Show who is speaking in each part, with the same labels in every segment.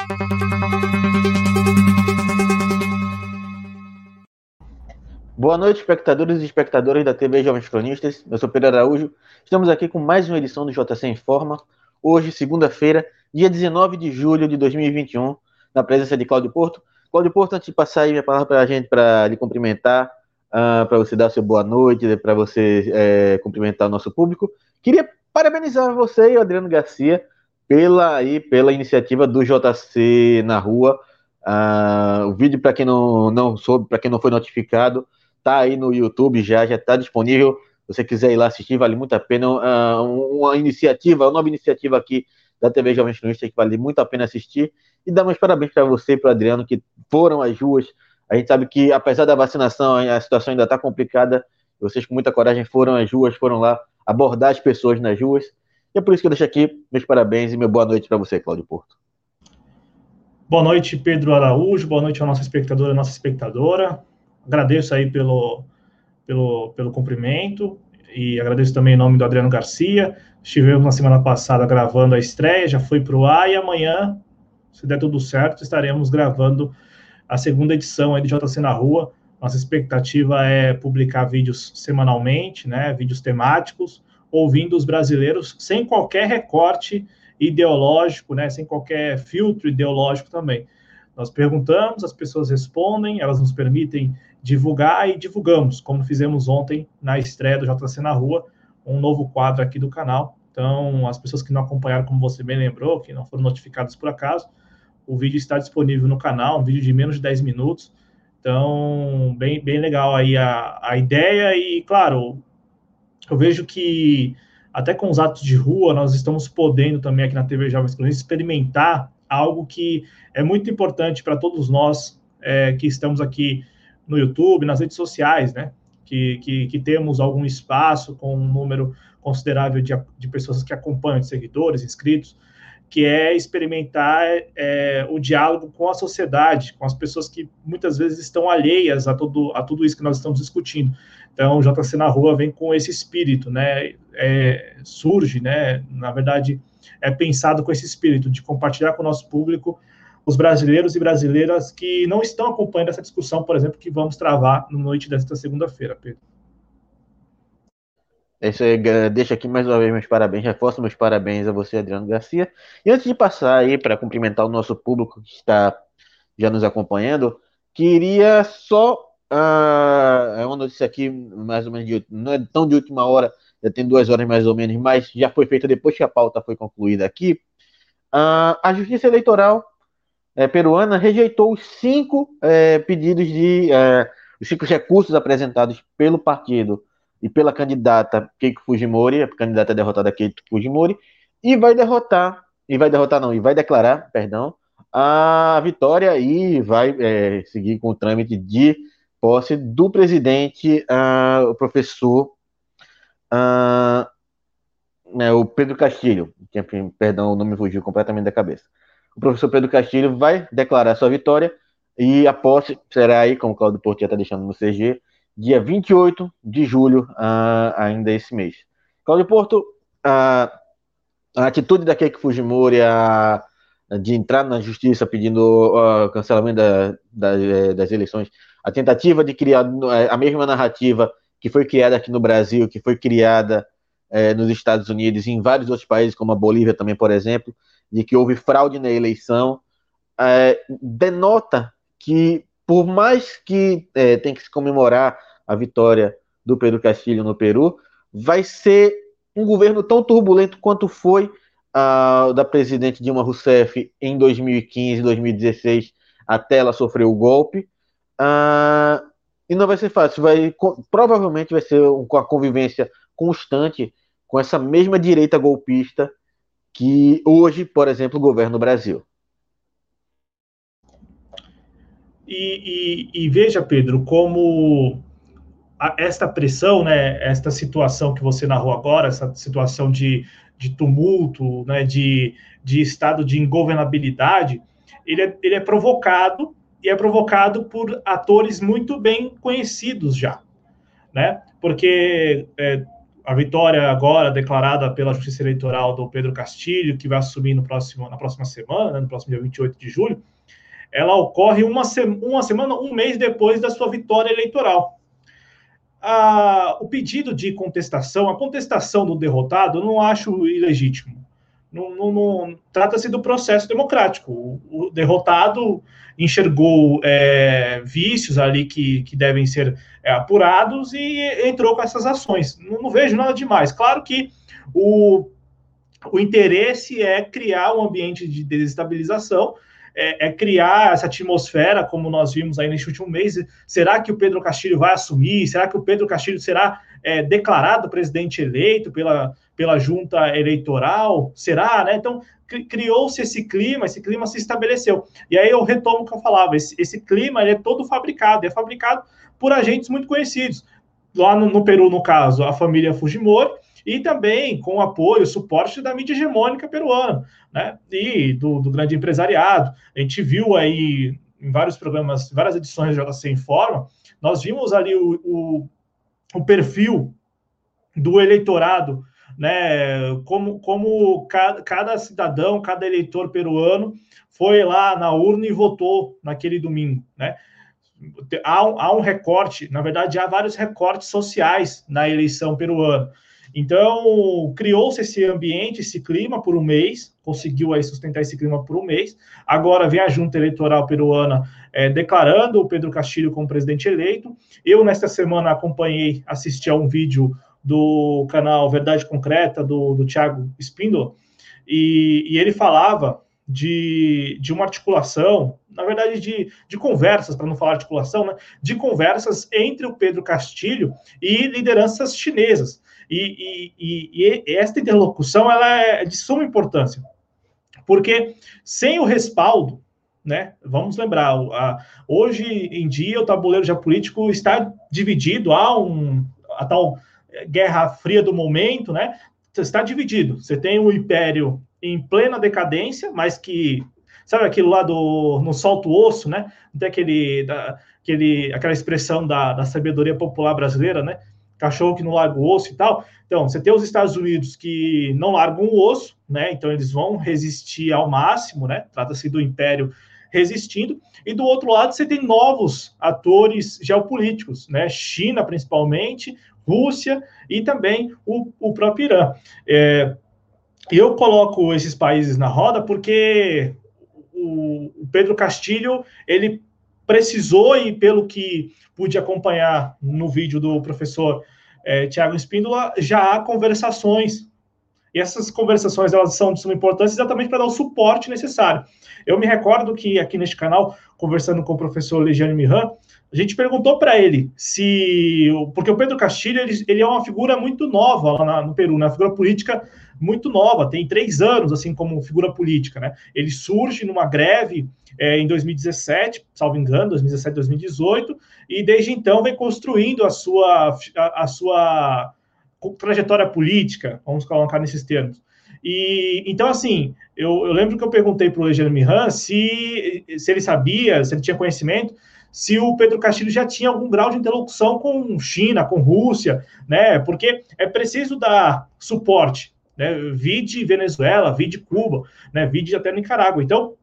Speaker 1: Boa noite, espectadores e espectadoras da TV Jovens Cronistas. Eu sou Pedro Araújo. Estamos aqui com mais uma edição do JC Informa. Hoje, segunda-feira, dia 19 de julho de 2021, na presença de Cláudio Porto. Cláudio Porto, antes de passar aí minha palavra para a gente, para lhe cumprimentar, para você dar seu boa noite, para você cumprimentar o nosso público, queria parabenizar você e o Adriano Garcia pela iniciativa do JC na Rua. O vídeo, para quem não soube, para quem não foi notificado, tá aí no YouTube, já está disponível. Se você quiser ir lá assistir, vale muito a pena. Uma nova iniciativa aqui da TV Jovens Cronistas que vale muito a pena assistir. E dar meus parabéns para você e para o Adriano, que foram às ruas. A gente sabe que, apesar da vacinação, a situação ainda está complicada. Vocês, com muita coragem, foram às ruas, foram lá abordar as pessoas nas ruas. E é por isso que eu deixo aqui meus parabéns e meu boa noite para você, Cláudio Porto.
Speaker 2: Boa noite, Pedro Araújo. Boa noite ao nosso espectador e nossa espectadora. Agradeço aí pelo cumprimento e agradeço também em nome do Adriano Garcia. Estivemos na semana passada gravando a estreia, já foi para o ar, e amanhã, se der tudo certo, estaremos gravando a segunda edição aí de JC na Rua. Nossa expectativa é publicar vídeos semanalmente, né, vídeos temáticos, ouvindo os brasileiros sem qualquer recorte ideológico, né, sem qualquer filtro ideológico também. Nós perguntamos, as pessoas respondem, elas nos permitem divulgar e divulgamos, como fizemos ontem na estreia do JC na Rua, um novo quadro aqui do canal. Então, as pessoas que não acompanharam, como você bem lembrou, que não foram notificadas por acaso, o vídeo está disponível no canal, um vídeo de menos de 10 minutos. Então, bem legal aí a ideia e, claro, eu vejo que até com os atos de rua, nós estamos podendo também aqui na TV Jovens Cronistas experimentar algo que é muito importante para todos nós que estamos aqui no YouTube, nas redes sociais, né? Que temos algum espaço com um número considerável de pessoas que acompanham, de seguidores, inscritos, que é experimentar o diálogo com a sociedade, com as pessoas que muitas vezes estão alheias a tudo isso que nós estamos discutindo. Então, o JC na Rua vem com esse espírito, né? Surge, né? Na verdade, é pensado com esse espírito de compartilhar com o nosso público os brasileiros e brasileiras que não estão acompanhando essa discussão, por exemplo, que vamos travar na noite desta segunda-feira, Pedro.
Speaker 1: Deixo aqui mais uma vez meus parabéns, reforço meus parabéns a você, Adriano Garcia. E antes de passar aí para cumprimentar o nosso público que está já nos acompanhando, queria só uma notícia aqui, mais ou menos, não é tão de última hora, já tem 2 horas mais ou menos, mas já foi feita depois que a pauta foi concluída aqui. A Justiça Eleitoral peruana rejeitou os 5 pedidos os 5 recursos apresentados pelo partido e pela candidata Keiko Fujimori, a candidata derrotada Keiko Fujimori, e vai declarar, perdão, a vitória e vai seguir com o trâmite de posse do presidente, o professor o Pedro Castilho, perdão, o nome fugiu completamente da cabeça. O professor Pedro Castilho vai declarar sua vitória e a posse será aí, como o Cláudio Porto já está deixando no CG, dia 28 de julho, ainda esse mês. Cláudio Porto, a atitude da Keiko Fujimori de entrar na justiça pedindo cancelamento das eleições, a tentativa de criar a mesma narrativa que foi criada aqui no Brasil, que foi criada nos Estados Unidos e em vários outros países, como a Bolívia também, por exemplo, de que houve fraude na eleição, denota que, por mais que tem que se comemorar a vitória do Pedro Castilho no Peru, vai ser um governo tão turbulento quanto foi da presidente Dilma Rousseff em 2015, 2016, até ela sofrer o golpe. E não vai ser fácil, provavelmente vai ser com a convivência constante com essa mesma direita golpista que hoje, por exemplo, governa o Brasil.
Speaker 2: E veja, Pedro, como esta pressão, né, esta situação que você narrou agora, essa situação de tumulto, né, de estado de ingovernabilidade, ele é provocado, e é provocado por atores muito bem conhecidos já, né? Porque a vitória agora declarada pela Justiça Eleitoral do Pedro Castilho, que vai assumir na próxima semana, né, no próximo dia 28 de julho, ela ocorre uma semana, um mês depois da sua vitória eleitoral. O pedido de contestação, a contestação do derrotado, eu não acho ilegítimo. Não trata-se do processo democrático. O derrotado enxergou vícios ali que devem ser apurados e entrou com essas ações. Não vejo nada demais. Claro que o interesse é criar um ambiente de desestabilização, criar essa atmosfera, como nós vimos aí neste último mês. Será que o Pedro Castilho vai assumir? Será que o Pedro Castilho será declarado presidente eleito pela junta eleitoral? Será, né? Então, criou-se esse clima se estabeleceu. E aí eu retomo o que eu falava, esse clima ele é todo fabricado, é fabricado por agentes muito conhecidos. Lá no Peru, no caso, a família Fujimori, e também com o apoio, o suporte da mídia hegemônica peruana, né? E do grande empresariado. A gente viu aí em vários programas, várias edições do JC Informa, nós vimos ali o perfil do eleitorado, né? Como cada cidadão, cada eleitor peruano foi lá na urna e votou naquele domingo, né? Há um recorte, na verdade, há vários recortes sociais na eleição peruana. Então, criou-se esse ambiente, esse clima por um mês, conseguiu aí sustentar esse clima por um mês. Agora vem a junta eleitoral peruana declarando o Pedro Castilho como presidente eleito. Eu, nesta semana, assisti a um vídeo do canal Verdade Concreta, do Thiago Espíndola, e ele falava de uma articulação, na verdade, de conversas, para não falar articulação, né, de conversas entre o Pedro Castilho e lideranças chinesas. E esta interlocução ela é de suma importância, porque sem o respaldo, né, vamos lembrar, hoje em dia o tabuleiro geopolítico está dividido, a tal Guerra Fria do momento, né, está dividido. Você tem o Império em plena decadência, mas que, sabe aquilo lá no solta o osso, né, tem aquela expressão da sabedoria popular brasileira, né, cachorro que não larga o osso e tal. Então, você tem os Estados Unidos que não largam o osso, né? Então, eles vão resistir ao máximo, né? Trata-se do Império resistindo. E do outro lado, você tem novos atores geopolíticos, né? China, principalmente, Rússia e também o próprio Irã. Eu coloco esses países na roda porque o Pedro Castilho, ele precisou, e pelo que pude acompanhar no vídeo do professor Thiago Espíndola, já há conversações. E essas conversações elas são de suma importância exatamente para dar o suporte necessário. Eu me recordo que aqui neste canal, conversando com o professor Legiane Miran, a gente perguntou para ele porque o Pedro Castilho ele é uma figura muito nova lá no Peru, né? Uma figura política muito nova, tem 3 anos assim como figura política, né? Ele surge numa greve em 2017, salvo engano, 2017, 2018, e desde então vem construindo a sua trajetória política, vamos colocar nesses termos. E então, assim, eu lembro que eu perguntei para o Legiane Miran se ele sabia, se ele tinha conhecimento, se o Pedro Castilho já tinha algum grau de interlocução com China, com Rússia, né? Porque é preciso dar suporte, né? Vide Venezuela, vide Cuba, né? Vide até Nicarágua. Então,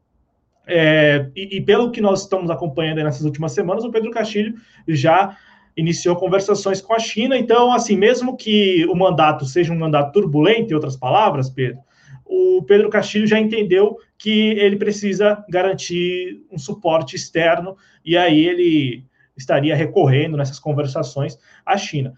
Speaker 2: pelo que nós estamos acompanhando nessas últimas semanas, o Pedro Castilho já iniciou conversações com a China. Então, assim, mesmo que o mandato seja um mandato turbulento, em outras palavras, Pedro, o Pedro Castilho já entendeu que ele precisa garantir um suporte externo, e aí ele estaria recorrendo nessas conversações à China.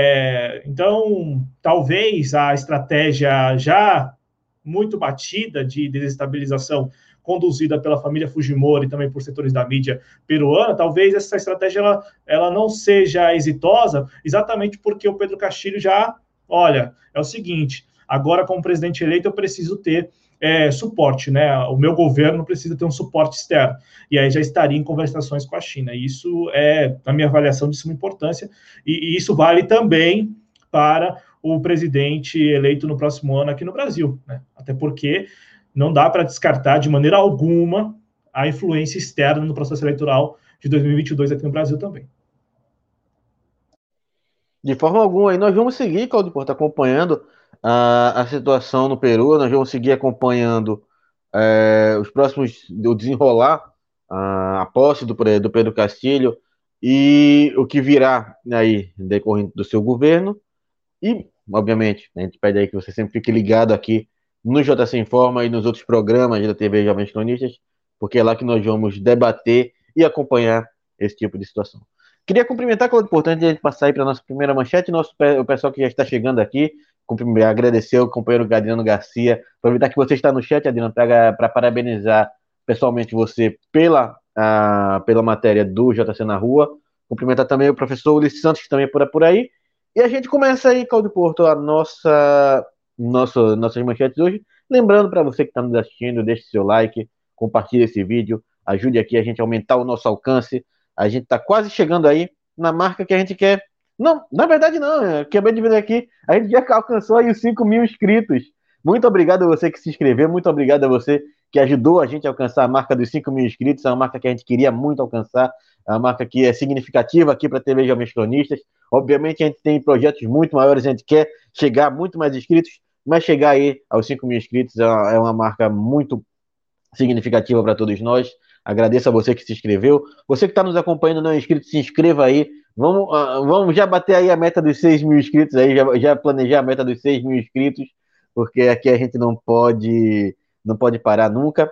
Speaker 2: Então, talvez a estratégia já muito batida de desestabilização conduzida pela família Fujimori e também por setores da mídia peruana, talvez essa estratégia ela não seja exitosa, exatamente porque o Pedro Castilho já, olha, é o seguinte, agora como presidente eleito eu preciso ter suporte, né? O meu governo precisa ter um suporte externo, e aí já estaria em conversações com a China. Isso é, na minha avaliação, de suma importância, e isso vale também para o presidente eleito no próximo ano aqui no Brasil, né? Até porque não dá para descartar de maneira alguma a influência externa no processo eleitoral de 2022 aqui no Brasil também.
Speaker 1: De forma alguma, e nós vamos seguir, Claudio Porto, acompanhando a situação no Peru, nós vamos seguir acompanhando os próximos, o desenrolar, a posse do Pedro Castilho e o que virá aí decorrente do seu governo. E, obviamente, a gente pede aí que você sempre fique ligado aqui no JC Informa e nos outros programas da TV Jovens Cronistas, porque é lá que nós vamos debater e acompanhar esse tipo de situação. Queria cumprimentar, Claudio, importante a gente passar aí para a nossa primeira manchete, o pessoal que já está chegando aqui, agradecer o companheiro Adriano Garcia, aproveitar que você está no chat, Adriano, para parabenizar pessoalmente você pela matéria do JC na Rua, cumprimentar também o professor Ulisses Santos, que também é por aí, e a gente começa aí, Claudio Porto, nossas manchetes hoje. Lembrando para você que está nos assistindo, deixe seu like, compartilhe esse vídeo, ajude aqui a gente a aumentar o nosso alcance. A gente está quase chegando aí na marca que a gente quer. Não, na verdade não, eu acabei de ver aqui, a gente já alcançou aí os 5 mil inscritos. Muito obrigado a você que se inscreveu, muito obrigado a você que ajudou a gente a alcançar a marca dos 5 mil inscritos, é uma marca que a gente queria muito alcançar, é uma marca que é significativa aqui para a TV Jovens Cronistas. Obviamente a gente tem projetos muito maiores, a gente quer chegar a muito mais inscritos, mas chegar aí aos 5 mil inscritos é uma marca muito significativa para todos nós. Agradeço a você que se inscreveu. Você que está nos acompanhando não é inscrito, se inscreva aí. Vamos já bater aí a meta dos 6 mil inscritos aí, já planejar a meta dos 6 mil inscritos, porque aqui a gente não pode parar nunca.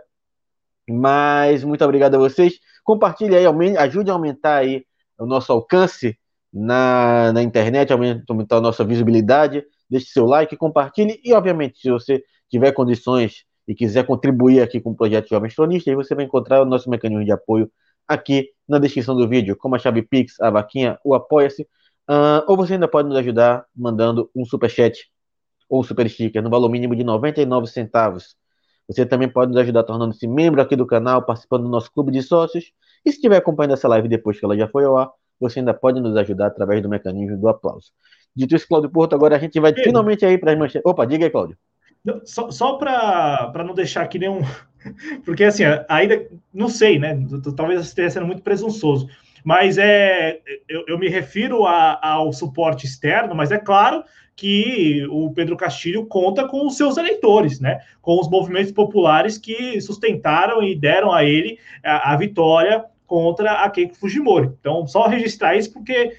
Speaker 1: Mas muito obrigado a vocês. Compartilhe aí, ajude a aumentar aí o nosso alcance na internet, aumentar a nossa visibilidade. Deixe seu like, compartilhe e, obviamente, se você tiver condições e quiser contribuir aqui com o projeto Jovens Cronistas, você vai encontrar o nosso mecanismo de apoio aqui na descrição do vídeo, como a chave Pix, a vaquinha, o Apoia-se, ou você ainda pode nos ajudar mandando um superchat ou um super sticker no valor mínimo de 99 centavos. Você também pode nos ajudar tornando-se membro aqui do canal, participando do nosso clube de sócios. E se estiver acompanhando essa live depois que ela já foi ao ar, você ainda pode nos ajudar através do mecanismo do aplauso. Dito isso, Cláudio Porto, agora a gente vai
Speaker 2: Pedro,
Speaker 1: finalmente aí para as manchetes. Opa, diga aí, Cláudio.
Speaker 2: só para não deixar aqui nenhum. Porque assim, ainda não sei, né? Talvez esteja sendo muito presunçoso. Mas eu me refiro ao suporte externo, mas é claro que o Pedro Castilho conta com os seus eleitores, né? Com os movimentos populares que sustentaram e deram a ele a vitória contra a Keiko Fujimori. Então, só registrar isso porque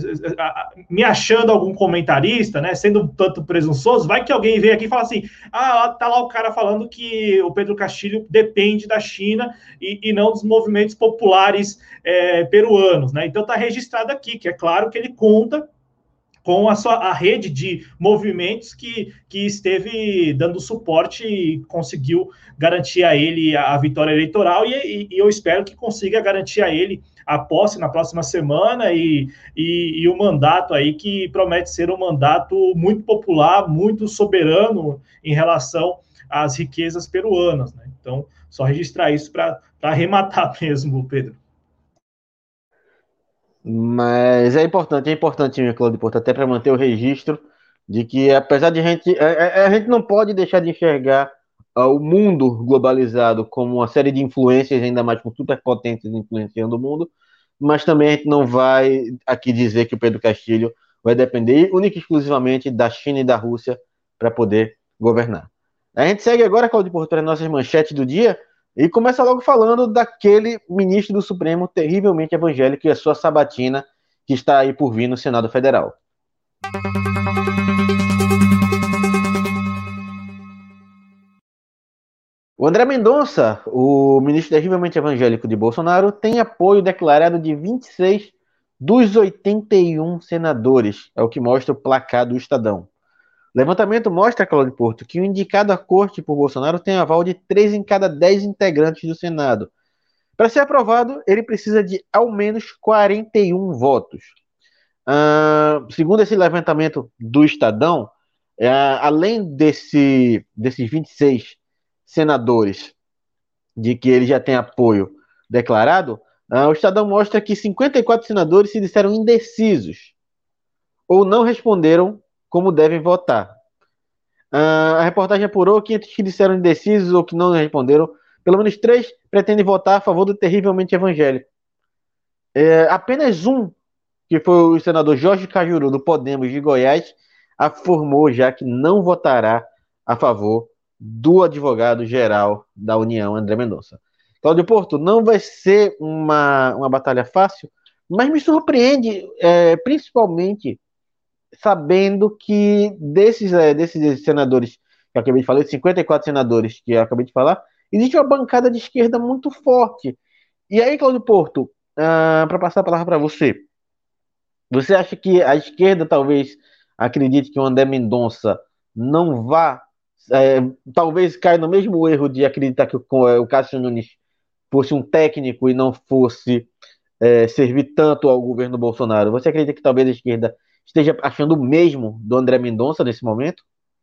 Speaker 2: me achando algum comentarista, né, sendo um tanto presunçoso, vai que alguém vem aqui e fala assim, tá lá o cara falando que o Pedro Castilho depende da China e não dos movimentos populares peruanos, né? Então tá registrado aqui, que é claro que ele conta com a rede de movimentos que esteve dando suporte e conseguiu garantir a ele a vitória eleitoral, e eu espero que consiga garantir a ele a posse na próxima semana e o mandato aí que promete ser um mandato muito popular, muito soberano em relação às riquezas peruanas, né? Então, só registrar isso para arrematar mesmo, Pedro.
Speaker 1: Mas é importante, Cláudio Porto, até para manter o registro de que, apesar de a gente não pode deixar de enxergar o mundo globalizado como uma série de influências, ainda mais com superpotentes influenciando o mundo, mas também a gente não vai aqui dizer que o Pedro Castilho vai depender única e exclusivamente da China e da Rússia para poder governar. A gente segue agora, Cláudio Porto, para as nossas manchetes do dia. E começa logo falando daquele ministro do Supremo terrivelmente evangélico e a sua sabatina que está aí por vir no Senado Federal. O André Mendonça, o ministro terrivelmente evangélico de Bolsonaro, tem apoio declarado de 26 dos 81 senadores, é o que mostra o placar do Estadão. O levantamento mostra, Cláudio Porto, que o indicado à corte por Bolsonaro tem aval de 3 em cada 10 integrantes do Senado. Para ser aprovado, ele precisa de ao menos 41 votos. Segundo esse levantamento do Estadão, além desses 26 senadores de que ele já tem apoio declarado, o Estadão mostra que 54 senadores se disseram indecisos ou não responderam como devem votar. A reportagem apurou que entre os que disseram indecisos ou que não responderam, pelo menos 3 pretendem votar a favor do terrivelmente evangélico. Apenas um que foi o senador Jorge Cajuru, do Podemos de Goiás, afirmou já que não votará a favor do advogado-geral da União, André Mendonça. Cláudio Porto, não vai ser uma batalha fácil, mas me surpreende, principalmente sabendo que desses senadores que eu acabei de falar, de 54 senadores que eu acabei de falar, existe uma bancada de esquerda muito forte. E aí, Cláudio Porto, para passar a palavra para você, você acha que a esquerda talvez acredite que o André Mendonça não vá, é, talvez caia no mesmo erro de acreditar que o Cássio Nunes fosse um técnico e não fosse servir tanto ao governo Bolsonaro? Você acredita que talvez a esquerda esteja achando o mesmo do André Mendonça nesse momento?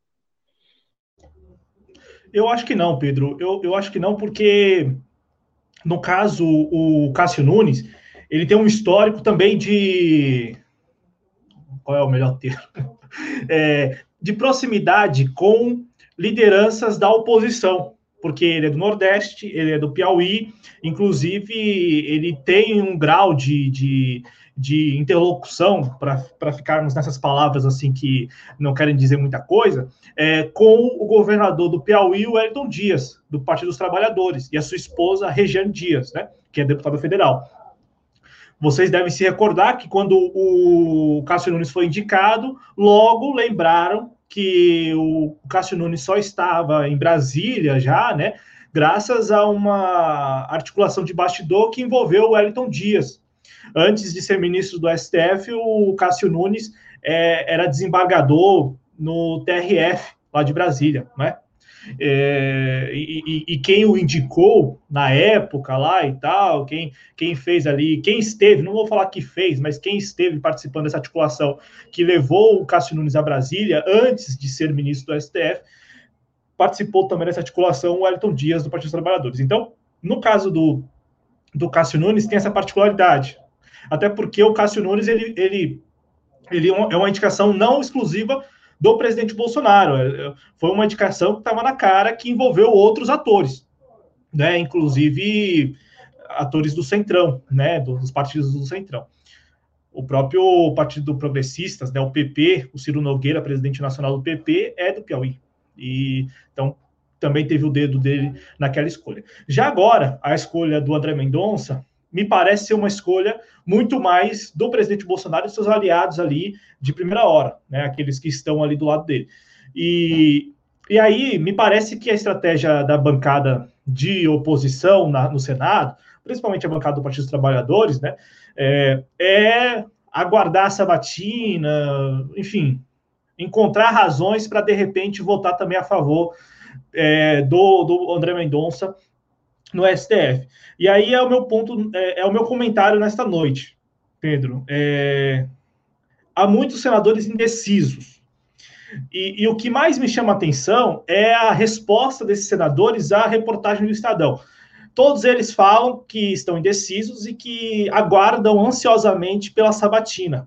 Speaker 2: Eu acho que não, Pedro. Eu acho que não, porque, no caso, o Cássio Nunes, ele tem um histórico também de. Qual é o melhor termo? De proximidade com lideranças da oposição, porque ele é do Nordeste, ele é do Piauí, inclusive ele tem um grau de interlocução, para ficarmos nessas palavras assim que não querem dizer muita coisa, com o governador do Piauí, o Wellington Dias, do Partido dos Trabalhadores, e a sua esposa, Regiane Dias, né, que é deputada federal. Vocês devem se recordar que quando o Cássio Nunes foi indicado, logo lembraram que o Cássio Nunes só estava em Brasília já, né, graças a uma articulação de bastidor que envolveu o Wellington Dias. Antes de ser ministro do STF, o Cássio Nunes era desembargador no TRF, lá de Brasília, né? E quem o indicou na época lá e tal, quem fez ali, quem esteve, não vou falar que fez, mas quem esteve participando dessa articulação que levou o Cássio Nunes a Brasília antes de ser ministro do STF, participou também dessa articulação o Wellington Dias, do Partido dos Trabalhadores. Então, no caso do Cássio Nunes, tem essa particularidade. Até porque o Cássio Nunes, ele é uma indicação não exclusiva do presidente Bolsonaro. Foi uma indicação que estava na cara, que envolveu outros atores, né? Inclusive atores do Centrão, né? Dos partidos do Centrão. O próprio Partido Progressistas, né? O PP, o Ciro Nogueira, presidente nacional do PP, é do Piauí. E então também teve o dedo dele naquela escolha. Já agora, a escolha do André Mendonça me parece ser uma escolha muito mais do presidente Bolsonaro e seus aliados ali de primeira hora, né? Aqueles que estão ali do lado dele. E aí, me parece que a estratégia da bancada de oposição no Senado, principalmente a bancada do Partido dos Trabalhadores, né, é aguardar a sabatina, enfim, encontrar razões para, de repente, votar também a favor do André Mendonça no STF. E aí é o meu ponto, é o meu comentário nesta noite, Pedro. Há muitos senadores indecisos. E o que mais me chama a atenção é a resposta desses senadores à reportagem do Estadão. Todos eles falam que estão indecisos e que aguardam ansiosamente pela sabatina.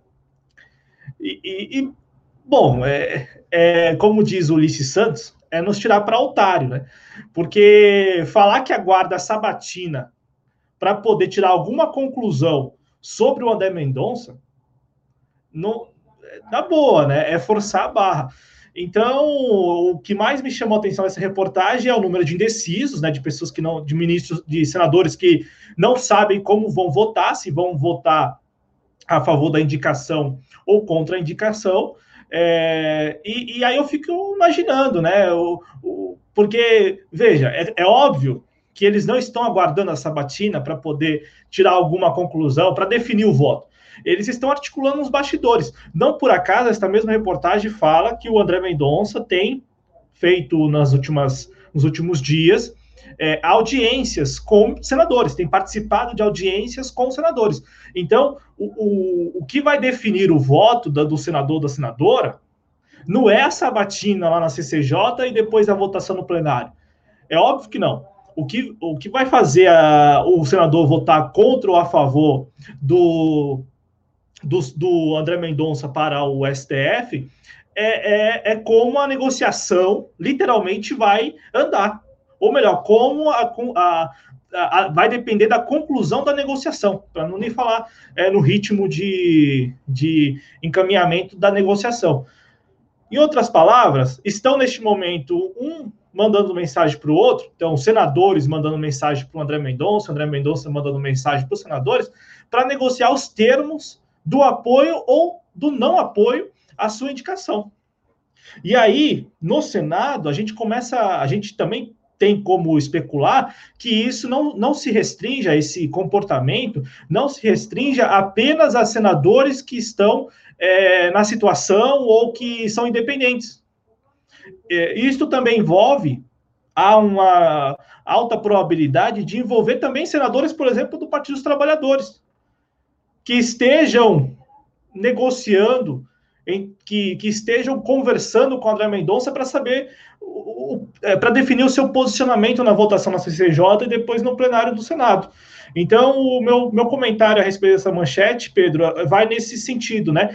Speaker 2: Bom, como diz o Ulisses Santos, é nos tirar para altário, né? Porque falar que aguarda a sabatina para poder tirar alguma conclusão sobre o André Mendonça, não, na boa, né? É forçar a barra. Então, o que mais me chamou a atenção nessa reportagem é o número de indecisos, né? De pessoas que não, de ministros, de senadores que não sabem como vão votar, se vão votar a favor da indicação ou contra a indicação. E aí eu fico imaginando, né? Porque, veja, é óbvio que eles não estão aguardando a sabatina para poder tirar alguma conclusão, para definir o voto. Eles estão articulando os bastidores. Não por acaso, esta mesma reportagem fala que o André Mendonça tem feito nos últimos dias audiências com senadores, tem participado de audiências com senadores. Então, o que vai definir o voto do senador ou da senadora não é a sabatina lá na CCJ e depois a votação no plenário. É óbvio que não. O que vai fazer o senador votar contra ou a favor do André Mendonça para o STF como a negociação literalmente vai andar. Ou melhor, como vai depender da conclusão da negociação, para não nem falar no ritmo de encaminhamento da negociação. Em outras palavras, estão neste momento mandando mensagem para o outro, então os senadores mandando mensagem para o André Mendonça mandando mensagem para os senadores, para negociar os termos do apoio ou do não apoio à sua indicação. E aí, no Senado, a gente também tem como especular que isso não se restringe a esse comportamento, não se restringe apenas a senadores que estão na situação ou que são independentes. Isto também envolve, há uma alta probabilidade de envolver também senadores, por exemplo, do Partido dos Trabalhadores, que estejam negociando, que estejam conversando com o André Mendonça para saber, para definir o seu posicionamento na votação na CCJ e depois no plenário do Senado. Então, o meu comentário a respeito dessa manchete, Pedro, vai nesse sentido, né,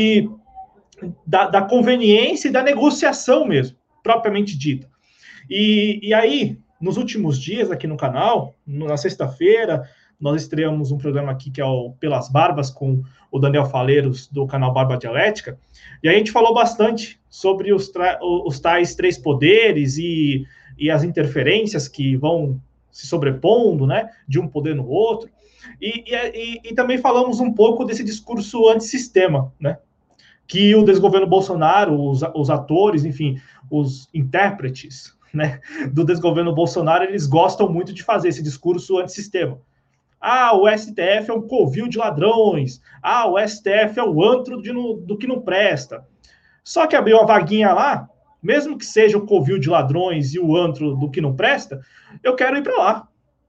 Speaker 2: da conveniência e da negociação mesmo, propriamente dita. E aí, nos últimos dias aqui no canal, na sexta-feira, nós estreamos um programa aqui que é o Pelas Barbas, com o Daniel Faleiros, do canal Barba Dialética, e a gente falou bastante sobre os tais três poderes e as interferências que vão se sobrepondo, né, de um poder no outro, e também falamos um pouco desse discurso antissistema, né, que o desgoverno Bolsonaro, os atores, enfim, os intérpretes, né, do desgoverno Bolsonaro, eles gostam muito de fazer esse discurso antissistema. O STF é um covil de ladrões. O STF é o antro do que não presta. Só que abriu uma vaguinha lá, mesmo que seja o covil de ladrões e o antro do que não presta, eu quero ir para lá.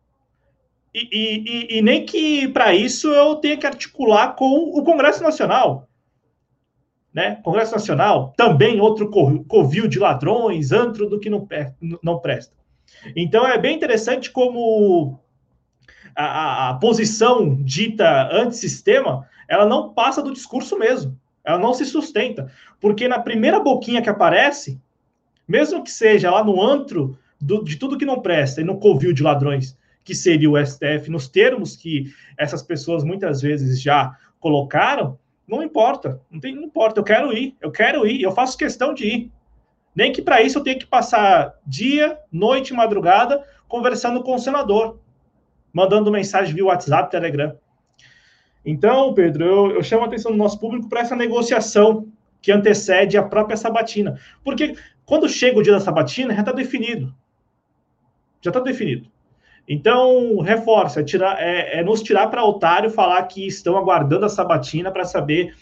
Speaker 2: E nem que para isso eu tenha que articular com o Congresso Nacional. Né? Congresso Nacional, também outro covil de ladrões, antro do que não presta. Então é bem interessante como a posição dita antissistema, ela não passa do discurso mesmo, ela não se sustenta, porque na primeira boquinha que aparece, mesmo que seja lá no antro de tudo que não presta e no covil de ladrões, que seria o STF, nos termos que essas pessoas muitas vezes já colocaram, não importa, não importa, eu quero ir, eu faço questão de ir. Nem que para isso eu tenha que passar dia, noite, madrugada, conversando com o senador, mandando mensagem via WhatsApp, Telegram. Então, Pedro, eu chamo a atenção do nosso público para essa negociação que antecede a própria sabatina. Porque quando chega o dia da sabatina, já está definido. Então, reforça, nos tirar para otário, falar que estão aguardando a sabatina para saber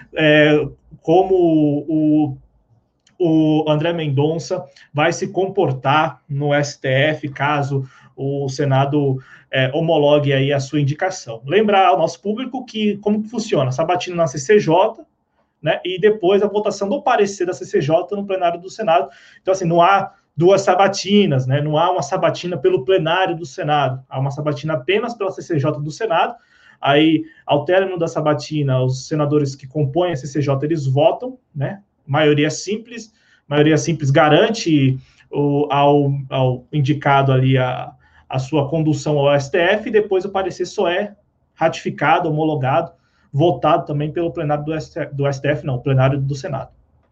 Speaker 2: como o André Mendonça vai se comportar no STF, caso o Senado homologue aí a sua indicação. Lembrar ao nosso público como que funciona, sabatina na CCJ, né, e depois a votação do parecer da CCJ no plenário do Senado. Então, assim, não há duas sabatinas, né? Não há uma sabatina pelo plenário do Senado, há uma sabatina apenas pela CCJ do Senado. Aí, ao término da sabatina, os senadores que compõem a CCJ, eles votam, né? Maioria simples garante ao indicado ali a sua condução ao STF, e depois o parecer só é ratificado, homologado, votado também pelo plenário do STF, não, plenário do Senado.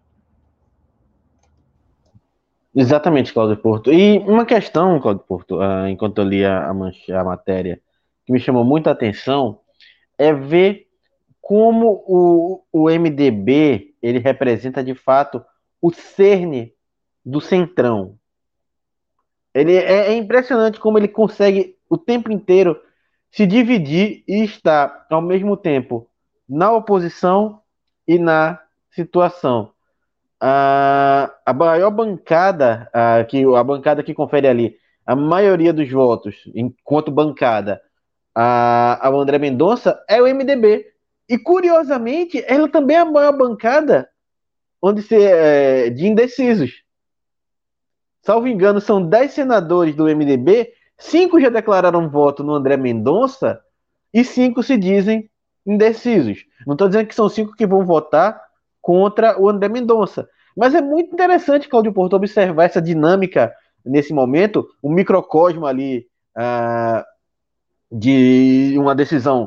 Speaker 1: Exatamente, Cláudio Porto. E uma questão, Cláudio Porto, enquanto eu li a matéria, que me chamou muita atenção, é ver como o MDB ele representa de fato o cerne do centrão. Ele é impressionante como ele consegue o tempo inteiro se dividir e estar ao mesmo tempo na oposição e na situação. A maior bancada, a bancada que confere ali a maioria dos votos, enquanto bancada, ao André Mendonça, é o MDB. E, curiosamente, ela também é a maior bancada de indecisos. Salvo engano, são 10 senadores do MDB, 5 já declararam voto no André Mendonça e 5 se dizem indecisos. Não estou dizendo que são 5 que vão votar contra o André Mendonça. Mas é muito interessante, Cláudio Porto, observar essa dinâmica nesse momento, o microcosmo ali de uma decisão,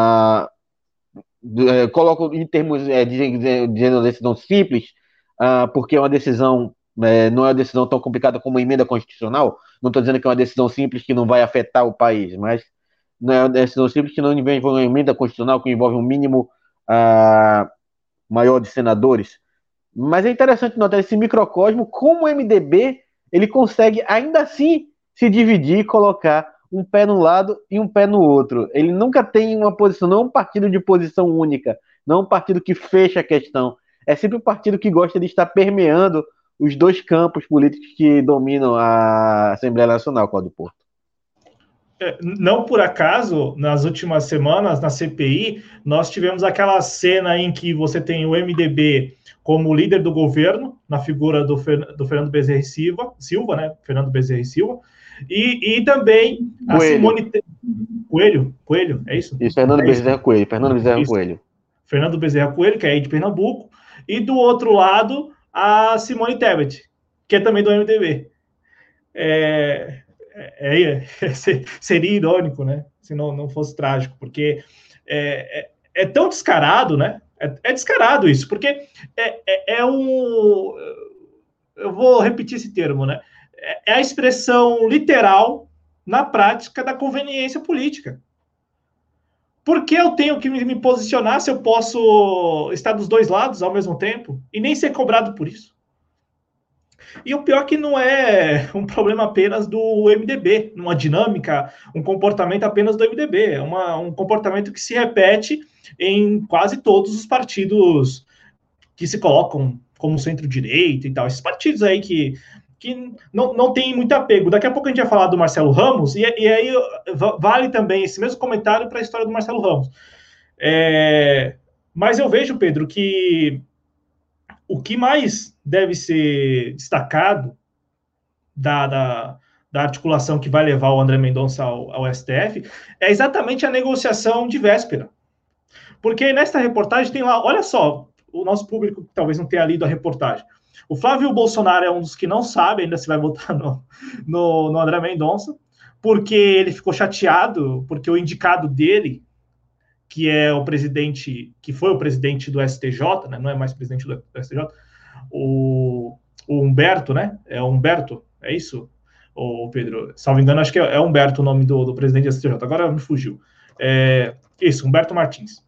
Speaker 1: coloco em termos de uma decisão simples, porque é uma decisão, não é uma decisão tão complicada como uma emenda constitucional. Não estou dizendo que é uma decisão simples que não vai afetar o país, mas não é uma decisão simples que não envolve uma emenda constitucional que envolve um mínimo maior de senadores. Mas é interessante notar esse microcosmo, como o MDB ele consegue ainda assim se dividir e colocar um pé num lado e um pé no outro. Ele nunca tem uma posição, não é um partido de posição única, não é um partido que fecha a questão. É sempre um partido que gosta de estar permeando os dois campos políticos que dominam a Assembleia Nacional, Cláudio Porto.
Speaker 2: Não por acaso, nas últimas semanas, na CPI, nós tivemos aquela cena em que você tem o MDB como líder do governo, na figura do Fernando Bezerra Silva, né? Fernando Bezerra e Silva, e também a Simone Coelho, é isso?
Speaker 1: Isso, Fernando Bezerra Coelho,
Speaker 2: Fernando Bezerra Coelho, que é aí de Pernambuco, e do outro lado, a Simone Tebet, que é também do MDB. Seria irônico, né? Se não fosse trágico, porque é tão descarado, né? É descarado isso, porque eu vou repetir esse termo, né? É a expressão literal, na prática, da conveniência política. Por que eu tenho que me posicionar se eu posso estar dos dois lados ao mesmo tempo e nem ser cobrado por isso? E o pior é que não é um problema apenas do MDB, uma dinâmica, um comportamento apenas do MDB. É um comportamento que se repete em quase todos os partidos que se colocam como centro-direita e tal. Esses partidos aí que não tem muito apego. Daqui a pouco a gente vai falar do Marcelo Ramos, e aí vale também esse mesmo comentário para a história do Marcelo Ramos. Mas eu vejo, Pedro, que o que mais deve ser destacado da articulação que vai levar o André Mendonça ao STF é exatamente a negociação de véspera. Porque nesta reportagem tem lá, olha só, o nosso público talvez não tenha lido a reportagem. O Flávio Bolsonaro é um dos que não sabe ainda se vai votar no André Mendonça, porque ele ficou chateado, porque o indicado dele, que é o presidente, que foi o presidente do STJ, né, não é mais presidente do STJ, o Humberto, né? É Humberto, é isso? O Pedro, salvo engano, acho que é Humberto o nome do presidente do STJ, agora me fugiu. Isso, Humberto Martins.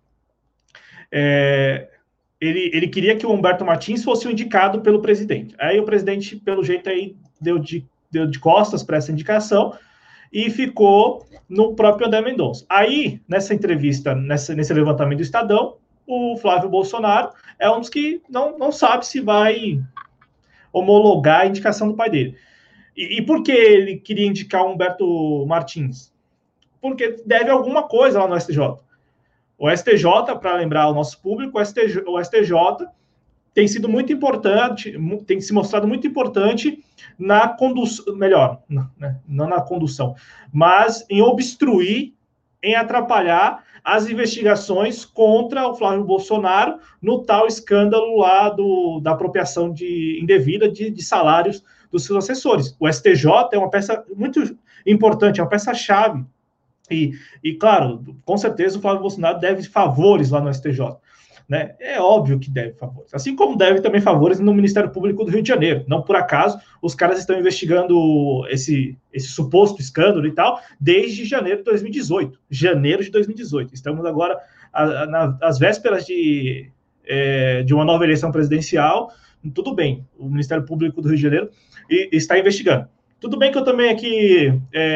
Speaker 2: Ele queria que o Humberto Martins fosse o indicado pelo presidente. Aí o presidente, pelo jeito, aí deu de costas para essa indicação e ficou no próprio André Mendonça. Aí, nessa entrevista, nesse levantamento do Estadão, o Flávio Bolsonaro é um dos que não sabe se vai homologar a indicação do pai dele. E por que ele queria indicar o Humberto Martins? Porque deve alguma coisa lá no STJ. O STJ, para lembrar o nosso público, o STJ tem sido muito importante, tem se mostrado muito importante na condução, melhor, não na condução, mas em obstruir, em atrapalhar as investigações contra o Flávio Bolsonaro no tal escândalo lá da apropriação indevida de salários dos seus assessores. O STJ é uma peça muito importante, é uma peça-chave. E, claro, com certeza o Flávio Bolsonaro deve favores lá no STJ. Né? É óbvio que deve favores. Assim como deve também favores no Ministério Público do Rio de Janeiro. Não por acaso, os caras estão investigando esse suposto escândalo e tal desde janeiro de 2018. Janeiro de 2018. Estamos agora às vésperas de uma nova eleição presidencial. Tudo bem, o Ministério Público do Rio de Janeiro está investigando. Tudo bem que eu também aqui...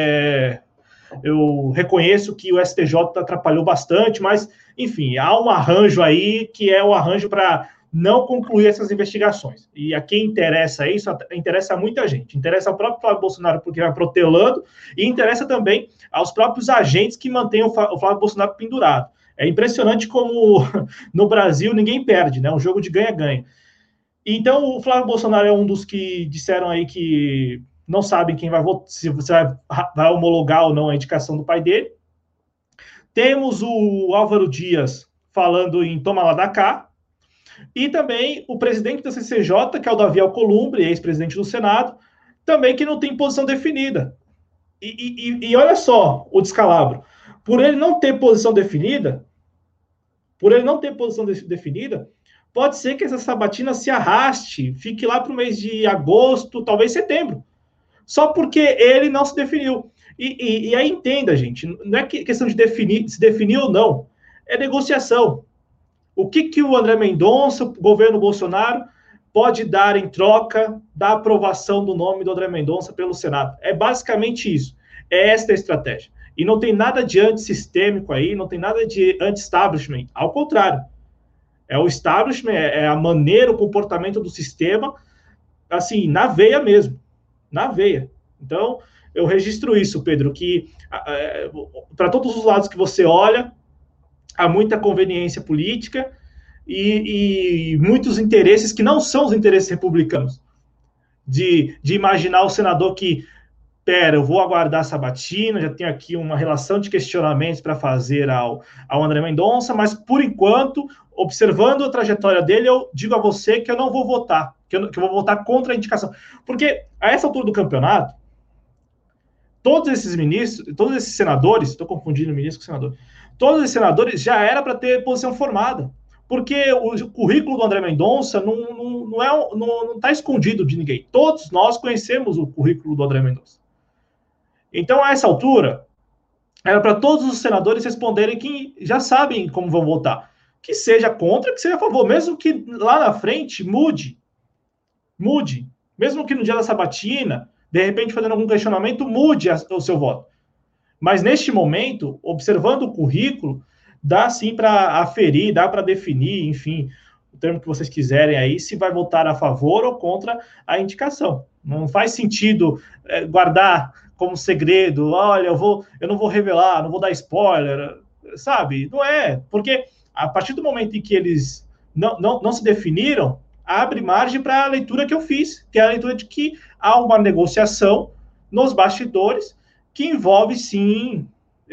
Speaker 2: eu reconheço que o STJ atrapalhou bastante, mas, enfim, há um arranjo aí que é o arranjo para não concluir essas investigações. E a quem interessa isso, interessa a muita gente. Interessa ao próprio Flávio Bolsonaro porque vai protelando e interessa também aos próprios agentes que mantêm o Flávio Bolsonaro pendurado. É impressionante como no Brasil ninguém perde, né? Um jogo de ganha-ganha. Então, o Flávio Bolsonaro é um dos que disseram aí que não sabem quem vai votar, se você vai homologar ou não a indicação do pai dele. Temos o Álvaro Dias falando em toma lá da cá, e também o presidente da CCJ, que é o Davi Alcolumbre, ex-presidente do Senado, também que não tem posição definida. E olha só o descalabro. Por ele não ter posição definida, pode ser que essa sabatina se arraste, fique lá para o mês de agosto, talvez setembro, só porque ele não se definiu. E aí entenda, gente, não é questão de se definir ou não, é negociação. O que o André Mendonça, o governo Bolsonaro, pode dar em troca da aprovação do nome do André Mendonça pelo Senado? É basicamente isso. É esta a estratégia. E não tem nada de antissistêmico aí, não tem nada de anti-establishment. Ao contrário. É o establishment, é a maneira, o comportamento do sistema, assim, na veia mesmo. Na veia. Então, eu registro isso, Pedro, que para todos os lados que você olha, há muita conveniência política e muitos interesses que não são os interesses republicanos. De imaginar o senador que, eu vou aguardar a sabatina, já tenho aqui uma relação de questionamentos para fazer ao André Mendonça, mas, por enquanto, observando a trajetória dele, eu digo a você que eu não vou votar, que eu vou votar contra a indicação. Porque, a essa altura do campeonato, todos esses ministros, todos esses senadores, estou confundindo ministro com senador, todos esses senadores já era para ter posição formada, porque o currículo do André Mendonça não está escondido de ninguém. Todos nós conhecemos o currículo do André Mendonça. Então, a essa altura, era para todos os senadores responderem que já sabem como vão votar. Que seja contra, que seja a favor, mesmo que lá na frente mude. Mesmo que no dia da sabatina, de repente fazendo algum questionamento, mude o seu voto. Mas neste momento, observando o currículo, dá sim para aferir, dá para definir, enfim, o termo que vocês quiserem aí, se vai votar a favor ou contra a indicação. Não faz sentido guardar como segredo, olha, eu não vou revelar, não vou dar spoiler, sabe? Não é, porque a partir do momento em que eles não se definiram, abre margem para a leitura que eu fiz, que é a leitura de que há uma negociação nos bastidores que envolve, sim,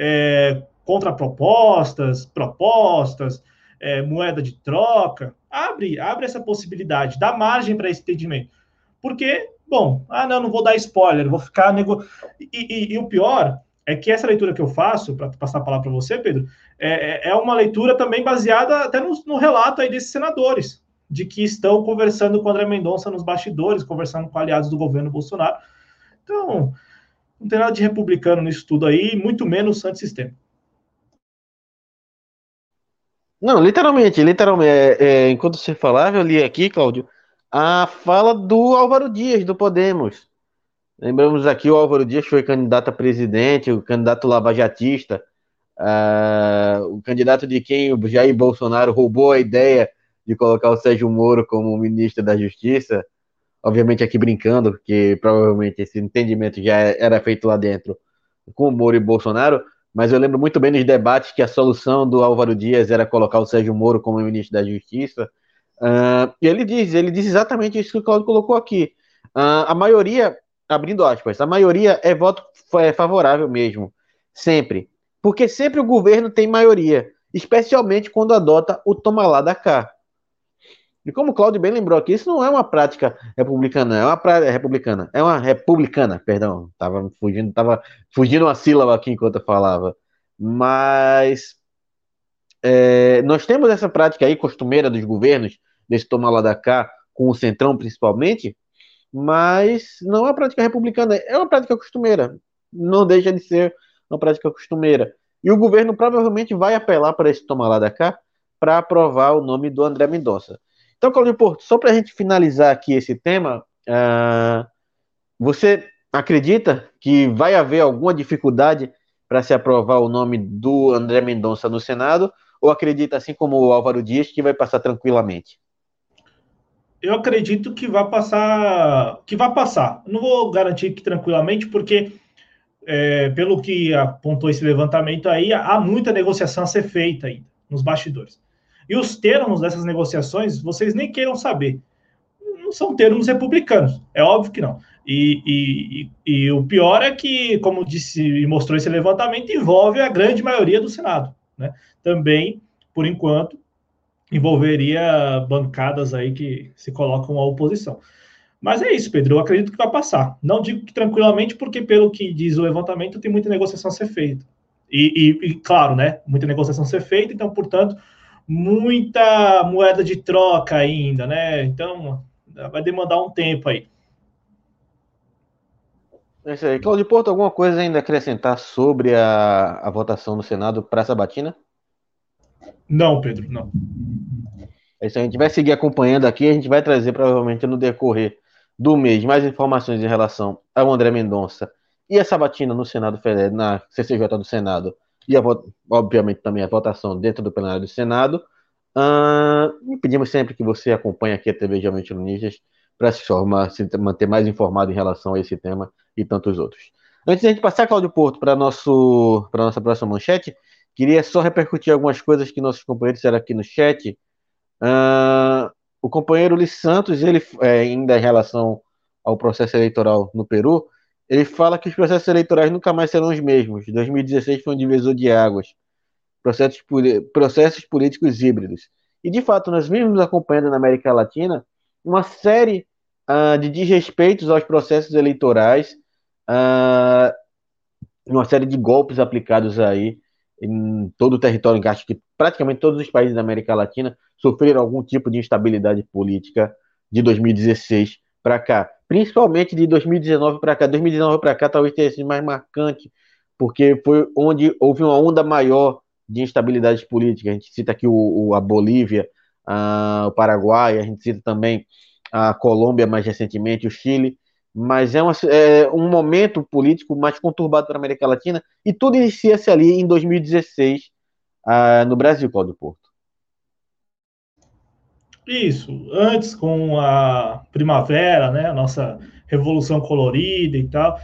Speaker 2: contrapropostas, propostas, moeda de troca. Abre essa possibilidade, dá margem para esse entendimento. Porque, bom, não vou dar spoiler, vou ficar... E o pior é que essa leitura que eu faço, para passar a palavra para você, Pedro, é uma leitura também baseada até no relato aí desses senadores, de que estão conversando com o André Mendonça nos bastidores, conversando com aliados do governo Bolsonaro. Então, não tem nada de republicano nisso tudo aí, muito menos antissistema.
Speaker 1: Não, literalmente. Enquanto você falava, eu li aqui, Cláudio, a fala do Álvaro Dias, do Podemos. Lembramos aqui, o Álvaro Dias foi candidato a presidente, o candidato lavajatista, o candidato de quem o Jair Bolsonaro roubou a ideia de colocar o Sérgio Moro como ministro da Justiça. Obviamente aqui brincando, porque provavelmente esse entendimento já era feito lá dentro com o Moro e Bolsonaro, mas eu lembro muito bem nos debates que a solução do Álvaro Dias era colocar o Sérgio Moro como ministro da Justiça. E ele diz exatamente isso que o Claudio colocou aqui. A maioria, abrindo aspas, a maioria é voto favorável mesmo, sempre. Porque sempre o governo tem maioria, especialmente quando adota o toma lá da cá. E como o Claudio bem lembrou aqui, isso não é uma prática republicana, é uma republicana, perdão, tava fugindo uma sílaba aqui enquanto eu falava. Mas nós temos essa prática aí costumeira dos governos, desse tomar lá da cá, com o Centrão principalmente, mas não é uma prática republicana, é uma prática costumeira, não deixa de ser uma prática costumeira. E o governo provavelmente vai apelar para esse tomar lá da cá para aprovar o nome do André Mendonça. Então, Claudio Porto, só para a gente finalizar aqui esse tema, você acredita que vai haver alguma dificuldade para se aprovar o nome do André Mendonça no Senado? Ou acredita, assim como o Álvaro Dias, que vai passar tranquilamente?
Speaker 2: Eu acredito que vai passar. Não vou garantir que tranquilamente, porque, pelo que apontou esse levantamento aí, há muita negociação a ser feita ainda nos bastidores. E os termos dessas negociações, vocês nem queiram saber. Não são termos republicanos, é óbvio que não. E o pior é que, como disse e mostrou esse levantamento, envolve a grande maioria do Senado, né? Também, por enquanto, envolveria bancadas aí que se colocam à oposição. Mas é isso, Pedro, eu acredito que vai passar. Não digo que tranquilamente, porque pelo que diz o levantamento, tem muita negociação a ser feita. E claro, né, muita negociação a ser feita, então, portanto, muita moeda de troca ainda, né? Então, vai demandar um tempo aí.
Speaker 1: É isso aí. Claudio Porto, alguma coisa ainda a acrescentar sobre a votação no Senado para a sabatina?
Speaker 2: Não, Pedro, não.
Speaker 1: É isso aí. A gente vai seguir acompanhando aqui, a gente vai trazer provavelmente no decorrer do mês mais informações em relação ao André Mendonça e a sabatina no Senado Federal, na CCJ do Senado, e obviamente também a votação dentro do plenário do Senado. E pedimos sempre que você acompanhe aqui a TV Geometria Nunistas para se manter mais informado em relação a esse tema e tantos outros. Antes de a gente passar, Cláudio Porto, para nossa próxima manchete, queria só repercutir algumas coisas que nossos companheiros disseram aqui no chat. O companheiro Ulisses Santos, ele ainda em relação ao processo eleitoral no Peru, ele fala que os processos eleitorais nunca mais serão os mesmos. 2016 foi um divisor de águas, processos políticos híbridos. E, de fato, nós vimos acompanhando na América Latina uma série de desrespeitos aos processos eleitorais, uh, uma série de golpes aplicados aí em todo o território, acho que praticamente todos os países da América Latina sofreram algum tipo de instabilidade política de 2016 para cá, principalmente de 2019 para cá. 2019 para cá talvez tenha sido mais marcante, porque foi onde houve uma onda maior de instabilidade política. A gente cita aqui a Bolívia, o Paraguai, a gente cita também a Colômbia mais recentemente, o Chile, mas é um momento político mais conturbado para a América Latina, e tudo inicia-se ali em 2016, no Brasil, Cláudio Porto.
Speaker 2: Isso, antes com a primavera, né, a nossa revolução colorida e tal,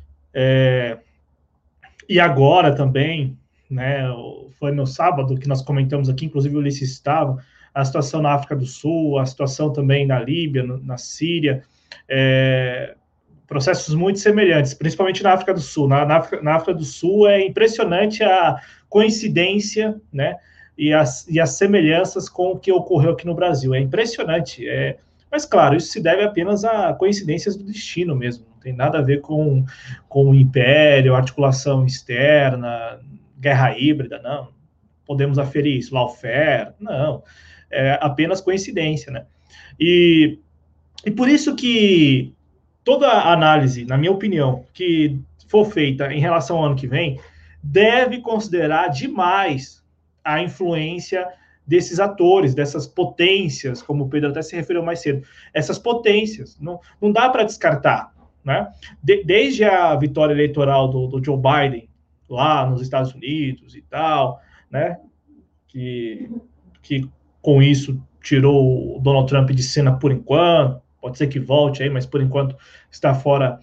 Speaker 2: e agora também, né, foi no sábado que nós comentamos aqui, inclusive o Ulisses estava, a situação na África do Sul, a situação também na Líbia, na Síria, processos muito semelhantes, principalmente na África do Sul. Na África do Sul é impressionante a coincidência, né, e as semelhanças com o que ocorreu aqui no Brasil. É impressionante. Mas, claro, isso se deve apenas a coincidências do destino mesmo. Não tem nada a ver com o império, articulação externa, guerra híbrida, não. Podemos aferir isso, lawfare, não. É apenas coincidência, né? E por isso que toda análise, na minha opinião, que for feita em relação ao ano que vem, deve considerar demais a influência desses atores, dessas potências, como o Pedro até se referiu mais cedo. Essas potências, não dá para descartar. Né? Desde a vitória eleitoral do Joe Biden, lá nos Estados Unidos e tal, né? que com isso tirou o Donald Trump de cena por enquanto, pode ser que volte aí, mas por enquanto está fora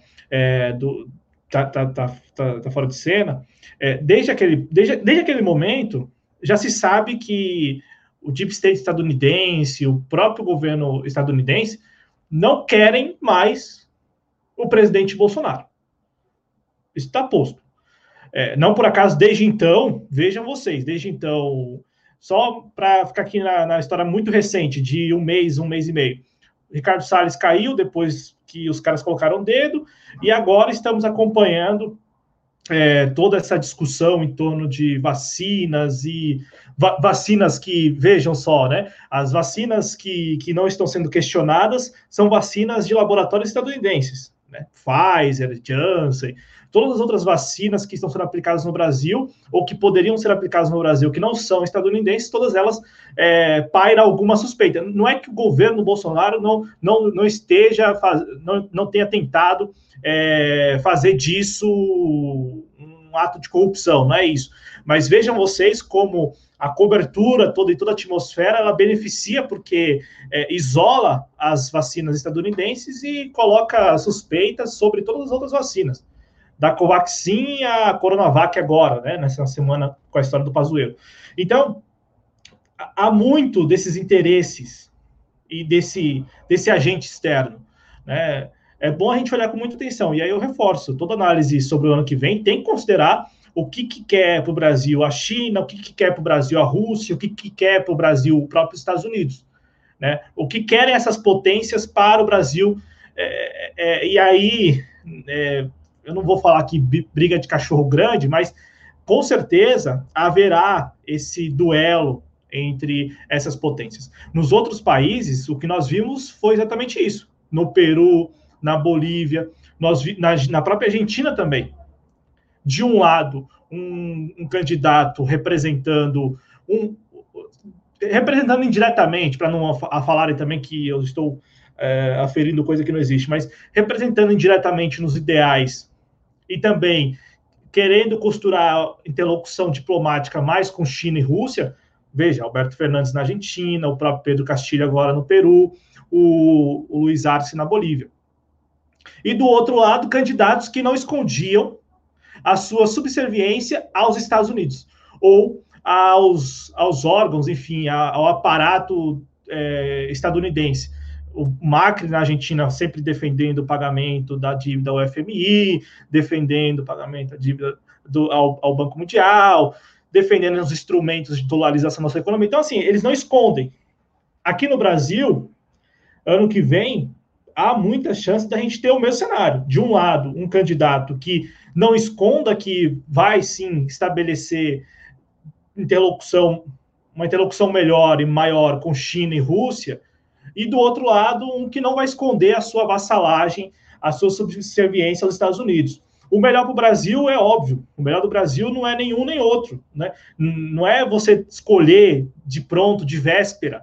Speaker 2: tá fora de cena. Desde aquele momento, já se sabe que o Deep State estadunidense, o próprio governo estadunidense, não querem mais o presidente Bolsonaro. Isso está posto. Não por acaso, desde então, vejam vocês, desde então, só para ficar aqui na história muito recente, de um mês e meio, Ricardo Salles caiu depois que os caras colocaram o dedo, e agora estamos acompanhando toda essa discussão em torno de vacinas e vacinas que, vejam só, né? As vacinas que não estão sendo questionadas são vacinas de laboratórios estadunidenses, né? Pfizer, Janssen, todas as outras vacinas que estão sendo aplicadas no Brasil, ou que poderiam ser aplicadas no Brasil, que não são estadunidenses, todas elas paira alguma suspeita. Não é que o governo Bolsonaro não esteja, não tenha tentado fazer disso um ato de corrupção, não é isso. Mas vejam vocês como a cobertura toda e toda a atmosfera, ela beneficia porque isola as vacinas estadunidenses e coloca suspeitas sobre todas as outras vacinas. Da Covaxin a Coronavac agora, né, nessa semana com a história do Pazuello. Então, há muito desses interesses e desse agente externo, né? É bom a gente olhar com muita atenção. E aí eu reforço, toda análise sobre o ano que vem tem que considerar o que quer para o Brasil a China, o que quer para o Brasil a Rússia, o que quer para o Brasil o próprio Estados Unidos. Né? O que querem essas potências para o Brasil E aí, eu não vou falar aqui briga de cachorro grande, mas com certeza haverá esse duelo entre essas potências. Nos outros países, o que nós vimos foi exatamente isso. No Peru, na Bolívia, na própria Argentina também. De um lado, um candidato representando indiretamente, para não falarem também que eu estou aferindo coisa que não existe, mas representando indiretamente nos ideais e também querendo costurar interlocução diplomática mais com China e Rússia. Veja, Alberto Fernandes na Argentina, o próprio Pedro Castilho agora no Peru, o Luiz Arce na Bolívia. E do outro lado, candidatos que não escondiam a sua subserviência aos Estados Unidos, ou aos órgãos, enfim, ao aparato estadunidense. O Macri na Argentina sempre defendendo o pagamento da dívida ao FMI, defendendo o pagamento da dívida ao Banco Mundial, defendendo os instrumentos de dolarização da nossa economia. Então, assim, eles não escondem. Aqui no Brasil, ano que vem, há muita chance da gente ter o mesmo cenário. De um lado, um candidato que não esconda que vai, sim, estabelecer uma interlocução melhor e maior com China e Rússia, e do outro lado, um que não vai esconder a sua vassalagem, a sua subserviência aos Estados Unidos. O melhor para o Brasil é óbvio, o melhor do Brasil não é nenhum nem outro, né? Não é você escolher de pronto, de véspera,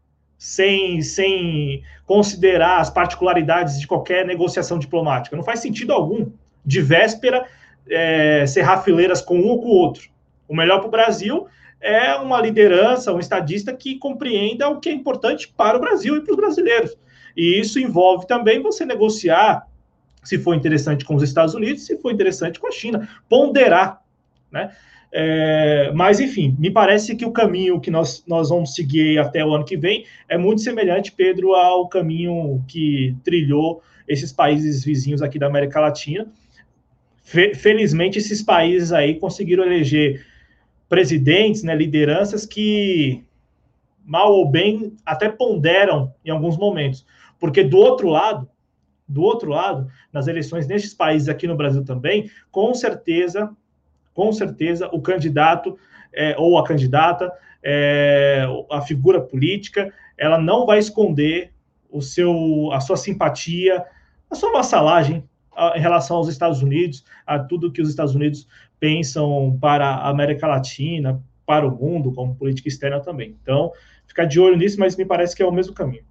Speaker 2: sem considerar as particularidades de qualquer negociação diplomática. Não faz sentido algum, de véspera, cerrar fileiras com um ou com o outro. O melhor para o Brasil é uma liderança, um estadista que compreenda o que é importante para o Brasil e para os brasileiros. E isso envolve também você negociar, se for interessante com os Estados Unidos, se for interessante com a China, ponderar, né? Mas, enfim, me parece que o caminho que nós vamos seguir até o ano que vem é muito semelhante, Pedro, ao caminho que trilhou esses países vizinhos aqui da América Latina. Felizmente, esses países aí conseguiram eleger presidentes, né, lideranças que, mal ou bem, até ponderam em alguns momentos. Porque do outro lado, nas eleições nesses países aqui no Brasil também, com certeza, o candidato ou a candidata, a figura política, ela não vai esconder a sua simpatia, a sua vassalagem em relação aos Estados Unidos, a tudo que os Estados Unidos pensam para a América Latina, para o mundo, como política externa também. Então, ficar de olho nisso, mas me parece que é o mesmo caminho.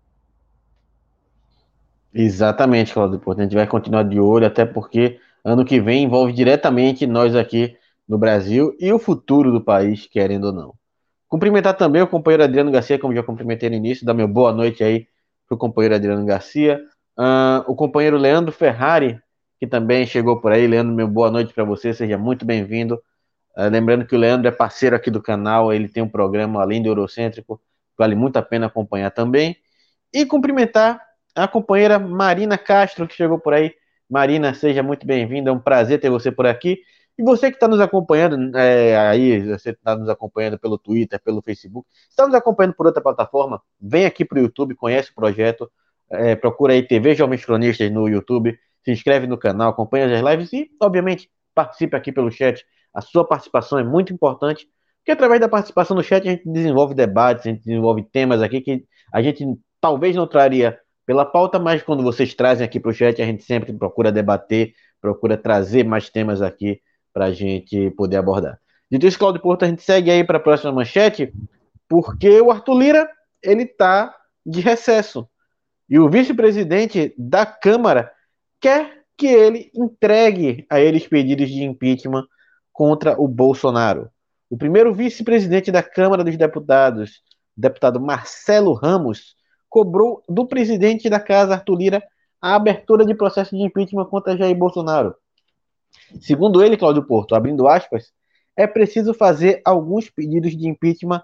Speaker 1: Exatamente, Claudio Porto. A gente vai continuar de olho, até porque ano que vem envolve diretamente nós aqui no Brasil e o futuro do país, querendo ou não. Cumprimentar também o companheiro Adriano Garcia, como já cumprimentei no início, dar meu boa noite aí para o companheiro Adriano Garcia. O companheiro Leandro Ferrari, que também chegou por aí. Leandro, meu boa noite para você, seja muito bem-vindo. Lembrando que o Leandro é parceiro aqui do canal, ele tem um programa além do Eurocêntrico, vale muito a pena acompanhar também. E cumprimentar a companheira Marina Castro, que chegou por aí. Marina, seja muito bem-vinda, é um prazer ter você por aqui. E você que está nos acompanhando, aí você está nos acompanhando pelo Twitter, pelo Facebook, está nos acompanhando por outra plataforma, vem aqui para o YouTube, conhece o projeto, procura aí TV Jovens Cronistas no YouTube, se inscreve no canal, acompanha as lives e, obviamente, participe aqui pelo chat. A sua participação é muito importante, porque através da participação no chat a gente desenvolve debates, a gente desenvolve temas aqui que a gente talvez não traria pela pauta, mas quando vocês trazem aqui para o chat, a gente sempre procura debater, procura trazer mais temas aqui para a gente poder abordar. Dito isso, Claudio Porto, a gente segue aí para a próxima manchete, porque o Arthur Lira, ele está de recesso. E o vice-presidente da Câmara quer que ele entregue a eles pedidos de impeachment contra o Bolsonaro. O primeiro vice-presidente da Câmara dos Deputados, o deputado Marcelo Ramos, cobrou do presidente da casa, Arthur Lira, a abertura de processo de impeachment contra Jair Bolsonaro. Segundo ele, Cláudio Porto, abrindo aspas, é preciso fazer alguns pedidos de impeachment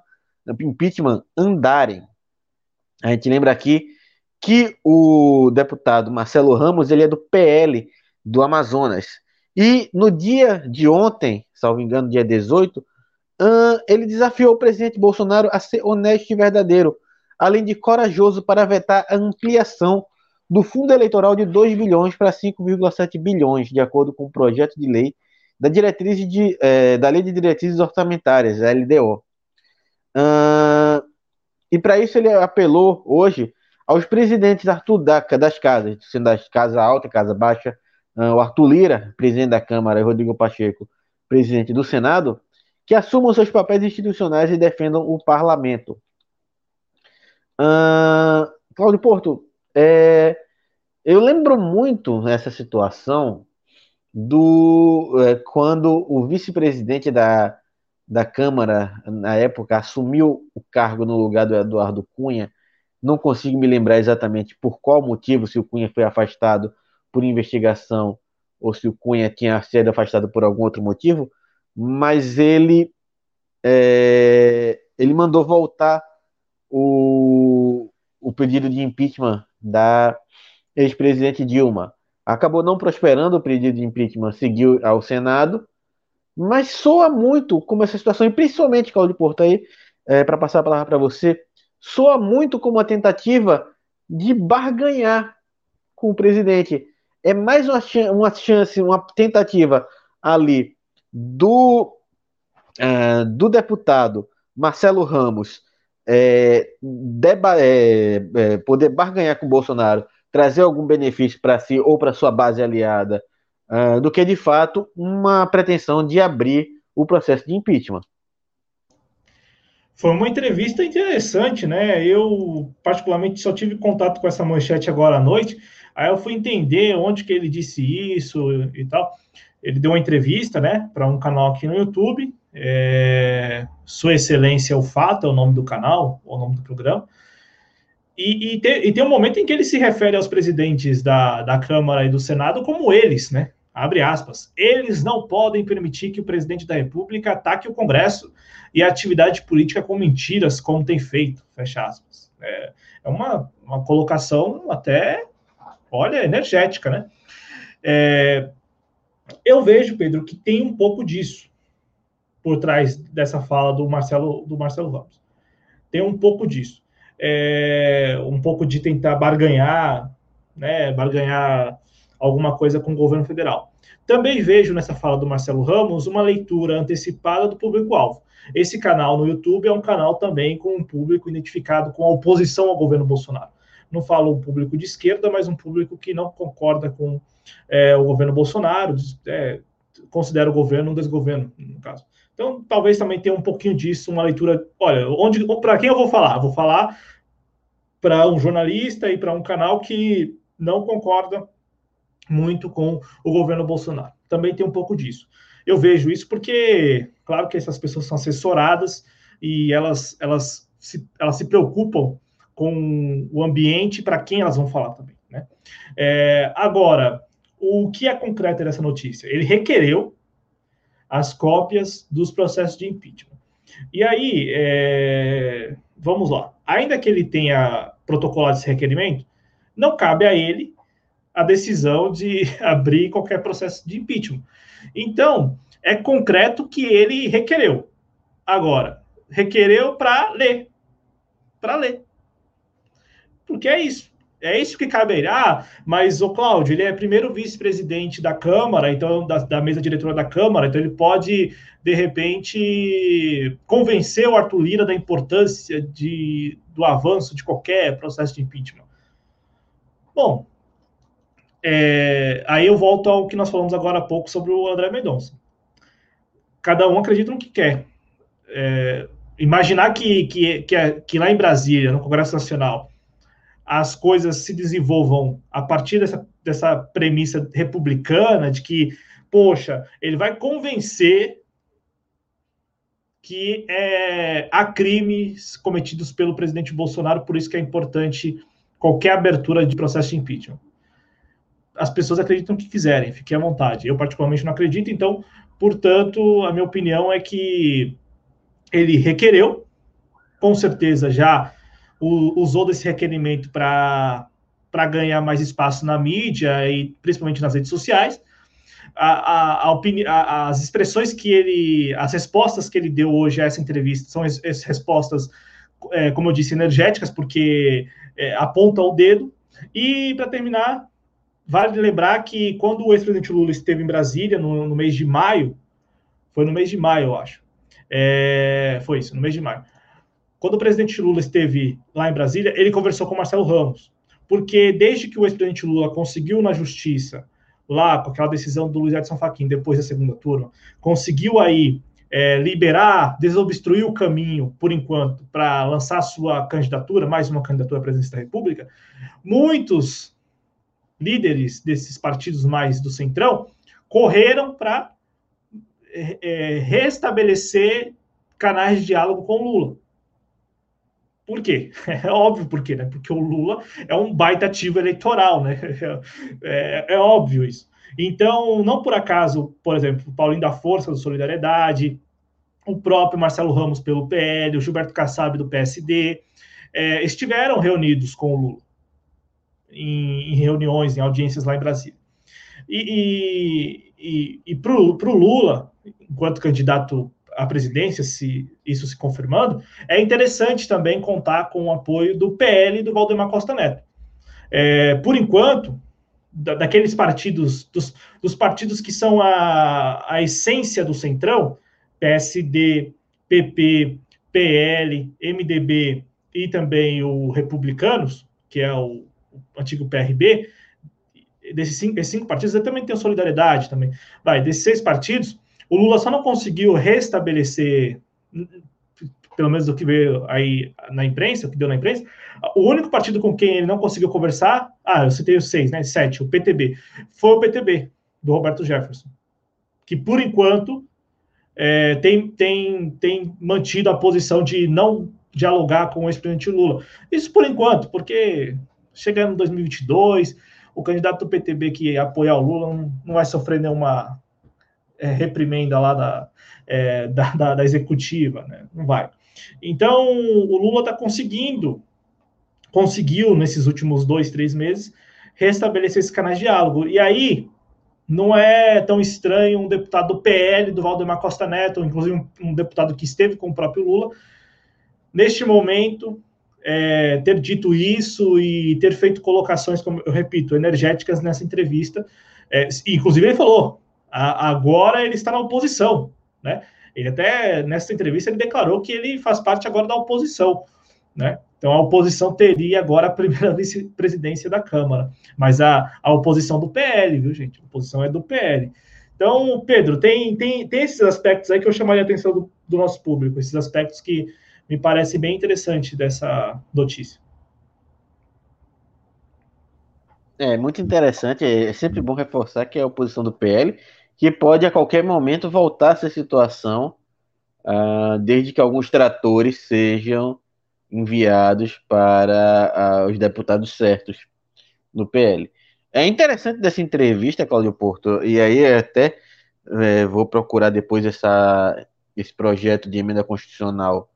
Speaker 1: andarem. A gente lembra aqui que o deputado Marcelo Ramos, ele é do PL do Amazonas. E no dia de ontem, salvo engano, dia 18, ele desafiou o presidente Bolsonaro a ser honesto e verdadeiro, além de corajoso para vetar a ampliação do fundo eleitoral de 2 bilhões para 5,7 bilhões, de acordo com o projeto de lei da da Lei de Diretrizes Orçamentárias, a LDO. E para isso ele apelou hoje aos presidentes Arthur das casas, sendo das Casa Alta e Casa Baixa, o Arthur Lira, presidente da Câmara, e Rodrigo Pacheco, presidente do Senado, que assumam seus papéis institucionais e defendam o parlamento. Cláudio Porto, eu lembro muito nessa situação quando o vice-presidente da Câmara, na época, assumiu o cargo no lugar do Eduardo Cunha. Não consigo me lembrar exatamente por qual motivo, se o Cunha foi afastado por investigação ou se o Cunha tinha sido afastado por algum outro motivo, mas ele mandou voltar o pedido de impeachment da ex-presidente Dilma. Acabou não prosperando, o pedido de impeachment seguiu ao Senado, mas soa muito como essa situação, e principalmente, Cláudio Porto, aí, para passar a palavra para você, soa muito como uma tentativa de barganhar com o presidente. É mais uma chance, uma tentativa ali do deputado Marcelo Ramos poder barganhar com o Bolsonaro, trazer algum benefício para si ou para sua base aliada, do que de fato uma pretensão de abrir o processo de impeachment.
Speaker 2: Foi uma entrevista interessante, né? Eu, particularmente, só tive contato com essa manchete agora à noite, aí eu fui entender onde que ele disse isso e tal. Ele deu uma entrevista, né, para um canal aqui no YouTube, Sua Excelência o Fato é o nome do canal, o nome do programa, e tem um momento em que ele se refere aos presidentes da Câmara e do Senado como eles, né? Abre aspas. Eles não podem permitir que o presidente da República ataque o Congresso e a atividade política com mentiras, como tem feito. Fecha aspas. É uma colocação até, olha, energética, né? Eu vejo, Pedro, que tem um pouco disso por trás dessa fala do Marcelo Ramos. Tem um pouco disso. Um pouco de tentar barganhar, né? Barganhar alguma coisa com o governo federal. Também vejo nessa fala do Marcelo Ramos uma leitura antecipada do público-alvo. Esse canal no YouTube é um canal também com um público identificado com a oposição ao governo Bolsonaro. Não falo um público de esquerda, mas um público que não concorda com o governo Bolsonaro, considera o governo um desgoverno, no caso. Então, talvez também tenha um pouquinho disso, uma leitura... Olha, para quem eu vou falar? Vou falar para um jornalista e para um canal que não concorda muito com o governo Bolsonaro. Também tem um pouco disso. Eu vejo isso porque, claro que essas pessoas são assessoradas e elas se preocupam com o ambiente para quem elas vão falar também, né? Agora, o que é concreto dessa notícia? Ele requereu as cópias dos processos de impeachment. E aí, vamos lá. Ainda que ele tenha protocolado esse requerimento, não cabe a ele a decisão de abrir qualquer processo de impeachment. Então, é concreto que ele requereu. Agora, requereu para ler. Para ler. Porque é isso. É isso que cabe a ele. Mas o Cláudio, ele é primeiro vice-presidente da Câmara, então da mesa diretora da Câmara, então ele pode, de repente, convencer o Arthur Lira da importância do avanço de qualquer processo de impeachment. Bom, aí eu volto ao que nós falamos agora há pouco sobre o André Mendonça. Cada um acredita no que quer. Imaginar que lá em Brasília, no Congresso Nacional, as coisas se desenvolvam a partir dessa premissa republicana de que, poxa, ele vai convencer que há crimes cometidos pelo presidente Bolsonaro, por isso que é importante qualquer abertura de processo de impeachment. As pessoas acreditam o que quiserem, fiquem à vontade. Eu, particularmente, não acredito, então, portanto, a minha opinião é que ele requereu, com certeza já usou desse requerimento para ganhar mais espaço na mídia e principalmente nas redes sociais. As expressões as respostas que ele deu hoje a essa entrevista são respostas, como eu disse, energéticas, porque aponta o dedo. E, para terminar, vale lembrar que quando o ex-presidente Lula esteve em Brasília, no mês de maio, foi no mês de maio, eu acho. Foi isso, no mês de maio. Quando o presidente Lula esteve lá em Brasília, ele conversou com Marcelo Ramos, porque desde que o ex-presidente Lula conseguiu na justiça, lá com aquela decisão do Luiz Edson Fachin, depois da segunda turma, conseguiu aí liberar, desobstruir o caminho, por enquanto, para lançar sua candidatura, mais uma candidatura à presidência da República, muitos líderes desses partidos mais do Centrão correram para restabelecer canais de diálogo com o Lula. Por quê? É óbvio por quê, né? Porque o Lula é um baita ativo eleitoral, né? É óbvio isso. Então, não por acaso, por exemplo, o Paulinho da Força, do Solidariedade, o próprio Marcelo Ramos pelo PL, o Gilberto Kassab do PSD, estiveram reunidos com o Lula em reuniões, em audiências lá em Brasília. E para o Lula, enquanto candidato à presidência, se isso se confirmando, é interessante também contar com o apoio do PL e do Valdemar Costa Neto. Por enquanto, daqueles partidos, dos partidos que são a essência do Centrão, PSD, PP, PL, MDB e também o Republicanos, que é o antigo PRB, desses cinco partidos, eu também tenho Solidariedade também. Desses 6 partidos, o Lula só não conseguiu restabelecer, pelo menos do que veio aí na imprensa, o que deu na imprensa, o único partido com quem ele não conseguiu conversar, eu citei os 6, né, 7, o PTB, foi o PTB, do Roberto Jefferson, que por enquanto tem mantido a posição de não dialogar com o ex-presidente Lula. Isso por enquanto, porque chegando em 2022, o candidato do PTB que apoiar o Lula não vai sofrer nenhuma reprimenda lá da executiva, né? Não vai. Então, o Lula está conseguiu nesses últimos 2, 3 meses, restabelecer esses canais de diálogo. E aí, não é tão estranho um deputado do PL, do Valdemar Costa Neto, inclusive um deputado que esteve com o próprio Lula, neste momento, ter dito isso e ter feito colocações, como eu repito, energéticas nessa entrevista. Inclusive, ele falou, agora ele está na oposição, né? Ele até, nessa entrevista, ele declarou que ele faz parte agora da oposição, né? Então, a oposição teria agora a primeira vice-presidência da Câmara, mas a oposição do PL, viu, gente? A oposição é do PL. Então, Pedro, tem esses aspectos aí que eu chamaria a atenção do nosso público, esses aspectos que me parece bem interessante dessa notícia.
Speaker 1: Muito interessante, é sempre bom reforçar que é a oposição do PL, que pode a qualquer momento voltar a essa situação, desde que alguns tratores sejam enviados para os deputados certos no PL. É interessante dessa entrevista, Cláudio Porto, e aí até vou procurar depois esse projeto de emenda constitucional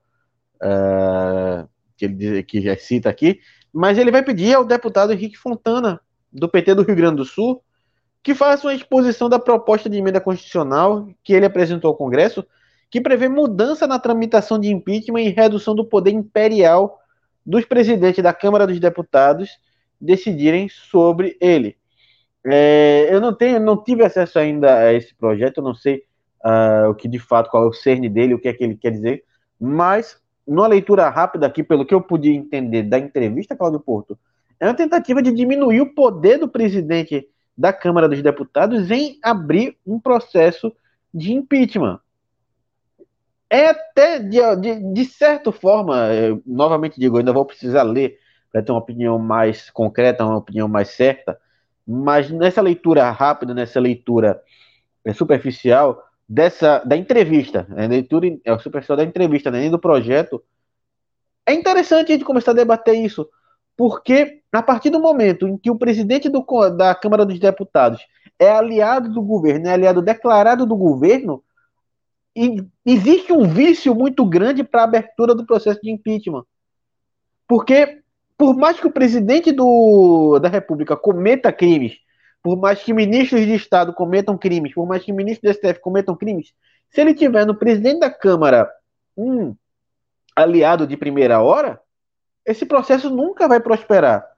Speaker 1: que já cita aqui, mas ele vai pedir ao deputado Henrique Fontana, do PT do Rio Grande do Sul, que faça uma exposição da proposta de emenda constitucional que ele apresentou ao Congresso, que prevê mudança na tramitação de impeachment e redução do poder imperial dos presidentes da Câmara dos Deputados decidirem sobre ele. Eu não tive acesso ainda a esse projeto, eu não sei o que de fato, qual é o cerne dele, o que é que ele quer dizer, mas numa leitura rápida aqui, pelo que eu pude entender da entrevista, Cláudio Porto, é uma tentativa de diminuir o poder do presidente da Câmara dos Deputados em abrir um processo de impeachment. É até, de certa forma, novamente digo, eu ainda vou precisar ler para ter uma opinião mais concreta, uma opinião mais certa, mas nessa leitura rápida, nessa leitura superficial da entrevista, a leitura superficial da entrevista, nem do projeto, é interessante a gente começar a debater isso, porque a partir do momento em que o presidente da Câmara dos Deputados é aliado do governo, é aliado declarado do governo, e existe um vício muito grande para a abertura do processo de impeachment. Porque, por mais que o presidente da República cometa crimes, por mais que ministros de Estado cometam crimes, por mais que ministros do STF cometam crimes, se ele tiver no presidente da Câmara um aliado de primeira hora, esse processo nunca vai prosperar.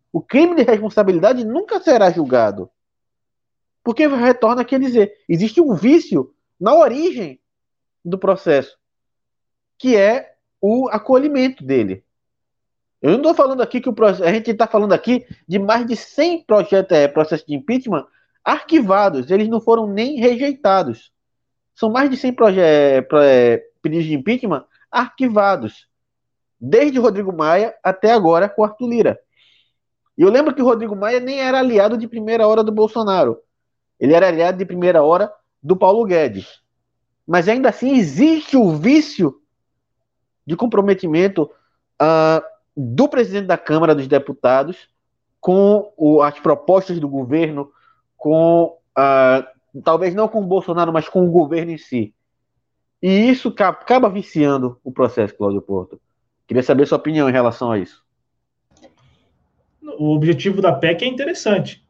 Speaker 1: O crime de responsabilidade nunca será julgado. Porque retorna a dizer, existe um vício na origem do processo, que é o acolhimento dele. Eu não estou falando aqui que a gente está falando aqui de mais de 100 processos de impeachment arquivados, eles não foram nem rejeitados. São mais de 100 pedidos de impeachment arquivados, desde Rodrigo Maia até agora com Arthur Lira. E eu lembro que o Rodrigo Maia nem era aliado de primeira hora do Bolsonaro. Ele era aliado de primeira hora do Paulo Guedes. Mas ainda assim existe o vício de comprometimento do presidente da Câmara dos Deputados com as propostas do governo, talvez não com o Bolsonaro, mas com o governo em si. E isso acaba viciando o processo, Cláudio Porto. Queria saber sua opinião em relação a isso.
Speaker 2: O objetivo da PEC é interessante,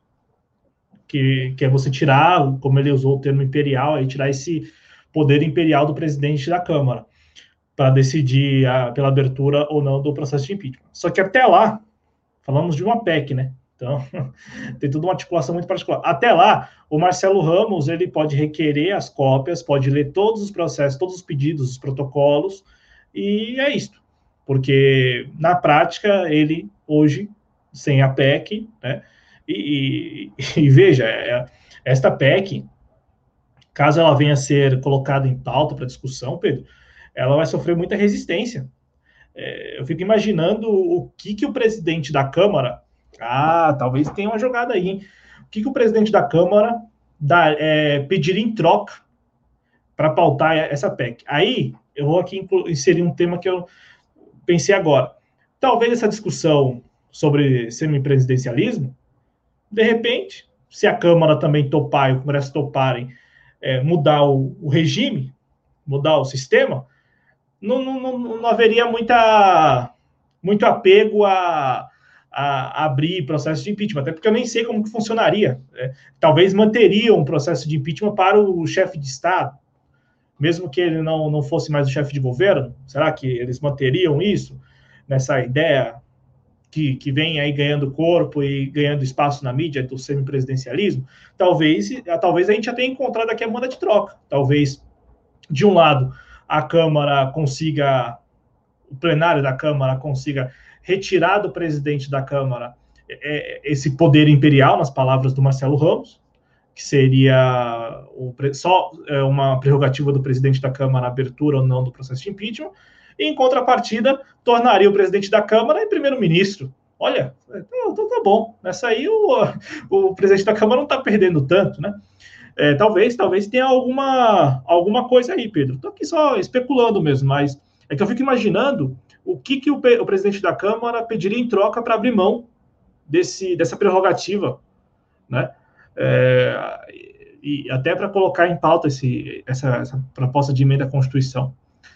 Speaker 2: que é você tirar, como ele usou o termo imperial, aí tirar esse poder imperial do presidente da Câmara para decidir pela abertura ou não do processo de impeachment. Só que até lá, falamos de uma PEC, né? Então, tem toda uma articulação muito particular. Até lá, o Marcelo Ramos, ele pode requerer as cópias, pode ler todos os processos, todos os pedidos, os protocolos, e é isso. Porque, na prática, ele, hoje, sem a PEC, né? E veja, esta PEC, caso ela venha a ser colocada em pauta para discussão, Pedro, ela vai sofrer muita resistência. Eu fico imaginando o que o presidente da Câmara... talvez tenha uma jogada aí, hein? O que o presidente da Câmara pediria em troca para pautar essa PEC? Aí, eu vou aqui inserir um tema que eu pensei agora. Talvez essa discussão sobre semipresidencialismo, de repente, se a Câmara também topar e o Congresso toparem mudar o regime, mudar o sistema, não haveria muito apego a abrir processo de impeachment, até porque eu nem sei como que funcionaria. Talvez manteriam um processo de impeachment para o chefe de Estado, mesmo que ele não fosse mais o chefe de governo. Será que eles manteriam isso nessa ideia que vem aí ganhando corpo e ganhando espaço na mídia do semipresidencialismo? Talvez a gente já tenha encontrado aqui a moeda de troca. Talvez, de um lado, a Câmara consiga, o plenário da Câmara consiga retirar do presidente da Câmara esse poder imperial, nas palavras do Marcelo Ramos, que seria só uma prerrogativa do presidente da Câmara a abertura ou não do processo de impeachment, e, em contrapartida, tornaria o presidente da Câmara em primeiro-ministro. Olha, então tá bom. Nessa aí o presidente da Câmara não está perdendo tanto, né? Talvez tenha alguma coisa aí, Pedro. Estou aqui só especulando mesmo, mas é que eu fico imaginando o que o presidente da Câmara pediria em troca para abrir mão dessa prerrogativa, né? E até para colocar em pauta essa proposta de emenda à Constituição.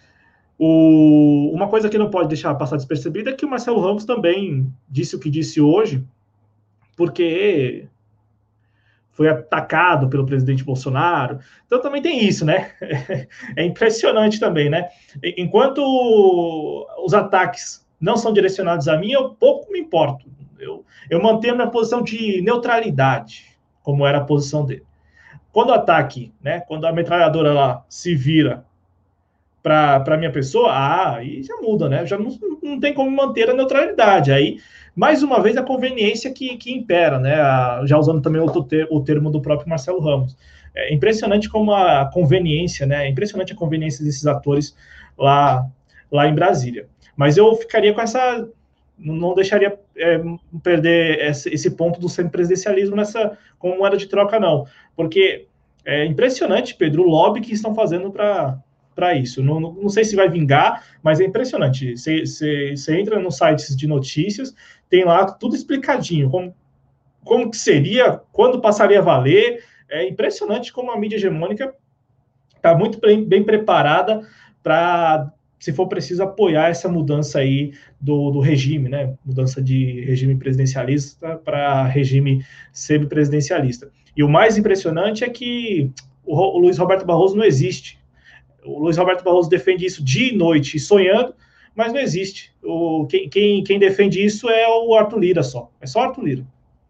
Speaker 2: Uma coisa que não pode deixar passar despercebida é que o Marcelo Ramos também disse o que disse hoje, porque foi atacado pelo presidente Bolsonaro. Então também tem isso, né? É impressionante também, né? Enquanto os ataques não são direcionados a mim, eu pouco me importo. Eu mantenho minha posição de neutralidade, como era a posição dele. Quando o ataque, né? Quando a metralhadora lá se vira para minha pessoa, aí já muda, né? Já não tem como manter a neutralidade. Aí, mais uma vez, a conveniência que impera, né? Já usando também o termo do próprio Marcelo Ramos. É impressionante como a conveniência, né? É impressionante a conveniência desses atores lá em Brasília. Mas eu ficaria com essa... Não deixaria perder esse ponto do semipresidencialismo como moeda de troca, não. Porque é impressionante, Pedro, o lobby que estão fazendo para isso. Não sei se vai vingar, mas é impressionante. Você entra nos sites de notícias, tem lá tudo explicadinho, como que seria, quando passaria a valer. É impressionante como a mídia hegemônica está muito bem preparada para, se for preciso, apoiar essa mudança aí do regime, né? Mudança de regime presidencialista para regime semipresidencialista. E o mais impressionante é que o Luiz Roberto Barroso não existe. O Luiz Roberto Barroso defende isso dia e noite, sonhando, mas não existe. Quem defende isso é o Arthur Lira só. É só Arthur Lira.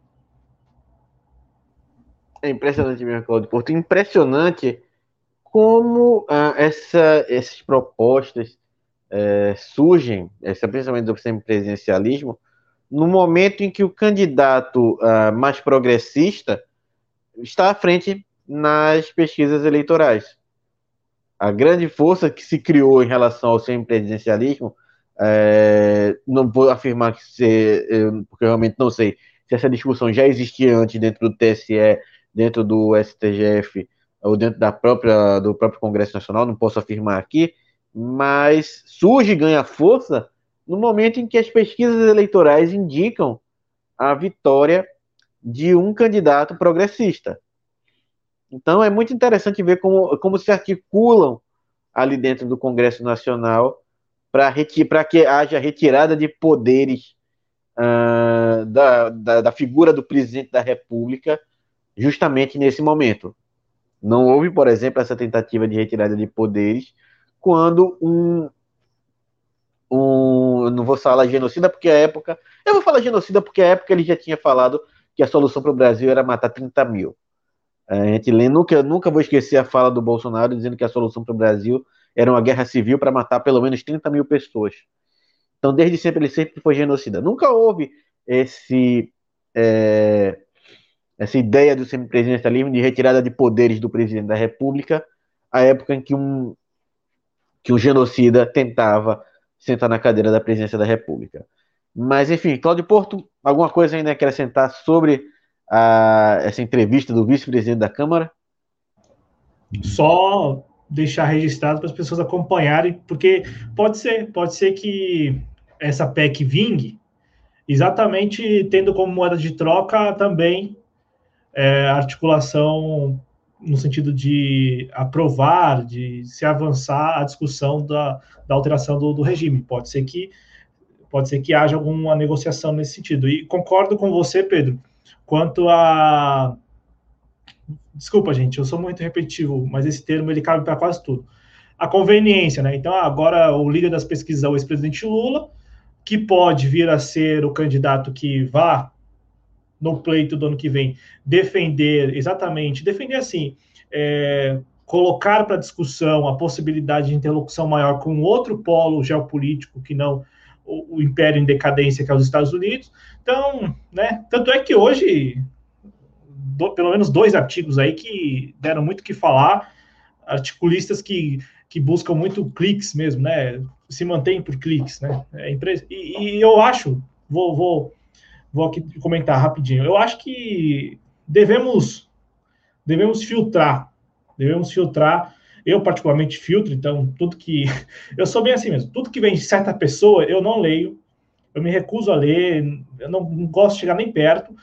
Speaker 1: É impressionante mesmo, Claudio Porto. Impressionante como essas propostas surgem, esse pensamento do semipresidencialismo, no momento em que o candidato mais progressista está à frente nas pesquisas eleitorais. A grande força que se criou em relação ao semipresidencialismo, não vou afirmar porque eu realmente não sei se essa discussão já existia antes dentro do TSE, dentro do STF, ou dentro do próprio Congresso Nacional, não posso afirmar aqui, mas surge e ganha força no momento em que as pesquisas eleitorais indicam a vitória de um candidato progressista. Então é muito interessante ver como se articulam ali dentro do Congresso Nacional para que haja retirada de poderes da figura do presidente da República justamente nesse momento. Não houve, por exemplo, essa tentativa de retirada de poderes quando não vou falar genocida porque a época, eu vou falar genocida porque a época ele já tinha falado que a solução para o Brasil era matar 30 mil. A gente nunca vou esquecer a fala do Bolsonaro dizendo que a solução para o Brasil era uma guerra civil para matar pelo menos 30 mil pessoas. Então, desde sempre, ele sempre foi genocida. Nunca houve essa ideia do semipresidencialismo de retirada de poderes do presidente da República, a época em que um genocida tentava sentar na cadeira da presidência da República. Mas, enfim, Cláudio Porto, alguma coisa ainda a acrescentar sobre essa entrevista do vice-presidente da Câmara?
Speaker 2: Só deixar registrado para as pessoas acompanharem, porque pode ser que essa PEC vingue exatamente tendo como moeda de troca também articulação no sentido de aprovar, de se avançar a discussão da alteração do regime. Pode ser que haja alguma negociação nesse sentido. E concordo com você, Pedro, quanto a... Desculpa, gente, eu sou muito repetitivo, mas esse termo ele cabe para quase tudo. A conveniência, né? Então, agora o líder das pesquisas é o ex-presidente Lula, que pode vir a ser o candidato que vá no pleito do ano que vem defender assim, colocar para discussão a possibilidade de interlocução maior com outro polo geopolítico que não o império em decadência, que é os Estados Unidos. Então, né, tanto é que hoje, pelo menos 2 artigos aí que deram muito o que falar, articulistas que buscam muito cliques mesmo, né, se mantêm por cliques, né, e eu acho, vou aqui comentar rapidinho. Eu acho que devemos filtrar. Eu, particularmente, filtro, então, tudo que... Eu sou bem assim mesmo. Tudo que vem de certa pessoa, eu não leio. Eu me recuso a ler. Eu não gosto de chegar nem perto.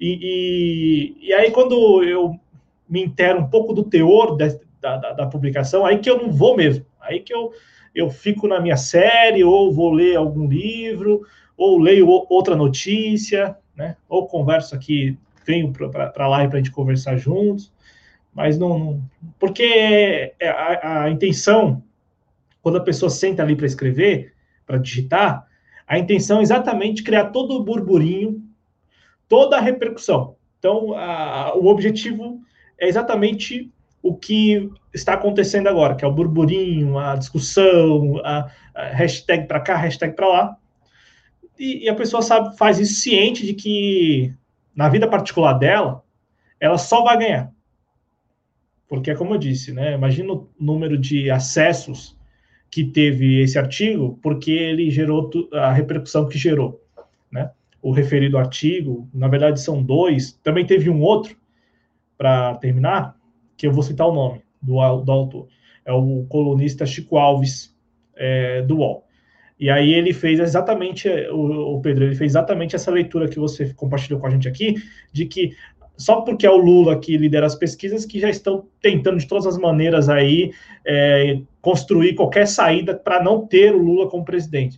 Speaker 2: E aí, quando eu me intero um pouco do teor da publicação, aí que eu não vou mesmo. Aí que eu fico na minha série, ou vou ler algum livro, ou leio outra notícia, né? Ou converso aqui, venho para lá para a gente conversar juntos, mas não porque a intenção, quando a pessoa senta ali para escrever, para digitar, a intenção é exatamente criar todo o burburinho, toda a repercussão. Então, o objetivo é exatamente o que está acontecendo agora, que é o burburinho, a discussão, a hashtag para cá, hashtag para lá. E a pessoa faz isso ciente de que na vida particular dela, ela só vai ganhar. Porque é como eu disse, né? Imagina o número de acessos que teve esse artigo, porque ele gerou a repercussão que gerou, né? O referido artigo, na verdade são 2, também teve um outro, para terminar, que eu vou citar o nome do autor. É o colunista Chico Alves, do UOL. E aí ele fez exatamente, o Pedro, ele fez exatamente essa leitura que você compartilhou com a gente aqui, de que só porque é o Lula que lidera as pesquisas, que já estão tentando de todas as maneiras aí construir qualquer saída para não ter o Lula como presidente.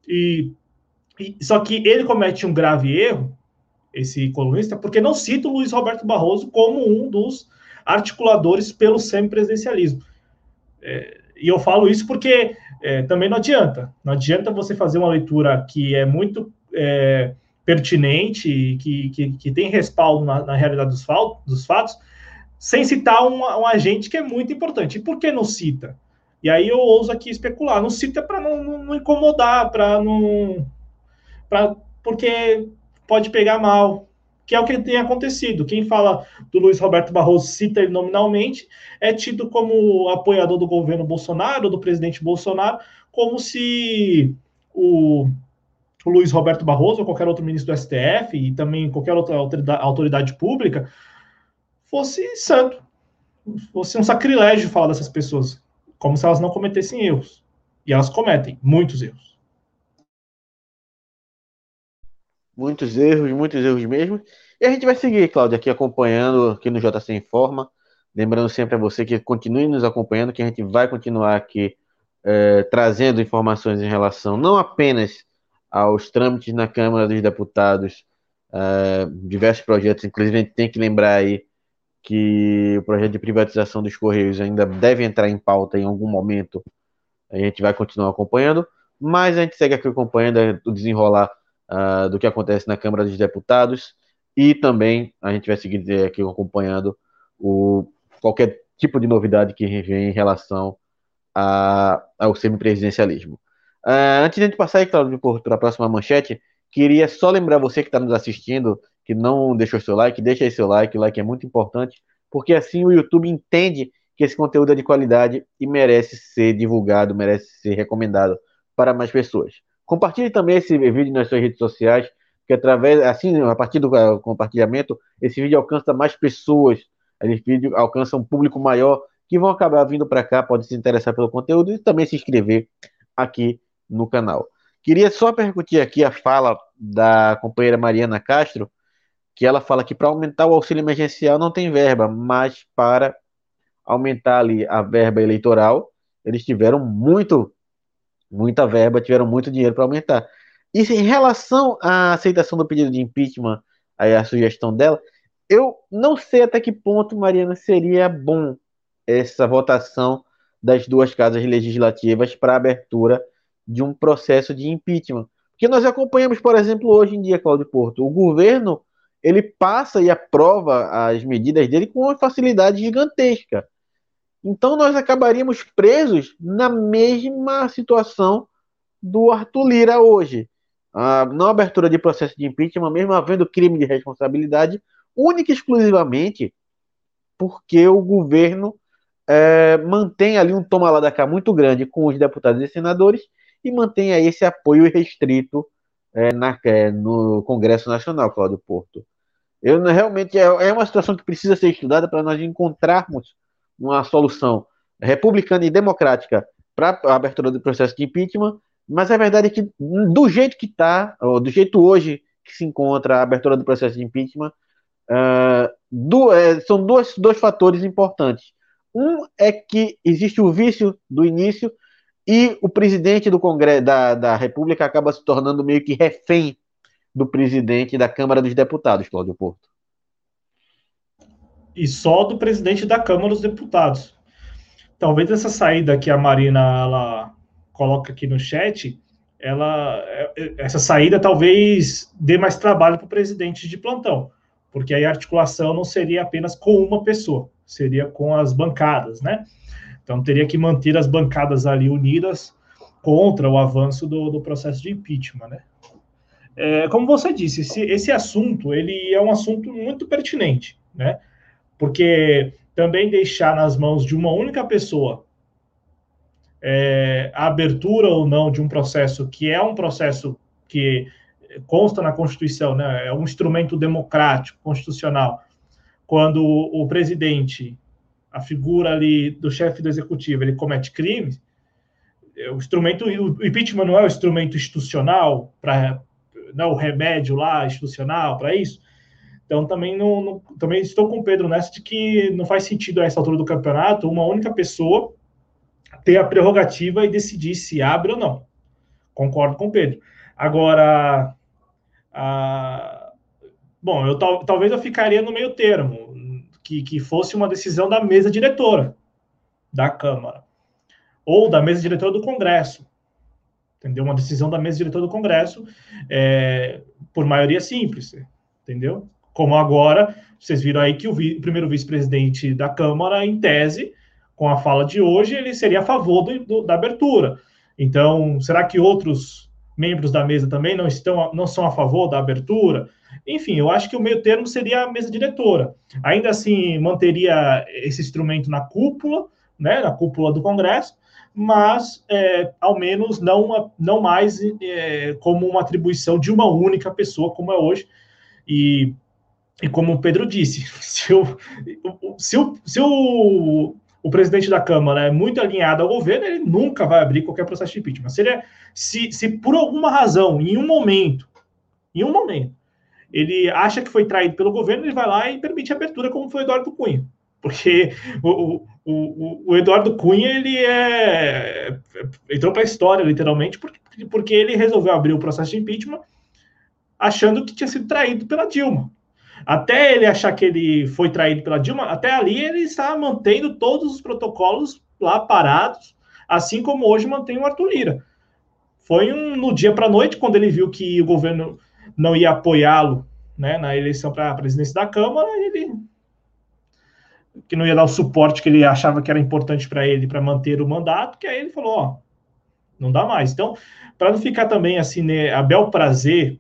Speaker 2: Só que ele comete um grave erro, esse colunista, porque não cita o Luiz Roberto Barroso como um dos articuladores pelo semipresidencialismo. E eu falo isso porque também não adianta. Não adianta você fazer uma leitura que é muito pertinente, que tem respaldo na realidade dos fatos, sem citar um agente que é muito importante. E por que não cita? E aí eu ouso aqui especular. Não cita para não incomodar, porque pode pegar mal, que é o que tem acontecido. Quem fala do Luiz Roberto Barroso, cita ele nominalmente, é tido como apoiador do governo Bolsonaro, do presidente Bolsonaro, como se o Luiz Roberto Barroso ou qualquer outro ministro do STF e também qualquer outra autoridade pública fosse santo, fosse um sacrilégio falar dessas pessoas, como se elas não cometessem erros. E elas cometem muitos erros.
Speaker 1: Muitos erros mesmo. E a gente vai seguir, Cláudio, aqui acompanhando aqui no JC Informa. Lembrando sempre a você que continue nos acompanhando, que a gente vai continuar aqui trazendo informações em relação não apenas aos trâmites na Câmara dos Deputados, diversos projetos, inclusive a gente tem que lembrar aí que o projeto de privatização dos Correios ainda deve entrar em pauta em algum momento. A gente vai continuar acompanhando, mas a gente segue aqui acompanhando o desenrolar do que acontece na Câmara dos Deputados e também a gente vai seguir aqui acompanhando qualquer tipo de novidade que vem em relação ao semipresidencialismo. Antes de a gente passar aí, Claudio, para a próxima manchete, queria só lembrar você que está nos assistindo, que não deixou seu like, deixa aí seu like, o like é muito importante, porque assim o YouTube entende que esse conteúdo é de qualidade e merece ser divulgado, merece ser recomendado para mais pessoas. Compartilhe também esse vídeo nas suas redes sociais, que assim, a partir do compartilhamento, esse vídeo alcança mais pessoas, esse vídeo alcança um público maior, que vão acabar vindo para cá, pode se interessar pelo conteúdo e também se inscrever aqui no canal. Queria só percutir aqui a fala da companheira Mariana Castro, que ela fala que para aumentar o auxílio emergencial não tem verba, mas para aumentar ali a verba eleitoral, eles tiveram muita verba, tiveram muito dinheiro para aumentar. E em relação à aceitação do pedido de impeachment, aí a sugestão dela, eu não sei até que ponto, Mariana, seria bom essa votação das duas casas legislativas para a abertura de um processo de impeachment. Porque nós acompanhamos, por exemplo, hoje em dia, Cláudio Porto, o governo ele passa e aprova as medidas dele com uma facilidade gigantesca. Então nós acabaríamos presos na mesma situação do Arthur Lira hoje. Não abertura de processo de impeachment, mesmo havendo crime de responsabilidade, única e exclusivamente porque o governo mantém ali um toma lá da cá muito grande com os deputados e senadores e mantém aí esse apoio restrito no Congresso Nacional, Cláudio Porto. Realmente é uma situação que precisa ser estudada para nós encontrarmos uma solução republicana e democrática para a abertura do processo de impeachment, mas a verdade é que do jeito que está, do jeito hoje que se encontra a abertura do processo de impeachment, são dois fatores importantes. Um é que existe o vício do início e o presidente do Congresso da República acaba se tornando meio que refém do presidente da Câmara dos Deputados, Cláudio Porto.
Speaker 2: E só do presidente da Câmara dos Deputados. Talvez essa saída que a Marina ela coloca aqui no chat, essa saída talvez dê mais trabalho para o presidente de plantão, porque aí a articulação não seria apenas com uma pessoa, seria com as bancadas, né? Então teria que manter as bancadas ali unidas contra o avanço do processo de impeachment, né? Como você disse, esse assunto ele é um assunto muito pertinente, né? Porque também deixar nas mãos de uma única pessoa a abertura ou não de um processo que é um processo que consta na Constituição, né? É um instrumento democrático, constitucional, quando o presidente, a figura ali do chefe do executivo, ele comete crimes, o impeachment não é o instrumento institucional para o remédio lá institucional para isso. Então também estou com o Pedro nessa de que não faz sentido a essa altura do campeonato uma única pessoa ter a prerrogativa e decidir se abre ou não. Concordo com o Pedro. Agora, bom, talvez eu ficaria no meio termo, que fosse uma decisão da mesa diretora da Câmara. ou da mesa diretora do Congresso, entendeu? Uma decisão da mesa diretora do Congresso por maioria simples, entendeu? Como agora, vocês viram aí que o primeiro vice-presidente da Câmara, em tese, com a fala de hoje, ele seria a favor da abertura. Então, será que outros membros da mesa também não são a favor da abertura? Enfim, eu acho que o meio termo seria a mesa diretora. Ainda assim, manteria esse instrumento na cúpula, né, na cúpula do Congresso, mas ao menos não mais como uma atribuição de uma única pessoa, como é hoje. E como o Pedro disse, se o presidente da Câmara é muito alinhado ao governo, ele nunca vai abrir qualquer processo de impeachment. Se por alguma razão, em um momento, ele acha que foi traído pelo governo, ele vai lá e permite a abertura, como foi o Eduardo Cunha. Porque o Eduardo Cunha, ele entrou para a história, literalmente, porque ele resolveu abrir o processo de impeachment achando que tinha sido traído pela Dilma. Até ele achar que ele foi traído pela Dilma, até ali ele está mantendo todos os protocolos lá parados, assim como hoje mantém o Arthur Lira. Foi no dia para a noite, quando ele viu que o governo não ia apoiá-lo, né, na eleição para a presidência da Câmara, que não ia dar o suporte que ele achava que era importante para ele para manter o mandato, que aí ele falou, não dá mais. Então, para não ficar também assim, né, a bel prazer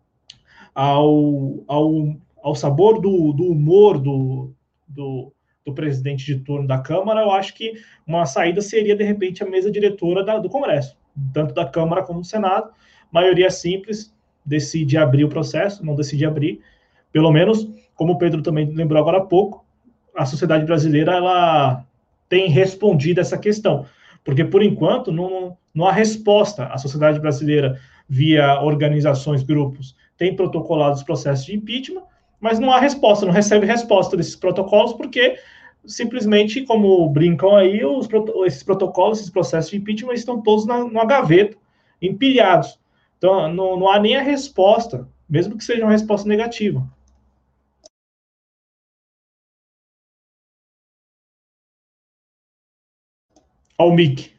Speaker 2: ao sabor do humor do presidente de turno da Câmara, eu acho que uma saída seria, de repente, a mesa diretora do Congresso, tanto da Câmara como do Senado. Maioria simples, decide abrir o processo, não decide abrir. Pelo menos, como o Pedro também lembrou agora há pouco, a sociedade brasileira ela tem respondido essa questão. Porque, por enquanto, não há resposta. A sociedade brasileira, via organizações, grupos, tem protocolado os processos de impeachment, mas não há resposta, não recebe resposta desses protocolos, porque simplesmente, como brincam aí, esses protocolos, esses processos de impeachment estão todos numa gaveta, empilhados. Então, não há nem a resposta, mesmo que seja uma resposta negativa. Ao mic.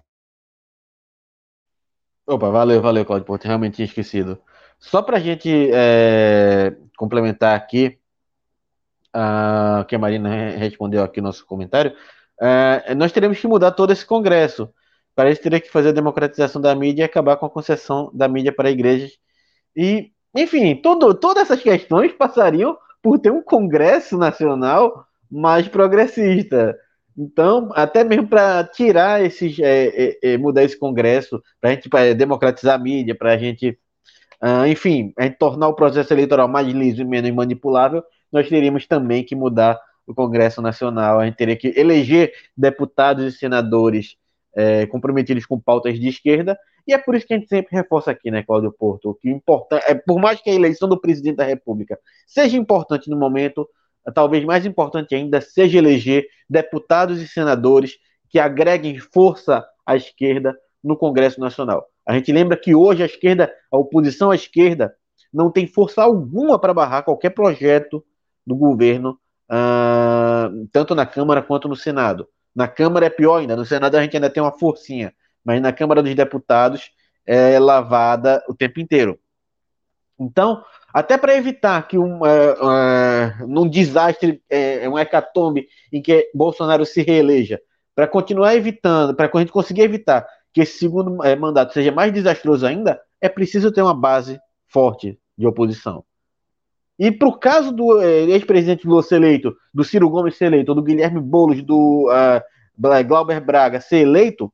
Speaker 1: Opa, valeu, Claudio Porto, realmente tinha esquecido. Só para a gente complementar aqui, que a Marina respondeu aqui no nosso comentário, nós teremos que mudar todo esse Congresso. Para isso, teria que fazer a democratização da mídia e acabar com a concessão da mídia para igrejas. E, enfim, todas essas questões passariam por ter um Congresso Nacional mais progressista. Então, até mesmo para tirar mudar esse Congresso, para a gente democratizar a mídia, para a gente, enfim, a gente tornar o processo eleitoral mais liso e menos manipulável, nós teríamos também que mudar o Congresso Nacional. A gente teria que eleger deputados e senadores comprometidos com pautas de esquerda, e é por isso que a gente sempre reforça aqui, né, Cláudio Porto, o que importa por mais que a eleição do presidente da República seja importante no momento, talvez mais importante ainda seja eleger deputados e senadores que agreguem força à esquerda no Congresso Nacional. A gente lembra que hoje a oposição à esquerda, não tem força alguma para barrar qualquer projeto do governo, tanto na Câmara quanto no Senado. Na Câmara é pior ainda, no Senado a gente ainda tem uma forcinha, mas na Câmara dos Deputados é lavada o tempo inteiro. Então, até para evitar que num desastre, um hecatombe em que Bolsonaro se reeleja, para continuar evitando, para a gente conseguir evitar que esse segundo mandato seja mais desastroso ainda, é preciso ter uma base forte de oposição. E para o caso do ex-presidente Lula ser eleito, do Ciro Gomes ser eleito, ou do Guilherme Boulos, do Glauber Braga ser eleito,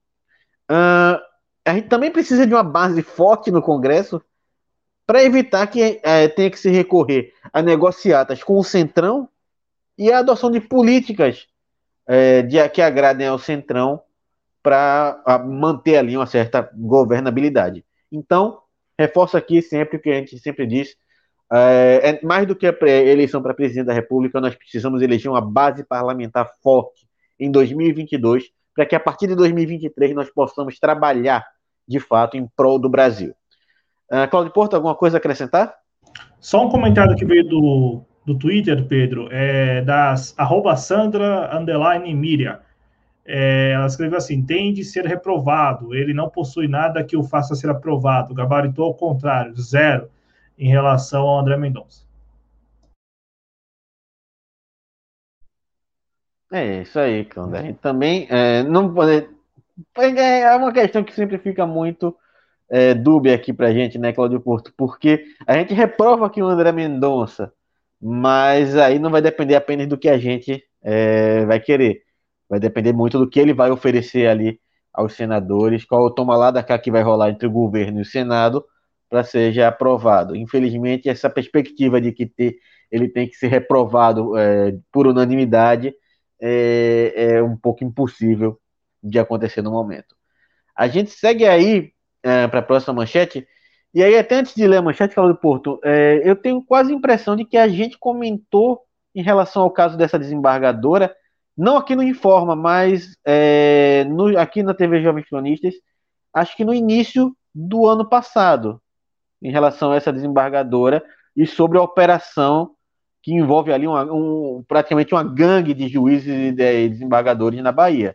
Speaker 1: a gente também precisa de uma base forte no Congresso para evitar que tenha que se recorrer a negociatas com o Centrão e a adoção de políticas que agradem ao Centrão para manter ali uma certa governabilidade. Então, reforço aqui sempre o que a gente sempre diz, mais do que a eleição para presidente da República, nós precisamos eleger uma base parlamentar forte em 2022, para que a partir de 2023 nós possamos trabalhar, de fato, em prol do Brasil. Cláudio Porto, alguma coisa a acrescentar?
Speaker 2: Só um comentário que veio do Twitter, Pedro, das @Sandra_Miria. ela escreveu assim: tem de ser reprovado, ele não possui nada que o faça ser aprovado, gabaritou ao contrário, 0 em relação ao André Mendonça.
Speaker 1: É isso aí, Canda. E também não pode. É uma questão que sempre fica muito dúbia aqui pra gente, né, Cláudio Porto? Porque a gente reprova aqui o André Mendonça, mas aí não vai depender apenas do que a gente vai querer. Vai depender muito do que ele vai oferecer ali aos senadores, qual o toma lá da cá que vai rolar entre o governo e o Senado para seja aprovado. Infelizmente, essa perspectiva de que ele tem que ser reprovado por unanimidade é um pouco impossível de acontecer no momento. A gente segue aí para a próxima manchete. E aí, até antes de ler a manchete, Cláudio Porto, eu tenho quase a impressão de que a gente comentou em relação ao caso dessa desembargadora, não aqui no Informa, mas aqui na TV Jovens Cronistas, acho que no início do ano passado, em relação a essa desembargadora e sobre a operação que envolve ali praticamente uma gangue de juízes e desembargadores na Bahia.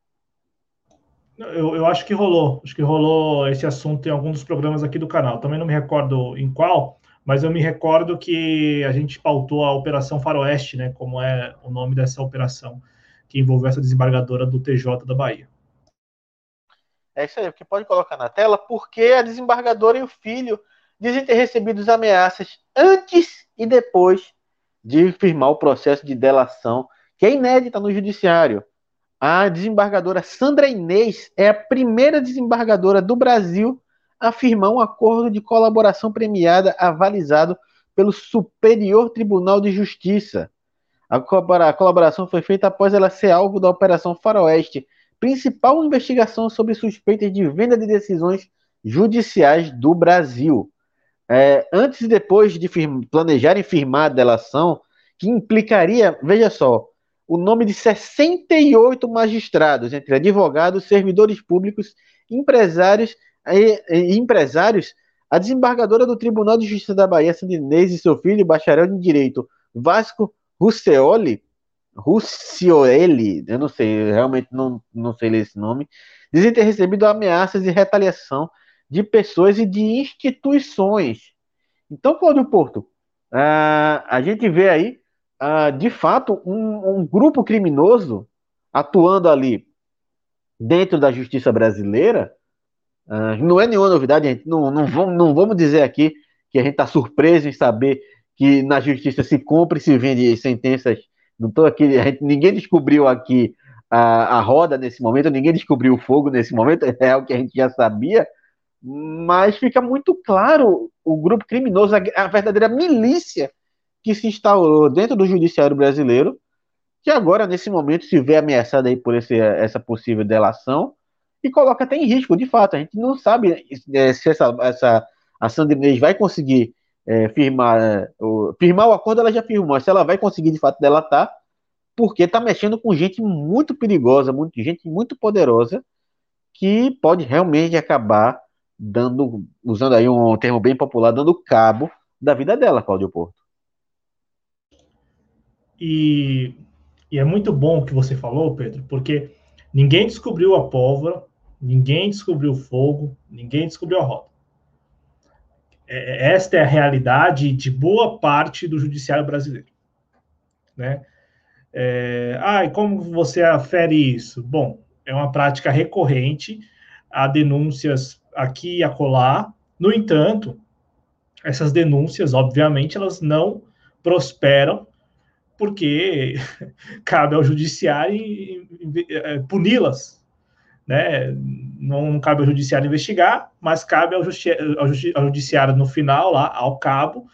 Speaker 2: Eu acho que rolou esse assunto em algum dos programas aqui do canal. Também não me recordo em qual, mas eu me recordo que a gente pautou a Operação Faroeste, né, como é o nome dessa operação que envolveu essa desembargadora do TJ da Bahia.
Speaker 1: É isso aí, porque pode colocar na tela, porque a desembargadora e o filho dizem ter recebido ameaças antes e depois de firmar o processo de delação, que é inédita no judiciário. A desembargadora Sandra Inês é a primeira desembargadora do Brasil a firmar um acordo de colaboração premiada avalizado pelo Superior Tribunal de Justiça. A colaboração foi feita após ela ser alvo da Operação Faroeste, principal investigação sobre suspeitas de venda de decisões judiciais do Brasil. Antes e depois de planejarem firmar a delação, que implicaria, veja só, o nome de 68 magistrados, entre advogados, servidores públicos, empresários e empresários, a desembargadora do Tribunal de Justiça da Bahia, Sandinês, e seu filho, bacharel em Direito, Vasco Ruccioli, eu não sei, realmente não sei ler esse nome, dizem ter recebido ameaças e retaliação de pessoas e de instituições. Então, Cláudio Porto, a gente vê aí, de fato, um grupo criminoso atuando ali dentro da justiça brasileira. Não é nenhuma novidade, gente. Não vamos dizer aqui que a gente está surpreso em saber que na justiça se compra e se vende sentenças. Não tô aqui, ninguém descobriu aqui a roda nesse momento, ninguém descobriu o fogo nesse momento, é o que a gente já sabia, mas fica muito claro o grupo criminoso, a verdadeira milícia que se instaurou dentro do judiciário brasileiro, que agora, nesse momento, se vê ameaçada aí por essa possível delação e coloca até em risco, de fato. A gente não sabe se a Sandra Inês vai conseguir firmar o acordo, ela já firmou, se ela vai conseguir, de fato, delatar, porque está mexendo com gente muito perigosa, gente muito poderosa, que pode realmente acabar usando aí um termo bem popular, dando cabo da vida dela, Cláudio Porto.
Speaker 2: E é muito bom o que você falou, Pedro, porque ninguém descobriu a pólvora, ninguém descobriu o fogo, ninguém descobriu a roda. Esta é a realidade de boa parte do judiciário brasileiro, né? E como você afere isso? Bom, é uma prática recorrente, há denúncias aqui e acolá. No entanto, essas denúncias, obviamente, elas não prosperam, porque cabe ao judiciário puni-las, né? Não cabe ao judiciário investigar, mas cabe ao judiciário no final, lá, ao cabo,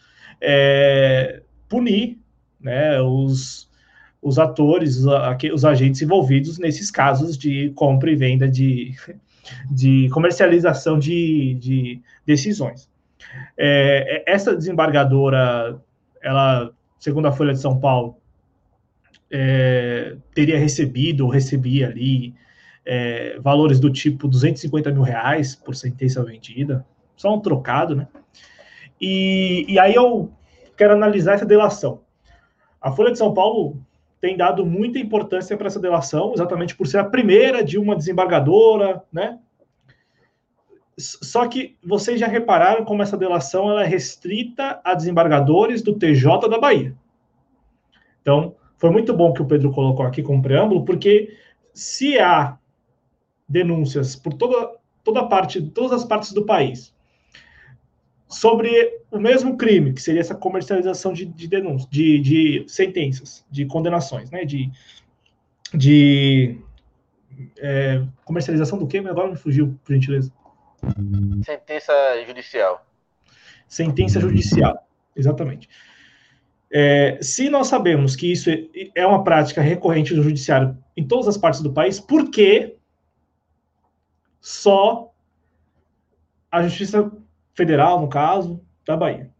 Speaker 2: punir, né, os atores, os agentes envolvidos nesses casos de compra e venda de comercialização de decisões. Essa desembargadora, ela, segundo a Folha de São Paulo, teria recebido ou recebia ali valores do tipo 250 mil reais por sentença vendida, só um trocado, né? E aí eu quero analisar essa delação. A Folha de São Paulo tem dado muita importância para essa delação, exatamente por ser a primeira de uma desembargadora, né? Só que vocês já repararam como essa delação ela é restrita a desembargadores do TJ da Bahia. Então, foi muito bom que o Pedro colocou aqui como preâmbulo, porque se há denúncias por todas as partes do país sobre o mesmo crime, que seria essa comercialização de denúncias, de sentenças, de condenações, né? Comercialização do quê? Agora me fugiu, por gentileza.
Speaker 1: Sentença judicial.
Speaker 2: Sentença judicial, exatamente. Se nós sabemos que isso é uma prática recorrente do judiciário em todas as partes do país, por que só a Justiça Federal, no caso, da Bahia?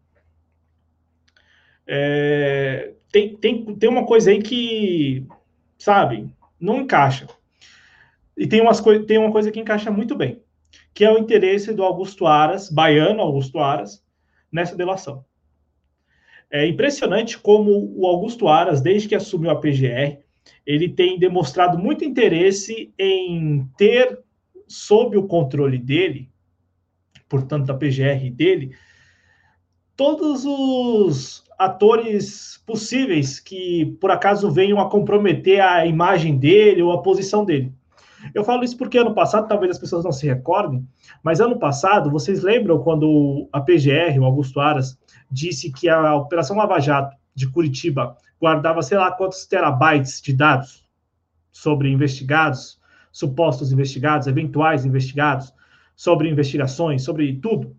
Speaker 2: Tem uma coisa aí que, sabe, não encaixa. E tem uma coisa que encaixa muito bem, que é o interesse do Augusto Aras, baiano Augusto Aras, nessa delação. É impressionante como o Augusto Aras, desde que assumiu a PGR, ele tem demonstrado muito interesse em ter sob o controle dele, portanto da PGR dele, todos os atores possíveis que por acaso venham a comprometer a imagem dele ou a posição dele. Eu falo isso porque ano passado, talvez as pessoas não se recordem, mas ano passado, vocês lembram quando a PGR, o Augusto Aras, disse que a Operação Lava Jato de Curitiba guardava sei lá quantos terabytes de dados sobre investigados, supostos investigados, eventuais investigados, sobre investigações, sobre tudo?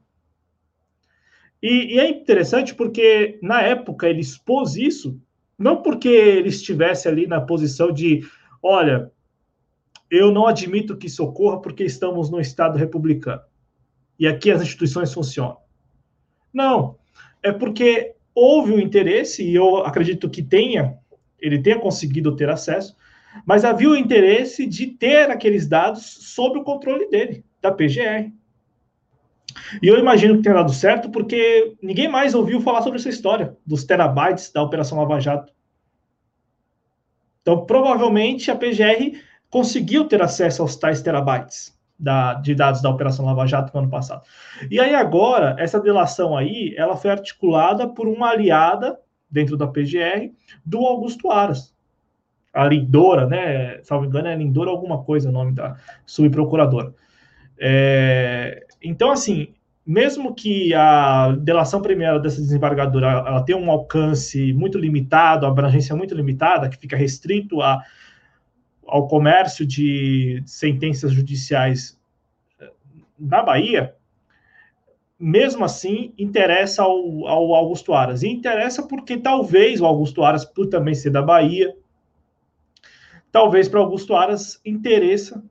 Speaker 2: E é interessante porque, na época, ele expôs isso, não porque ele estivesse ali na posição de, olha, eu não admito que isso ocorra porque estamos no Estado republicano. E aqui as instituições funcionam. Não, é porque houve o interesse, e eu acredito que ele tenha conseguido ter acesso, mas havia o interesse de ter aqueles dados sob o controle dele, da PGR. E eu imagino que tenha dado certo, porque ninguém mais ouviu falar sobre essa história, dos terabytes da Operação Lava Jato. Então, provavelmente, a PGR conseguiu ter acesso aos tais terabytes de dados da Operação Lava Jato no ano passado. E aí, agora, essa delação aí, ela foi articulada por uma aliada, dentro da PGR, do Augusto Aras. A Lindora, né? Salvo engano, é Lindora alguma coisa, o nome da subprocuradora. Então, assim, mesmo que a delação primeira dessa desembargadora ela tenha um alcance muito limitado, abrangência muito limitada, que fica restrito ao comércio de sentenças judiciais na Bahia, mesmo assim, interessa ao Augusto Aras. E interessa porque talvez o Augusto Aras, por também ser da Bahia, talvez para Augusto Aras interessa,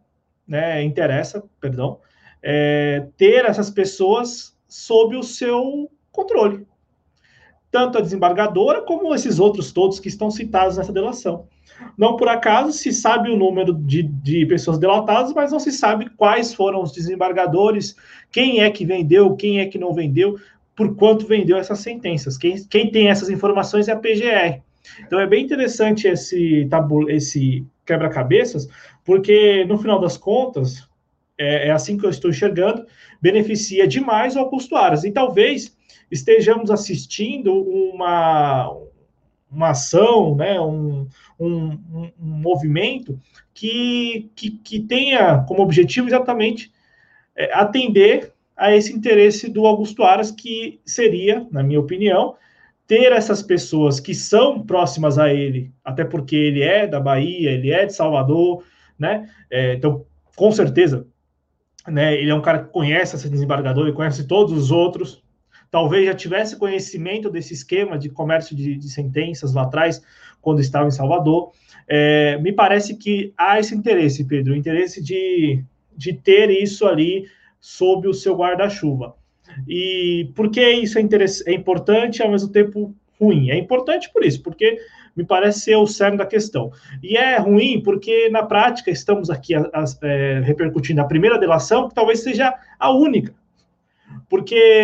Speaker 2: ter essas pessoas sob o seu controle. Tanto a desembargadora como esses outros todos que estão citados nessa delação. Não por acaso se sabe o número de pessoas delatadas, mas não se sabe quais foram os desembargadores, quem é que vendeu, quem é que não vendeu, por quanto vendeu essas sentenças. Quem tem essas informações é a PGR. Então é bem interessante esse quebra-cabeças, porque no final das contas, é assim que eu estou enxergando, beneficia demais o Augusto Aras. E talvez estejamos assistindo uma ação, né, um movimento que tenha como objetivo exatamente atender a esse interesse do Augusto Aras, que seria, na minha opinião, ter essas pessoas que são próximas a ele, até porque ele é da Bahia, ele é de Salvador, né? Então, com certeza, né, ele é um cara que conhece esse desembargador, ele conhece todos os outros, talvez já tivesse conhecimento desse esquema de comércio de sentenças lá atrás, quando estava em Salvador. Me parece que há esse interesse, Pedro, o interesse de ter isso ali sob o seu guarda-chuva. E por que isso é importante e ao mesmo tempo ruim? É importante por isso, porque me parece ser o cerne da questão. E é ruim porque, na prática, estamos aqui repercutindo a primeira delação, que talvez seja a única. Porque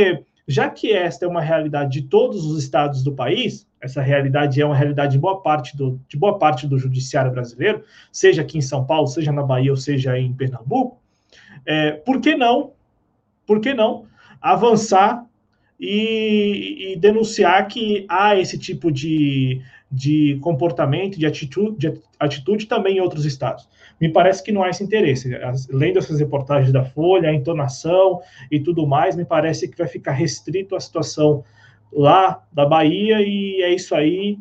Speaker 2: já que esta é uma realidade de todos os estados do país, essa realidade é uma realidade de boa parte do judiciário brasileiro, seja aqui em São Paulo, seja na Bahia ou seja em Pernambuco, por que não? Por que não avançar e denunciar que há esse tipo de comportamento, de atitude também em outros estados? Me parece que não há esse interesse. Lendo essas reportagens da Folha, a entonação e tudo mais, me parece que vai ficar restrito à situação lá da Bahia, e é isso aí.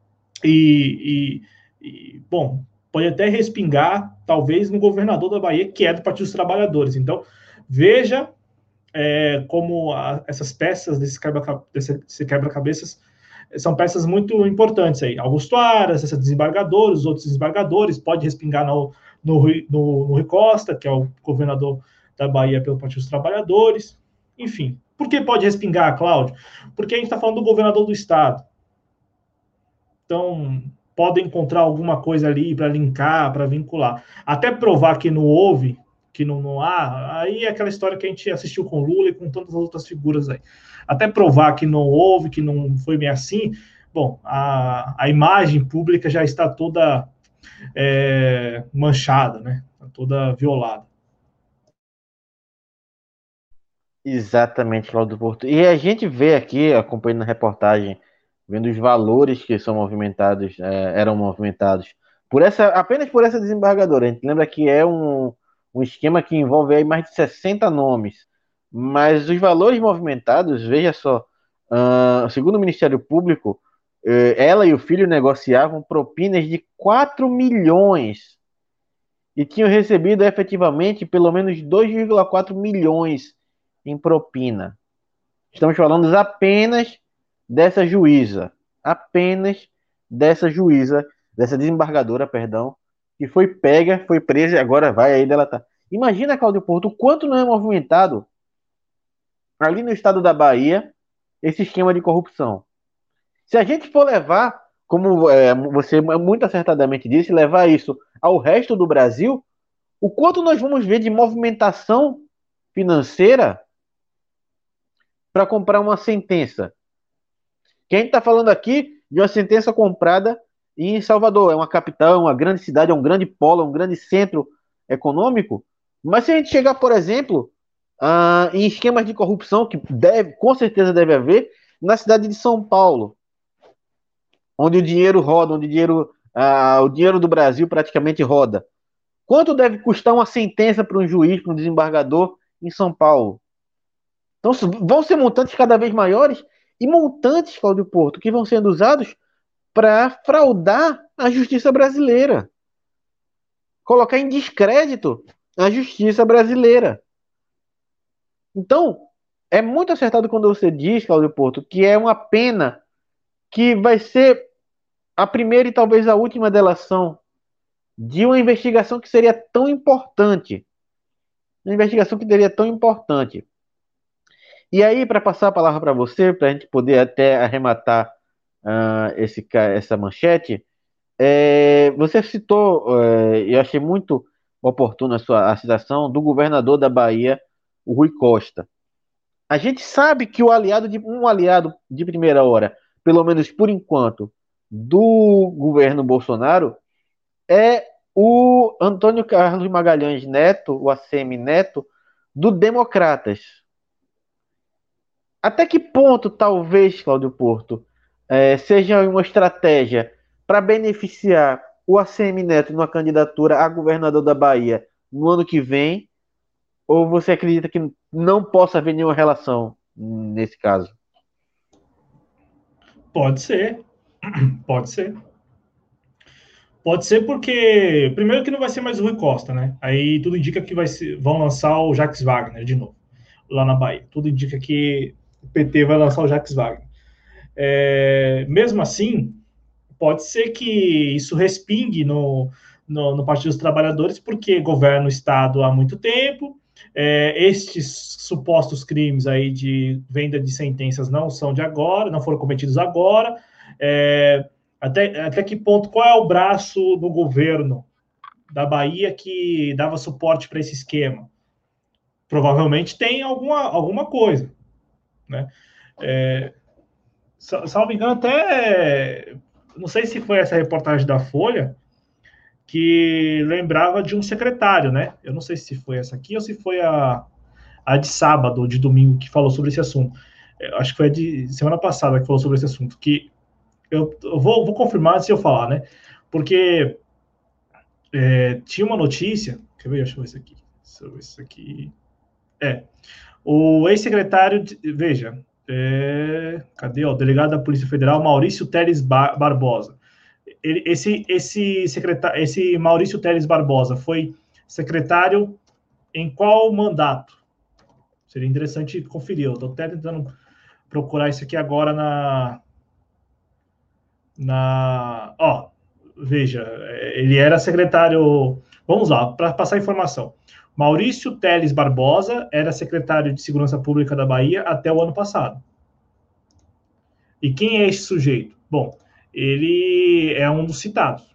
Speaker 2: Bom, pode até respingar, talvez, no governador da Bahia, que é do Partido dos Trabalhadores. Então, veja como essas peças desse quebra-cabeças são peças muito importantes aí. Augusto Aras, esse desembargador, os outros desembargadores, pode respingar no Rui Costa, que é o governador da Bahia pelo Partido dos Trabalhadores. Enfim, por que pode respingar, Cláudio? Porque a gente está falando do governador do estado. Então, podem encontrar alguma coisa ali para linkar, para vincular. Até provar que não houve, que não há, aí é aquela história que a gente assistiu com Lula e com tantas outras figuras aí. Até provar que não houve, que não foi bem assim, bom, a imagem pública já está toda manchada, né? Toda violada.
Speaker 1: Exatamente, Cláudio Porto. E a gente vê aqui, acompanhando a reportagem, vendo os valores que são movimentados, eram movimentados apenas por essa desembargadora. A gente lembra que é um esquema que envolve aí mais de 60 nomes. Mas os valores movimentados, veja só, segundo o Ministério Público, ela e o filho negociavam propinas de 4 milhões e tinham recebido efetivamente pelo menos 2,4 milhões em propina. Estamos falando apenas dessa juíza, dessa desembargadora, perdão, que foi pega, foi presa e agora vai aí dela tá. Imagina, Cláudio Porto, o quanto não é movimentado ali no estado da Bahia esse esquema de corrupção. Se a gente for levar, como você muito acertadamente disse, levar isso ao resto do Brasil, o quanto nós vamos ver de movimentação financeira para comprar uma sentença. Que a gente está falando aqui de uma sentença comprada em Salvador. É uma capital, é uma grande cidade, é um grande polo, é um grande centro econômico. Mas se a gente chegar, por exemplo, em esquemas de corrupção, que com certeza deve haver, na cidade de São Paulo, onde o dinheiro roda, onde o dinheiro do Brasil praticamente roda. Quanto deve custar uma sentença para um juiz, para um desembargador em São Paulo? Então, vão ser montantes cada vez maiores e montantes, Cláudio Porto, que vão sendo usados para fraudar a justiça brasileira. Colocar em descrédito a justiça brasileira. Então, é muito acertado quando você diz, Cláudio Porto, que é uma pena que vai ser a primeira e talvez a última delação de uma investigação que seria tão importante. Uma investigação que seria tão importante. E aí, para passar a palavra para você, para a gente poder até arrematar essa manchete, você citou, eu achei muito oportuna a citação do governador da Bahia, o Rui Costa. A gente sabe que um aliado de primeira hora, pelo menos por enquanto, do governo Bolsonaro, é o Antônio Carlos Magalhães Neto, o ACM Neto, do Democratas. Até que ponto, talvez, Cláudio Porto, seja uma estratégia para beneficiar o ACM Neto numa candidatura a governador da Bahia no ano que vem? Ou você acredita que não possa haver nenhuma relação nesse caso?
Speaker 2: Pode ser. Pode ser. Pode ser porque, primeiro, que não vai ser mais o Rui Costa, né? Aí tudo indica que vão lançar o Jacques Wagner de novo, lá na Bahia. Tudo indica que o PT vai lançar o Jacques Wagner. Mesmo assim, pode ser que isso respingue no Partido dos Trabalhadores, porque governa o Estado há muito tempo. Estes supostos crimes aí de venda de sentenças não são de agora, não foram cometidos agora. Até que ponto, qual é o braço do governo da Bahia que dava suporte para esse esquema? Provavelmente tem alguma coisa. né? Salvo engano, até não sei se foi essa reportagem da Folha que lembrava de um secretário, né? Eu não sei se foi essa aqui ou se foi a de sábado ou de domingo que falou sobre esse assunto. Acho que foi a de semana passada que falou sobre esse assunto, que eu vou confirmar antes de eu falar, né? Porque tinha uma notícia, quer ver? Deixa eu ver isso aqui. O ex-secretário, veja, cadê o delegado da Polícia Federal, Maurício Teles Barbosa. Esse Maurício Teles Barbosa foi secretário em qual mandato? Seria interessante conferir. Eu estou até tentando procurar isso aqui agora veja, ele era secretário. Vamos lá, para passar a informação. Maurício Teles Barbosa era secretário de Segurança Pública da Bahia até o ano passado. E quem é esse sujeito? Bom, ele é um dos citados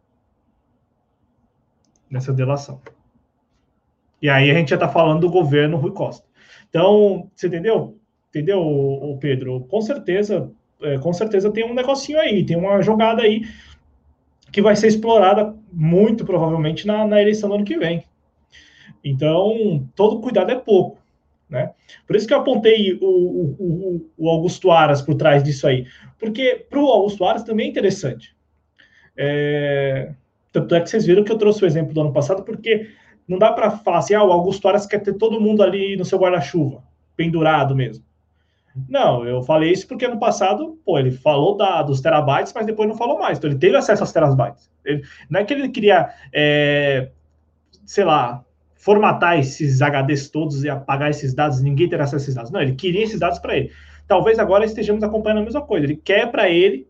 Speaker 2: nessa delação. E aí a gente já está falando do governo Rui Costa. Então, você entendeu? Entendeu, Pedro? Com certeza tem um negocinho aí, tem uma jogada aí que vai ser explorada muito provavelmente na eleição do ano que vem. Então, todo cuidado é pouco, né? Por isso que eu apontei o Augusto Aras por trás disso aí. Porque para o Augusto Aras também é interessante. Tanto é que vocês viram que eu trouxe o exemplo do ano passado, porque não dá para falar assim, o Augusto Aras quer ter todo mundo ali no seu guarda-chuva, pendurado mesmo. Não, eu falei isso porque ano passado, ele falou dos terabytes, mas depois não falou mais. Então ele teve acesso aos terabytes. Não é que ele queria, sei lá, formatar esses HDs todos e apagar esses dados, ninguém terá acesso a esses dados. Não, ele queria esses dados para ele. Talvez agora estejamos acompanhando a mesma coisa. Ele quer para ele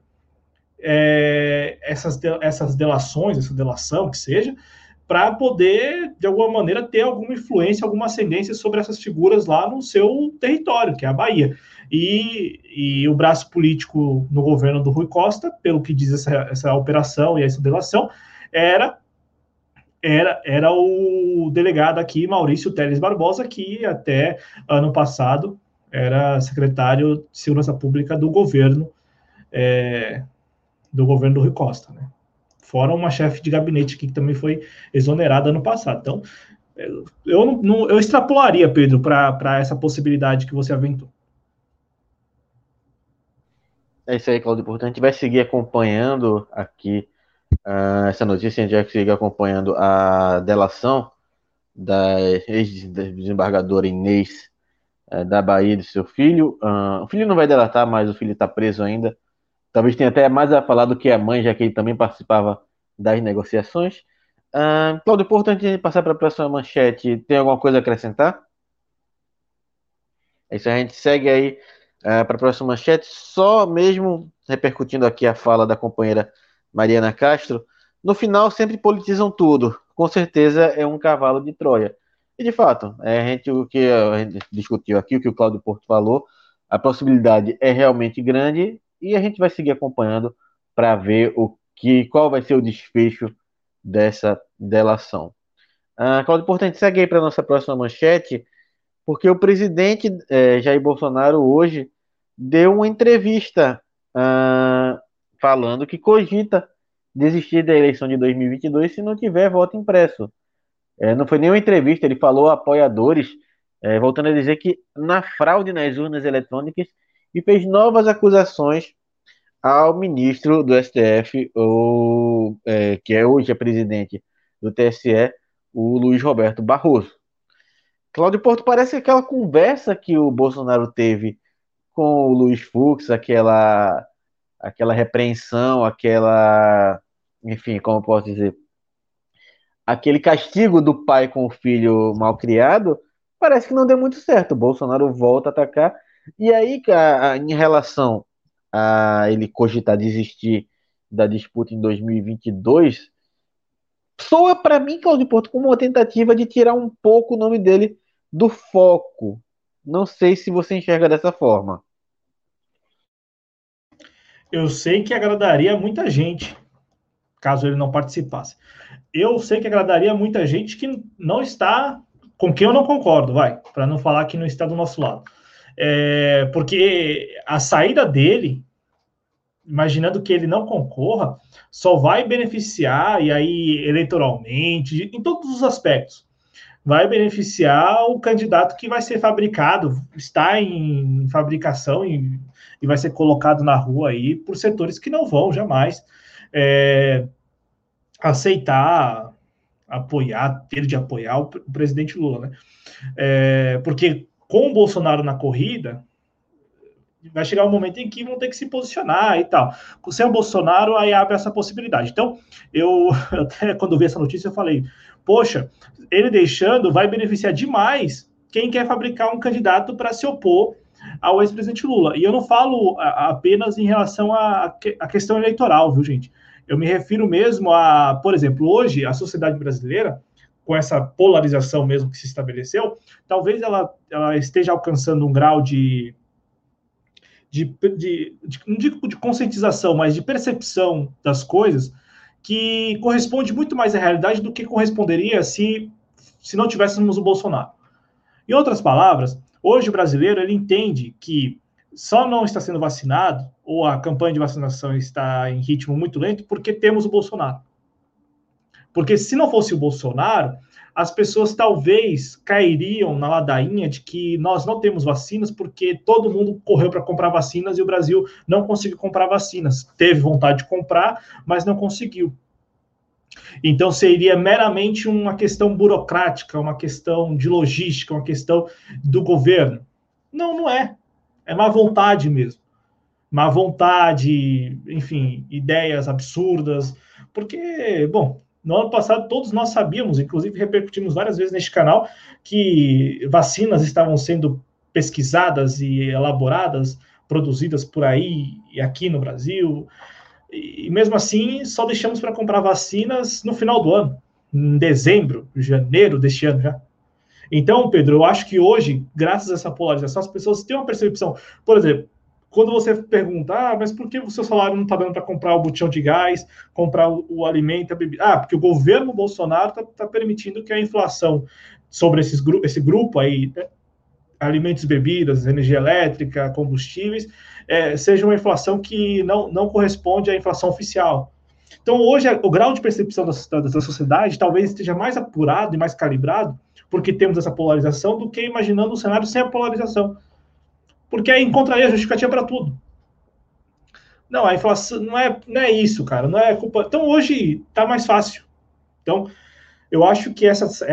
Speaker 2: essas delações, essa delação, que seja, para poder, de alguma maneira, ter alguma influência, alguma ascendência sobre essas figuras lá no seu território, que é a Bahia. E o braço político no governo do Rui Costa, pelo que diz essa operação e essa delação, era o delegado aqui, Maurício Teles Barbosa, que até ano passado era secretário de Segurança Pública do governo do Rui Costa, né? Fora uma chefe de gabinete aqui que também foi exonerada ano passado. Então, eu extrapolaria, Pedro, para essa possibilidade que você aventou.
Speaker 1: É isso aí, Claudio. Portanto, a gente vai seguir acompanhando aqui essa notícia, a gente vai seguir acompanhando a delação da ex-desembargadora Inês da Bahia de seu filho. O filho não vai delatar, mas o filho está preso ainda. Talvez tenha até mais a falar do que a mãe, já que ele também participava das negociações. Claudio, importante a gente passar para a próxima manchete. Tem alguma coisa a acrescentar? É isso, a gente segue aí para a próxima manchete, só mesmo repercutindo aqui a fala da companheira Mariana Castro. No final, sempre politizam tudo. Com certeza é um cavalo de Troia. E de fato, o que a gente discutiu aqui, o que o Cláudio Porto falou, a possibilidade é realmente grande e a gente vai seguir acompanhando para ver qual vai ser o desfecho dessa delação. Cláudio Porto, a gente segue aí para a nossa próxima manchete, porque o presidente Jair Bolsonaro hoje deu uma entrevista falando que cogita desistir da eleição de 2022 se não tiver voto impresso. Não foi nenhuma entrevista, ele falou a apoiadores, voltando a dizer que na fraude nas urnas eletrônicas e fez novas acusações ao ministro do STF, que é hoje presidente do TSE, o Luiz Roberto Barroso. Cláudio Porto, parece aquela conversa que o Bolsonaro teve com o Luiz Fux, aquela repreensão, enfim, como eu posso dizer, aquele castigo do pai com o filho mal criado, parece que não deu muito certo. O Bolsonaro volta a atacar. E aí, em relação a ele cogitar desistir da disputa em 2022, soa para mim, Cláudio Porto, como uma tentativa de tirar um pouco o nome dele do foco. Não sei se você enxerga dessa forma.
Speaker 2: Eu sei que agradaria muita gente, caso ele não participasse. Eu sei que agradaria muita gente que não está, com quem eu não concordo, para não falar que não está do nosso lado. Porque a saída dele, imaginando que ele não concorra, só vai beneficiar, e aí eleitoralmente, em todos os aspectos, vai beneficiar o candidato que vai ser fabricado, está em fabricação e vai ser colocado na rua aí por setores que não vão jamais aceitar, apoiar, ter de apoiar o presidente Lula, né? Porque com o Bolsonaro na corrida, vai chegar um momento em que vão ter que se posicionar e tal. Sem o Bolsonaro, aí abre essa possibilidade. Então, eu até quando vi essa notícia, eu falei, poxa, ele deixando vai beneficiar demais quem quer fabricar um candidato para se opor ao ex-presidente Lula. E eu não falo apenas em relação à questão eleitoral, viu, gente? Eu me refiro mesmo a, por exemplo, hoje, a sociedade brasileira, com essa polarização mesmo que se estabeleceu, talvez ela esteja alcançando um grau não digo de conscientização, mas de percepção das coisas, que corresponde muito mais à realidade do que corresponderia se não tivéssemos o Bolsonaro. Em outras palavras, hoje o brasileiro ele entende que só não está sendo vacinado, ou a campanha de vacinação está em ritmo muito lento, porque temos o Bolsonaro. Porque se não fosse o Bolsonaro, as pessoas talvez cairiam na ladainha de que nós não temos vacinas porque todo mundo correu para comprar vacinas e o Brasil não conseguiu comprar vacinas. Teve vontade de comprar, mas não conseguiu. Então seria meramente uma questão burocrática, uma questão de logística, uma questão do governo. Não, não é. É má vontade mesmo. Má vontade, enfim, ideias absurdas. Porque, bom, no ano passado todos nós sabíamos, inclusive repercutimos várias vezes neste canal, que vacinas estavam sendo pesquisadas e elaboradas, produzidas por aí e aqui no Brasil. E mesmo assim, só deixamos para comprar vacinas no final do ano, em dezembro, janeiro deste ano já. Então, Pedro, eu acho que hoje, graças a essa polarização, as pessoas têm uma percepção. Por exemplo, quando você pergunta, mas por que o seu salário não está dando para comprar o botijão de gás, comprar o alimento, a bebida? Porque o governo Bolsonaro está permitindo que a inflação sobre esse grupo aí, né, alimentos, bebidas, energia elétrica, combustíveis, seja uma inflação que não corresponde à inflação oficial. Então, hoje, o grau de percepção da sociedade talvez esteja mais apurado e mais calibrado, porque temos essa polarização, do que imaginando um cenário sem a polarização. Porque aí encontraria justificativa para tudo. Não, a inflação não é isso, cara. Não é culpa. Então, hoje está mais fácil. Então, eu acho que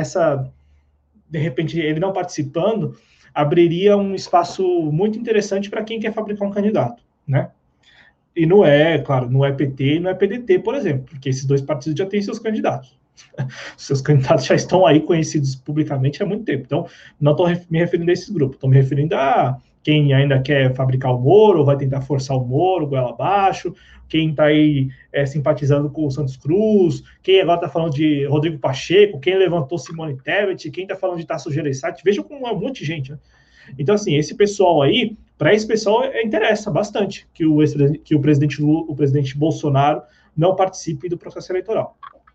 Speaker 2: de repente, ele não participando, abriria um espaço muito interessante para quem quer fabricar um candidato, né? E não é, claro, não é PT e não é PDT, por exemplo, porque esses dois partidos já têm seus candidatos. Seus candidatos já estão aí conhecidos publicamente há muito tempo. Então, não estou me referindo a esses grupos, estou me referindo a quem ainda quer fabricar o Moro, vai tentar forçar o Moro, goela abaixo, quem está aí simpatizando com o Santos Cruz, quem agora está falando de Rodrigo Pacheco, quem levantou Simone Tebet, quem está falando de Tasso Gereissati, veja como é um monte de gente, né? Então, assim, esse pessoal aí, para esse pessoal interessa bastante que o presidente Lula, o presidente Bolsonaro não participe do processo eleitoral.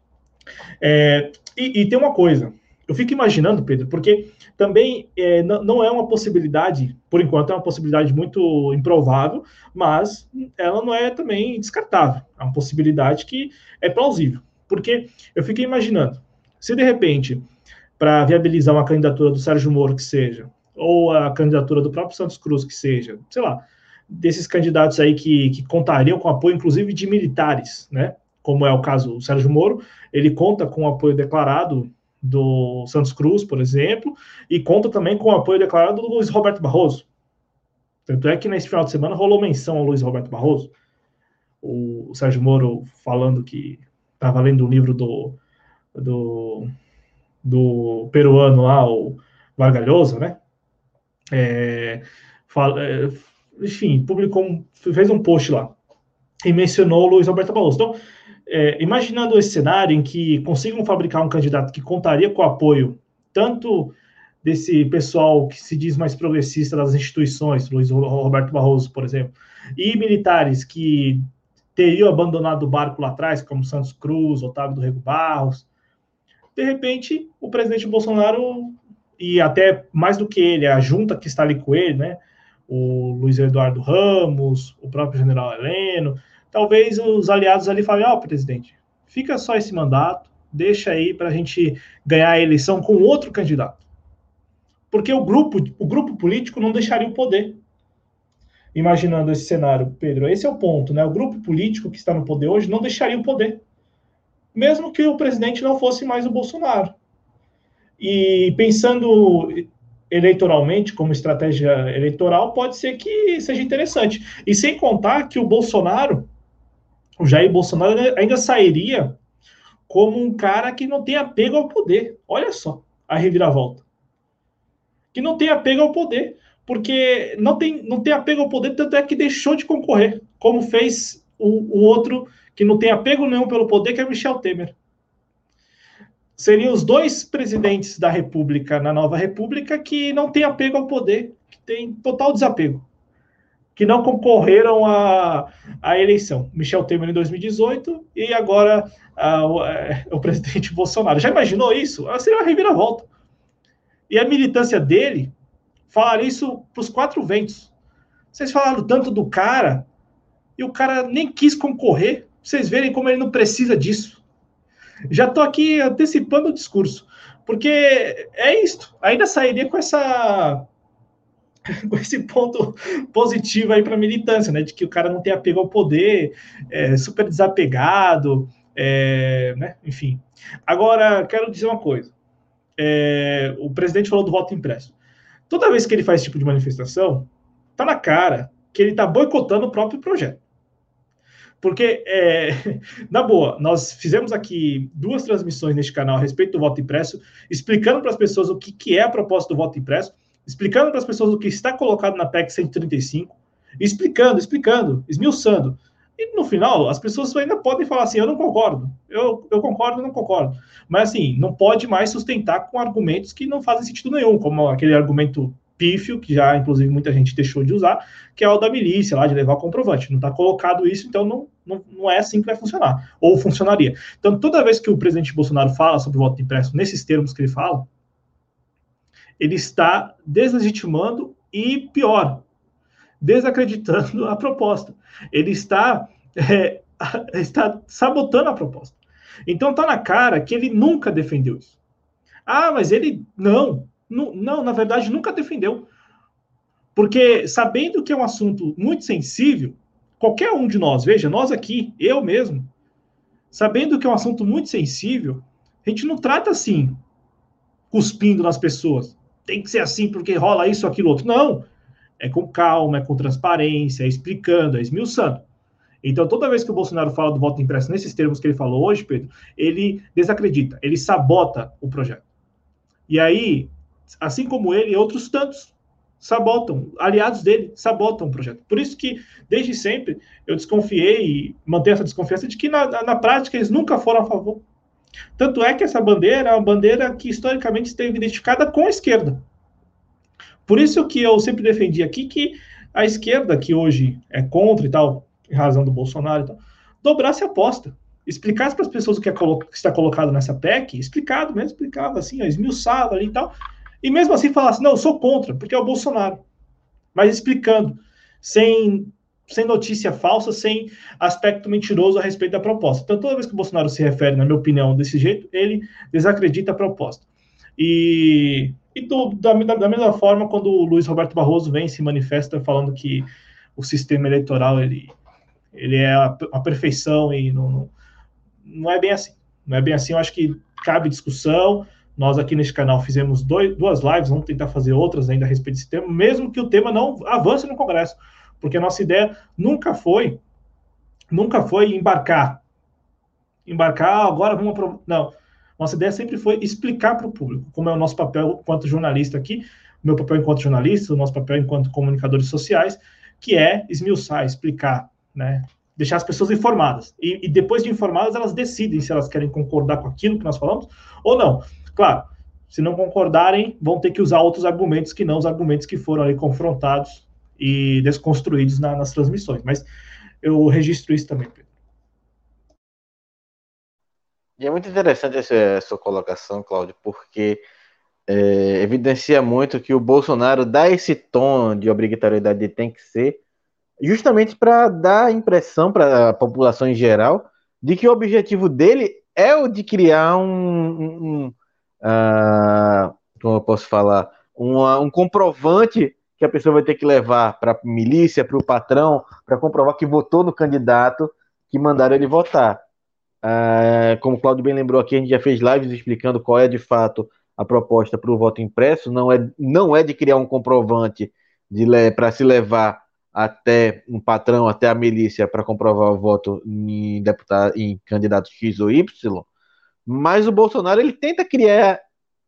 Speaker 2: E tem uma coisa, eu fico imaginando, Pedro, porque também não é uma possibilidade, por enquanto é uma possibilidade muito improvável, mas ela não é também descartável, é uma possibilidade que é plausível, porque eu fiquei imaginando, se de repente, para viabilizar uma candidatura do Sérgio Moro que seja, ou a candidatura do próprio Santos Cruz que seja, sei lá, desses candidatos aí que contariam com apoio, inclusive, de militares, né? Como é o caso do Sérgio Moro, ele conta com o apoio declarado do Santos Cruz, por exemplo, e conta também com o apoio declarado do Luiz Roberto Barroso. Tanto é que nesse final de semana rolou menção ao Luiz Roberto Barroso, o Sérgio Moro falando que estava lendo um livro do peruano lá, o Vargalhosa, né? Enfim, fez um post lá e mencionou o Luiz Roberto Barroso. Então, imaginando esse cenário em que consigam fabricar um candidato que contaria com o apoio tanto desse pessoal que se diz mais progressista das instituições, Luiz Roberto Barroso, por exemplo, e militares que teriam abandonado o barco lá atrás, como Santos Cruz, Otávio do Rego Barros, de repente, o presidente Bolsonaro, e até mais do que ele, a junta que está ali com ele, né, o Luiz Eduardo Ramos, o próprio general Heleno. Talvez os aliados ali falem, presidente, fica só esse mandato, deixa aí para a gente ganhar a eleição com outro candidato. Porque o grupo político não deixaria o poder. Imaginando esse cenário, Pedro, esse é o ponto, né? O grupo político que está no poder hoje não deixaria o poder, mesmo que o presidente não fosse mais o Bolsonaro. E pensando eleitoralmente, como estratégia eleitoral, pode ser que seja interessante. E sem contar que o Jair Bolsonaro ainda sairia como um cara que não tem apego ao poder. Olha só a reviravolta. Que não tem apego ao poder, porque não tem apego ao poder, tanto é que deixou de concorrer, como fez o outro que não tem apego nenhum pelo poder, que é Michel Temer. Seriam os dois presidentes da República, na nova República, que não têm apego ao poder, que tem total desapego, que não concorreram à eleição. Michel Temer em 2018 e agora o presidente Bolsonaro. Já imaginou isso? Seria uma reviravolta. E a militância dele falaria isso para os quatro ventos. Vocês falaram tanto do cara e o cara nem quis concorrer. Vocês verem como ele não precisa disso. Já estou aqui antecipando o discurso, porque é isto. Ainda sairia com esse ponto positivo aí para a militância, né? De que o cara não tem apego ao poder, super desapegado, né? Enfim. Agora, quero dizer uma coisa. O presidente falou do voto impresso. Toda vez que ele faz esse tipo de manifestação, tá na cara que ele está boicotando o próprio projeto. Porque, na boa, nós fizemos aqui 2 transmissões neste canal a respeito do voto impresso, explicando para as pessoas o que é a proposta do voto impresso, explicando para as pessoas o que está colocado na PEC 135, explicando, esmiuçando. E no final, as pessoas ainda podem falar assim, eu não concordo, eu concordo, não concordo. Mas assim, não pode mais sustentar com argumentos que não fazem sentido nenhum, como aquele argumento pífio, que já, inclusive, muita gente deixou de usar, que é o da milícia, lá, de levar o comprovante. Não está colocado isso, então não é assim que vai funcionar. Ou funcionaria. Então, toda vez que o presidente Bolsonaro fala sobre o voto impresso, nesses termos que ele fala, ele está deslegitimando e, pior, desacreditando a proposta. Ele está sabotando a proposta. Então, está na cara que ele nunca defendeu isso. Mas ele não, na verdade, nunca defendeu. Porque, sabendo que é um assunto muito sensível, qualquer um de nós, veja, nós aqui, eu mesmo, sabendo que é um assunto muito sensível, a gente não trata assim, cuspindo nas pessoas. Tem que ser assim porque rola isso, aquilo, outro. Não. É com calma, é com transparência, é explicando, é esmiuçando. Então, toda vez que o Bolsonaro fala do voto impresso nesses termos que ele falou hoje, Pedro, ele desacredita, ele sabota o projeto. E aí, assim como ele e outros tantos sabotam, aliados dele sabotam o projeto. Por isso que, desde sempre, eu desconfiei e mantenho essa desconfiança de que, na prática, eles nunca foram a favor. Tanto é que essa bandeira é uma bandeira que, historicamente, esteve identificada com a esquerda. Por isso que eu sempre defendi aqui que a esquerda, que hoje é contra e tal, em razão do Bolsonaro e tal, dobrasse a aposta. Explicasse para as pessoas o que está colocado nessa PEC, explicava assim, esmiuçava ali e tal, e mesmo assim falasse, não, eu sou contra, porque é o Bolsonaro. Mas explicando, sem notícia falsa, sem aspecto mentiroso a respeito da proposta. Então, toda vez que o Bolsonaro se refere, na minha opinião, desse jeito, ele desacredita a proposta. Da mesma forma, quando o Luiz Roberto Barroso vem e se manifesta falando que o sistema eleitoral ele é a perfeição e não é bem assim. Não é bem assim, eu acho que cabe discussão. Nós aqui neste canal fizemos 2 lives, vamos tentar fazer outras ainda a respeito desse tema, mesmo que o tema não avance no Congresso, porque a nossa ideia nunca foi embarcar, agora vamos... Não, nossa ideia sempre foi explicar para o público, como é o nosso papel enquanto jornalista aqui, o meu papel enquanto jornalista, o nosso papel enquanto comunicadores sociais, que é esmiuçar, explicar, né? Deixar as pessoas informadas. E depois de informadas, elas decidem se elas querem concordar com aquilo que nós falamos ou não. Claro, se não concordarem, vão ter que usar outros argumentos que não os argumentos que foram ali confrontados e desconstruídos nas transmissões. Mas eu registro isso também, Pedro.
Speaker 1: E é muito interessante essa sua colocação, Cláudio, porque evidencia muito que o Bolsonaro dá esse tom de obrigatoriedade de tem que ser, justamente para dar a impressão para a população em geral de que o objetivo dele é o de criar como eu posso falar, um comprovante que a pessoa vai ter que levar para a milícia, para o patrão, para comprovar que votou no candidato que mandaram ele votar. Como o Claudio bem lembrou aqui, a gente já fez lives explicando qual é de fato a proposta para o voto impresso. Não é de criar um comprovante para se levar até um patrão, até a milícia, para comprovar o voto em deputado, em candidato X ou Y, mas o Bolsonaro ele tenta criar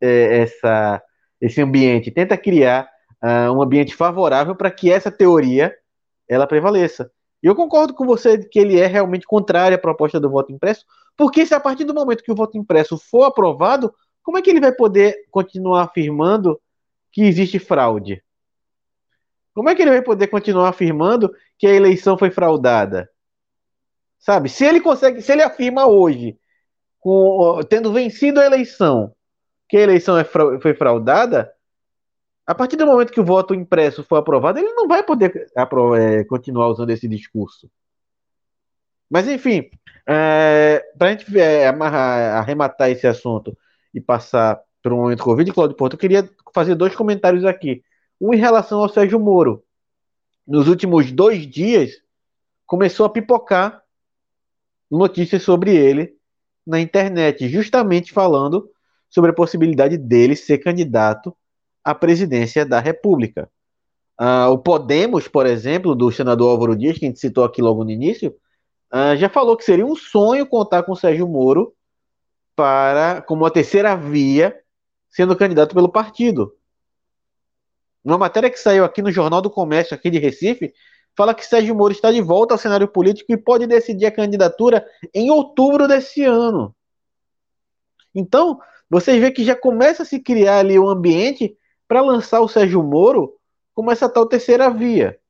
Speaker 1: esse ambiente, tenta criar um ambiente favorável para que essa teoria ela prevaleça. E eu concordo com você que ele é realmente contrário à proposta do voto impresso, porque se a partir do momento que o voto impresso for aprovado, como é que ele vai poder continuar afirmando que existe fraude? Como é que ele vai poder continuar afirmando que a eleição foi fraudada? Sabe? Se ele afirma hoje, tendo vencido a eleição, que a eleição foi fraudada, a partir do momento que o voto impresso for aprovado, ele não vai poder continuar usando esse discurso. Mas, enfim, para a gente arrematar esse assunto e passar para o momento Covid, Claudio Porto, eu queria fazer dois comentários aqui. Um em relação ao Sérgio Moro. Nos últimos 2 dias, começou a pipocar notícias sobre ele na internet, justamente falando sobre a possibilidade dele ser candidato à presidência da República. O Podemos, por exemplo, do senador Álvaro Dias, que a gente citou aqui logo no início, já falou que seria um sonho contar com o Sérgio Moro como a terceira via, sendo candidato pelo partido. Uma matéria que saiu aqui no Jornal do Comércio, aqui de Recife, fala que Sérgio Moro está de volta ao cenário político e pode decidir a candidatura em outubro desse ano. Então, vocês veem que já começa a se criar ali um ambiente para lançar o Sérgio Moro como essa tal terceira via.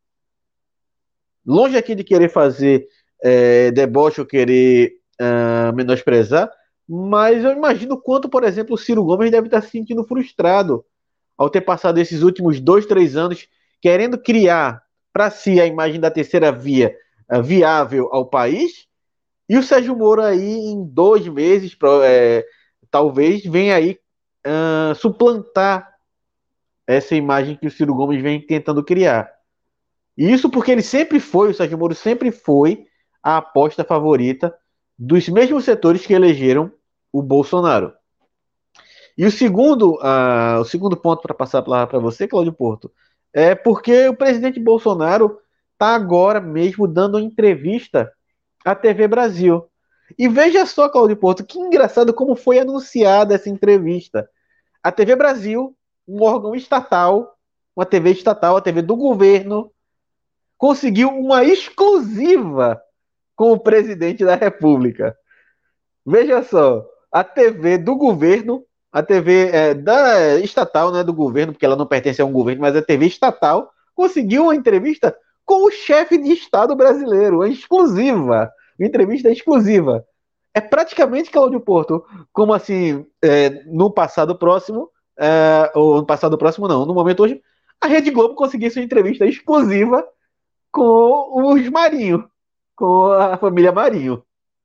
Speaker 1: Longe aqui de querer fazer deboche ou querer menosprezar, mas eu imagino o quanto, por exemplo, o Ciro Gomes deve estar se sentindo frustrado ao ter passado esses últimos 2, 3 anos querendo criar para si a imagem da terceira via viável ao país, e o Sérgio Moro aí em 2 meses, talvez, venha aí suplantar essa imagem que o Ciro Gomes vem tentando criar. E isso porque o Sérgio Moro sempre foi a aposta favorita dos mesmos setores que elegeram o Bolsonaro. E o segundo ponto para passar a palavra para você, Cláudio Porto, é porque o presidente Bolsonaro está agora mesmo dando uma entrevista à TV Brasil. E veja só, Cláudio Porto, que engraçado como foi anunciada essa entrevista. A TV Brasil, um órgão estatal, uma TV estatal, a TV do governo, conseguiu uma exclusiva com o presidente da República. Veja só, a TV do governo, a TV da estatal, não é do governo, porque ela não pertence a um governo, mas a TV estatal, conseguiu uma entrevista com o chefe de Estado brasileiro, uma entrevista exclusiva. É praticamente, Cláudio Porto, como assim, no passado próximo, ou no passado próximo não, no momento hoje, a Rede Globo conseguisse uma entrevista exclusiva com os Marinho, com a família Marinho.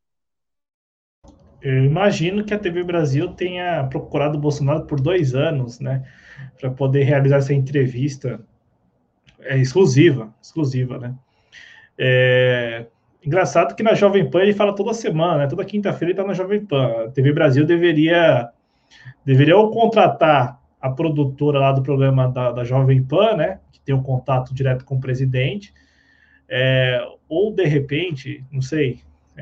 Speaker 2: Eu imagino que a TV Brasil tenha procurado o Bolsonaro por 2 anos, né, para poder realizar essa entrevista exclusiva, né. Engraçado que na Jovem Pan ele fala toda semana, né, toda quinta-feira ele está na Jovem Pan. A TV Brasil deveria ou contratar a produtora lá do programa da Jovem Pan, né, que tem um contato direto com o presidente, ou de repente, não sei,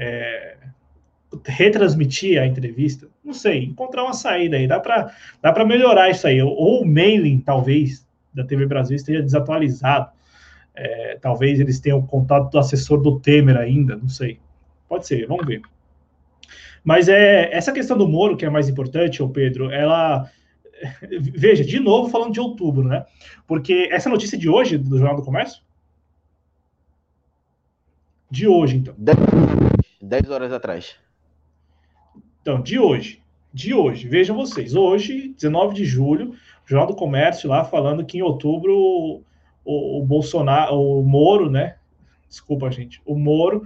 Speaker 2: retransmitir a entrevista, não sei, encontrar uma saída aí, dá para melhorar isso aí, ou o mailing, talvez, da TV Brasil esteja desatualizado, talvez eles tenham o contato do assessor do Temer ainda, não sei, pode ser, vamos ver. Mas essa questão do Moro, que é mais importante, ô Pedro, veja, de novo falando de outubro, né, porque essa notícia de hoje, do Jornal do Comércio, de hoje, então.
Speaker 1: 10 horas atrás.
Speaker 2: Então, de hoje. de hoje. Vejam vocês, hoje, 19 de julho, o Jornal do Comércio lá falando que em outubro o Bolsonaro, o Moro, né? Desculpa, gente. O Moro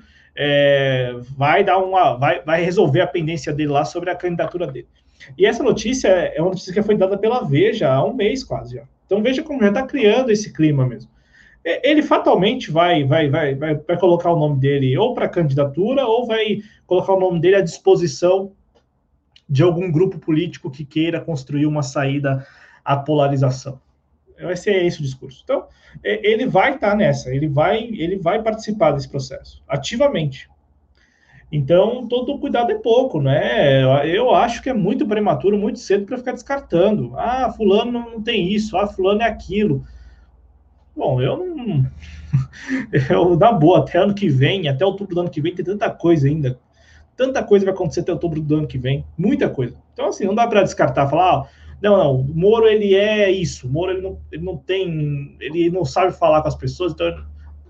Speaker 2: vai resolver a pendência dele lá sobre a candidatura dele. E essa notícia é uma notícia que foi dada pela Veja há um mês quase. Já. Então veja como já está criando esse clima mesmo. Ele fatalmente vai colocar o nome dele ou para candidatura ou vai colocar o nome dele à disposição de algum grupo político que queira construir uma saída à polarização. Vai ser esse o discurso. Então, ele vai estar nessa, ele vai participar desse processo, ativamente. Então, todo cuidado é pouco, né? Eu acho que é muito prematuro, muito cedo para ficar descartando. Ah, fulano não tem isso, ah, fulano é aquilo. Bom, eu não... Eu, na boa, até ano que vem, até outubro do ano que vem, tem tanta coisa ainda. Tanta coisa vai acontecer até outubro do ano que vem. Muita coisa. Então, assim, não dá para descartar, falar, não, o Moro, ele é isso. O Moro, ele não tem... Ele não sabe falar com as pessoas, então...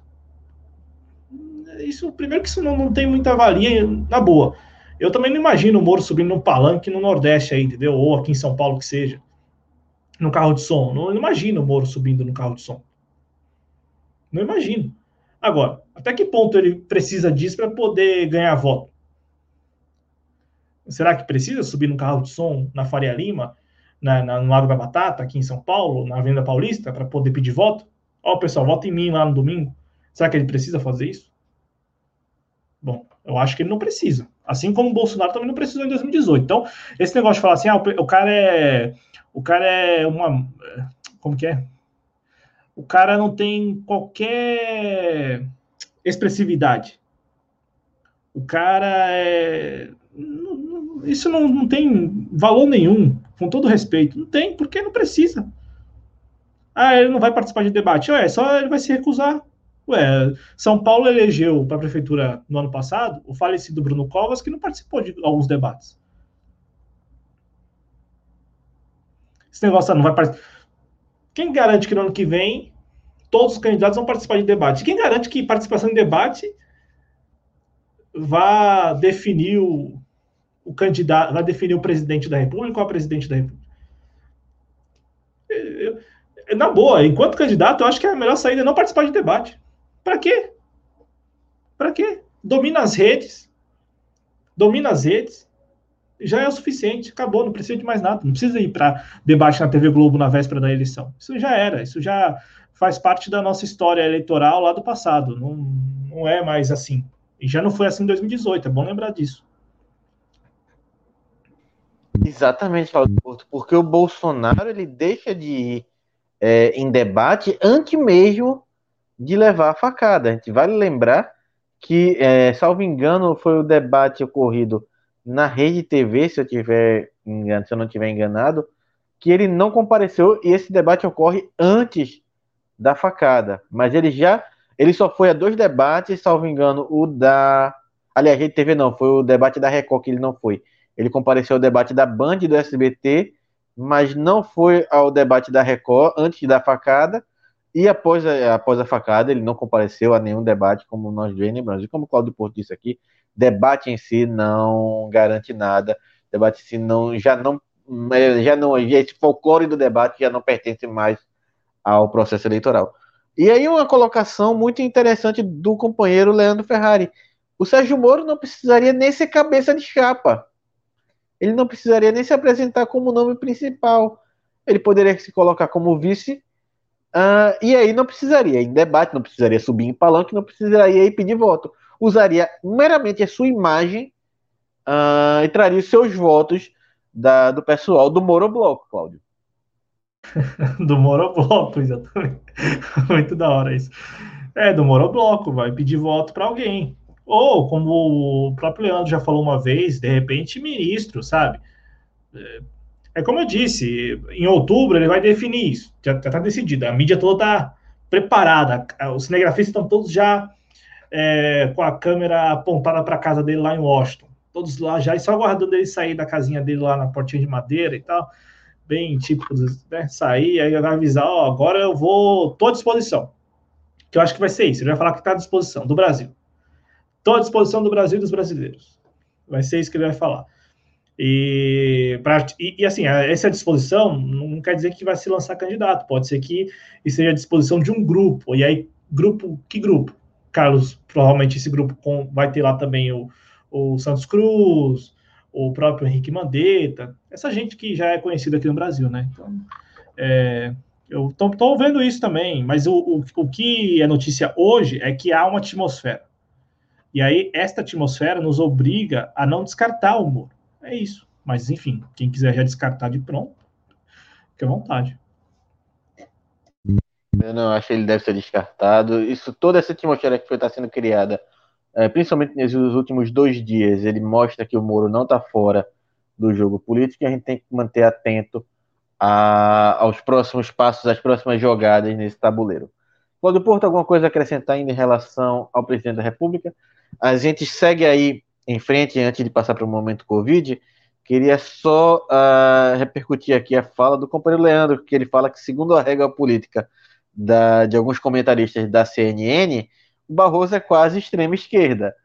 Speaker 2: Isso, primeiro que isso não tem muita valia, na boa. Eu também não imagino o Moro subindo num palanque no Nordeste aí, entendeu? Ou aqui em São Paulo, que seja. No carro de som. Não imagino o Moro subindo no carro de som. Não imagino. Agora, até que ponto ele precisa disso para poder ganhar voto? Será que precisa subir no carro de som na Faria Lima, no Lago da Batata, aqui em São Paulo, na Avenida Paulista, para poder pedir voto? Ó, pessoal, vota em mim lá no domingo. Será que ele precisa fazer isso? Bom, eu acho que ele não precisa. Assim como o Bolsonaro também não precisou em 2018. Então, esse negócio de falar assim, o cara é uma... Como que é? O cara não tem qualquer expressividade. O cara é... Isso não tem valor nenhum, com todo respeito. Não tem, porque não precisa. Ah, ele não vai participar de debate. Só ele vai se recusar. São Paulo elegeu para a prefeitura no ano passado o falecido Bruno Covas, que não participou de alguns debates. Esse negócio não vai participar. Quem garante que no ano que vem todos os candidatos vão participar de debate? Quem garante que participação em debate vai definir o candidato, vai definir o presidente da República ou a presidente da República? Na boa, enquanto candidato, eu acho que a melhor saída é não participar de debate. Para quê? Para quê? Domina as redes, já é o suficiente, acabou, não precisa de mais nada, não precisa ir para debate na TV Globo na véspera da eleição. Isso já era, isso já faz parte da nossa história eleitoral lá do passado, não é mais assim. E já não foi assim em 2018, é bom lembrar disso.
Speaker 1: Exatamente, Claudio Porto, porque o Bolsonaro ele deixa de ir em debate antes mesmo de levar a facada. A gente vale lembrar que, salvo engano, foi o debate ocorrido na Rede TV, se eu não estiver enganado, que ele não compareceu e esse debate ocorre antes da facada. Mas ele só foi a 2 debates, salvo engano, aliás, Rede TV não, foi o debate da Record que ele não foi. Ele compareceu ao debate da Band e do SBT, mas não foi ao debate da Record antes da facada. E após a facada, ele não compareceu a nenhum debate, como nós bem lembramos. E como o Claudio Porto disse aqui, debate em si não garante nada. Debate em si esse folclore do debate já não pertence mais ao processo eleitoral. E aí uma colocação muito interessante do companheiro Leandro Ferrari. O Sérgio Moro não precisaria nem ser cabeça de chapa. Ele não precisaria nem se apresentar como nome principal. Ele poderia se colocar como vice. E aí não precisaria em debate, não precisaria subir em palanque, não precisaria ir pedir voto. Usaria meramente a sua imagem e traria os seus votos do pessoal do Moro Bloco, Cláudio.
Speaker 2: Do Monobloco, exatamente. Muito da hora isso. Do Monobloco, vai pedir voto para alguém. Ou, como o próprio Leandro já falou uma vez, de repente, ministro, sabe? Como eu disse, em outubro ele vai definir isso. Já está decidido. A mídia toda está preparada. Os cinegrafistas estão todos já com a câmera apontada para a casa dele lá em Washington. Todos lá já, e só aguardando ele sair da casinha dele lá na portinha de madeira e tal. Bem típico, né? Sair, aí vai avisar, agora eu tô à disposição. Que eu acho que vai ser isso. Ele vai falar que está à disposição do Brasil. Estou à disposição do Brasil e dos brasileiros. Vai ser isso que ele vai falar. E assim, essa disposição não quer dizer que vai se lançar candidato, pode ser que esteja à disposição de um grupo, e aí, que grupo? Carlos, provavelmente esse grupo vai ter lá também o Santos Cruz, o próprio Henrique Mandetta, essa gente que já é conhecida aqui no Brasil, né? Então, eu estou vendo isso também, mas o que é notícia hoje é que há uma atmosfera. E aí, esta atmosfera nos obriga a não descartar o Moro. É isso. Mas, enfim, quem quiser já descartar de pronto, fique à vontade.
Speaker 1: Eu não acho que ele deve ser descartado. Toda essa atmosfera que está sendo criada, principalmente nesses últimos 2 dias, ele mostra que o Moro não está fora do jogo político e a gente tem que manter atento aos próximos passos, às próximas jogadas nesse tabuleiro. Cláudio Porto, alguma coisa a acrescentar ainda em relação ao presidente da República? A gente segue aí em frente, antes de passar para o momento Covid. Queria só repercutir aqui a fala do companheiro Leandro, que ele fala que, segundo a regra política de alguns comentaristas da CNN, o Barroso é quase extrema esquerda.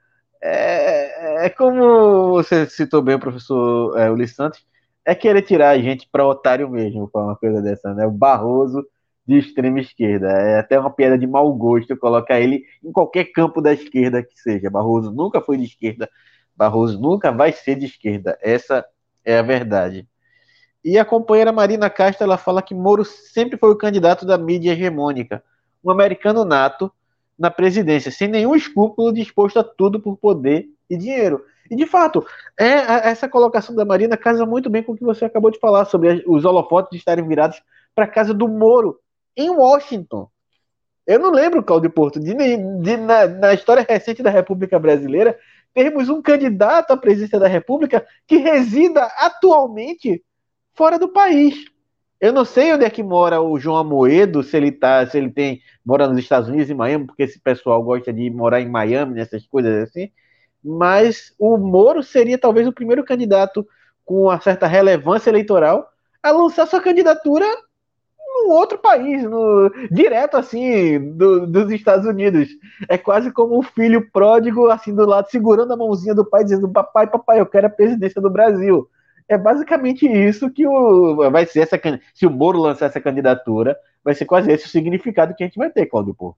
Speaker 1: É como você citou bem o professor Ulisses Santos, é querer tirar a gente para otário mesmo, para uma coisa dessa, né? O Barroso de extrema esquerda. É até uma piada de mau gosto colocar ele em qualquer campo da esquerda que seja. Barroso nunca foi de esquerda, Barroso nunca vai ser de esquerda. Essa é a verdade. E a companheira Marina Castro, ela fala que Moro sempre foi o candidato da mídia hegemônica, um americano nato na presidência, sem nenhum escrúpulo, disposto a tudo por poder e dinheiro. E, de fato, essa colocação da Marina casa muito bem com o que você acabou de falar, sobre os holofotes estarem virados para a casa do Moro, em Washington. Eu não lembro, Cláudio Porto, na história recente da República Brasileira, termos um candidato à presidência da República que resida atualmente fora do país. Eu não sei onde é que mora o João Amoedo, se ele mora nos Estados Unidos, em Miami, porque esse pessoal gosta de morar em Miami, nessas coisas assim. Mas o Moro seria talvez o primeiro candidato com uma certa relevância eleitoral a lançar sua candidatura num outro país, direto assim dos Estados Unidos. É quase como um filho pródigo assim do lado, segurando a mãozinha do pai, dizendo: papai, papai, eu quero a presidência do Brasil. É basicamente isso que vai ser se o Moro lançar essa candidatura, vai ser quase esse o significado que a gente vai ter, Cláudio Porto.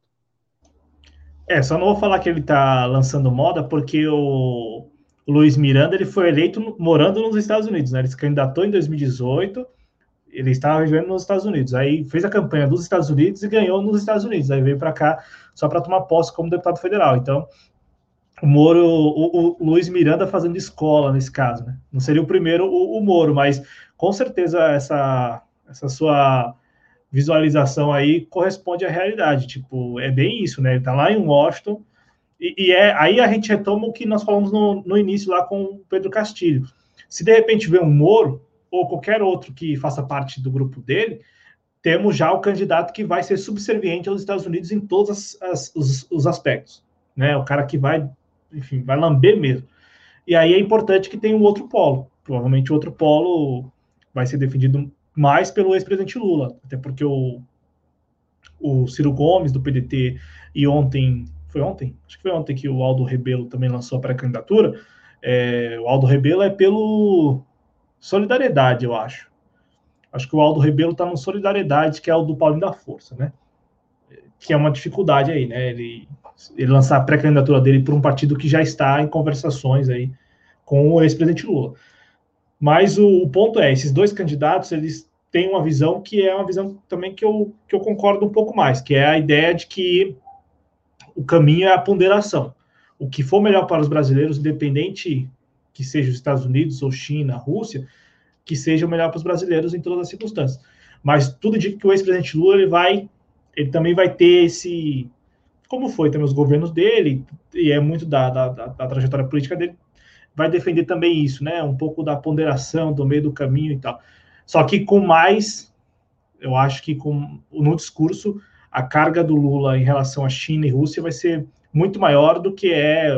Speaker 2: Só não vou falar que ele está lançando moda, porque o Luiz Miranda ele foi eleito morando nos Estados Unidos, né? Ele se candidatou em 2018, ele estava vivendo nos Estados Unidos, aí fez a campanha dos Estados Unidos e ganhou nos Estados Unidos, aí veio para cá só para tomar posse como deputado federal. Então, o Moro, o Luiz Miranda fazendo escola nesse caso, né? Não seria o primeiro o Moro, mas com certeza essa sua visualização aí corresponde à realidade. Tipo, é bem isso, né? Ele tá lá em Washington, aí a gente retoma o que nós falamos no início lá com o Pedro Castilho. Se de repente vê um Moro, ou qualquer outro que faça parte do grupo dele, temos já o candidato que vai ser subserviente aos Estados Unidos em todos os aspectos. Né? O cara que vai, enfim, vai lamber mesmo. E aí é importante que tenha um outro polo. Provavelmente o outro polo vai ser defendido mais pelo ex-presidente Lula, até porque o Ciro Gomes, do PDT, e ontem, acho que foi ontem que o Aldo Rebelo também lançou a pré-candidatura. O Aldo Rebelo é pelo Solidariedade, eu acho. Acho que o Aldo Rebelo está no Solidariedade, que é o do Paulinho da Força, né? Que é uma dificuldade aí, né? Ele lançar a pré-candidatura dele por um partido que já está em conversações aí com o ex-presidente Lula. Mas o ponto é, esses dois candidatos, eles têm uma visão que é uma visão também que eu concordo um pouco mais, que é a ideia de que o caminho é a ponderação. O que for melhor para os brasileiros, independente que seja os Estados Unidos ou China, Rússia, que seja o melhor para os brasileiros em todas as circunstâncias. Mas tudo indica que o ex-presidente Lula ele também vai ter esse, como foi também os governos dele, e é muito da trajetória política dele, vai defender também isso, né? Um pouco da ponderação, do meio do caminho e tal. Só que com mais, eu acho que no discurso, a carga do Lula em relação à China e Rússia vai ser muito maior do que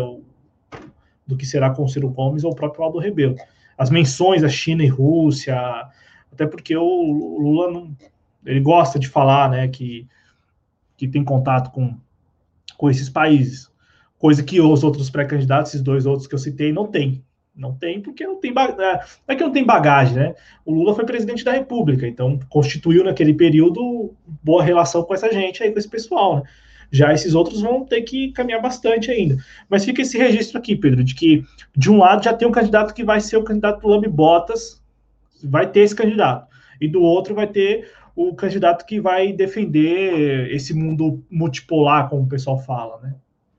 Speaker 2: será com o Ciro Gomes ou o próprio Aldo Rebelo. As menções à China e Rússia, até porque o Lula ele gosta de falar, né, que tem contato com esses países, coisa que os outros pré-candidatos, esses dois outros que eu citei, não tem. Não tem, porque não tem não é que não tem bagagem, né? O Lula foi presidente da República, então constituiu naquele período boa relação com essa gente aí, com esse pessoal, né? Já esses outros vão ter que caminhar bastante ainda. Mas fica esse registro aqui, Pedro, de que de um lado já tem um candidato que vai ser o candidato Lambe Botas, vai ter esse candidato, e do outro vai ter o candidato que vai defender esse mundo multipolar, como o pessoal fala, né?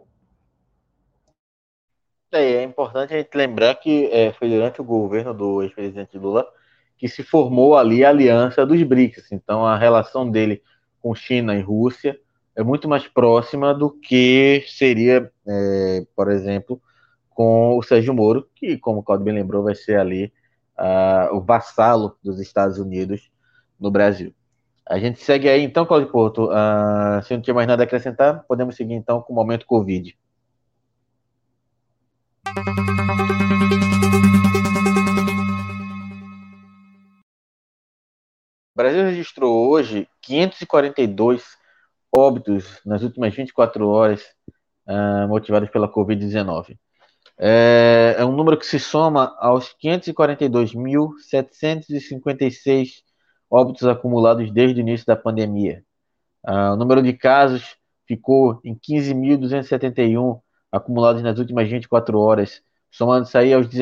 Speaker 1: É importante a gente lembrar que foi durante o governo do ex-presidente Lula que se formou ali a aliança dos BRICS. Então, a relação dele com China e Rússia é muito mais próxima do que seria, por exemplo, com o Sérgio Moro, que, como o Claudio bem lembrou, vai ser ali o vassalo dos Estados Unidos no Brasil. A gente segue aí, então, Claudio Porto. Se não tiver mais nada a acrescentar, podemos seguir, então, com o momento Covid. O Brasil registrou hoje 542 óbitos nas últimas 24 horas, motivados pela Covid-19. É um número que se soma aos 542.756 óbitos acumulados desde o início da pandemia. O número de casos ficou em 15.271 acumulados nas últimas 24 horas, somando-se aí aos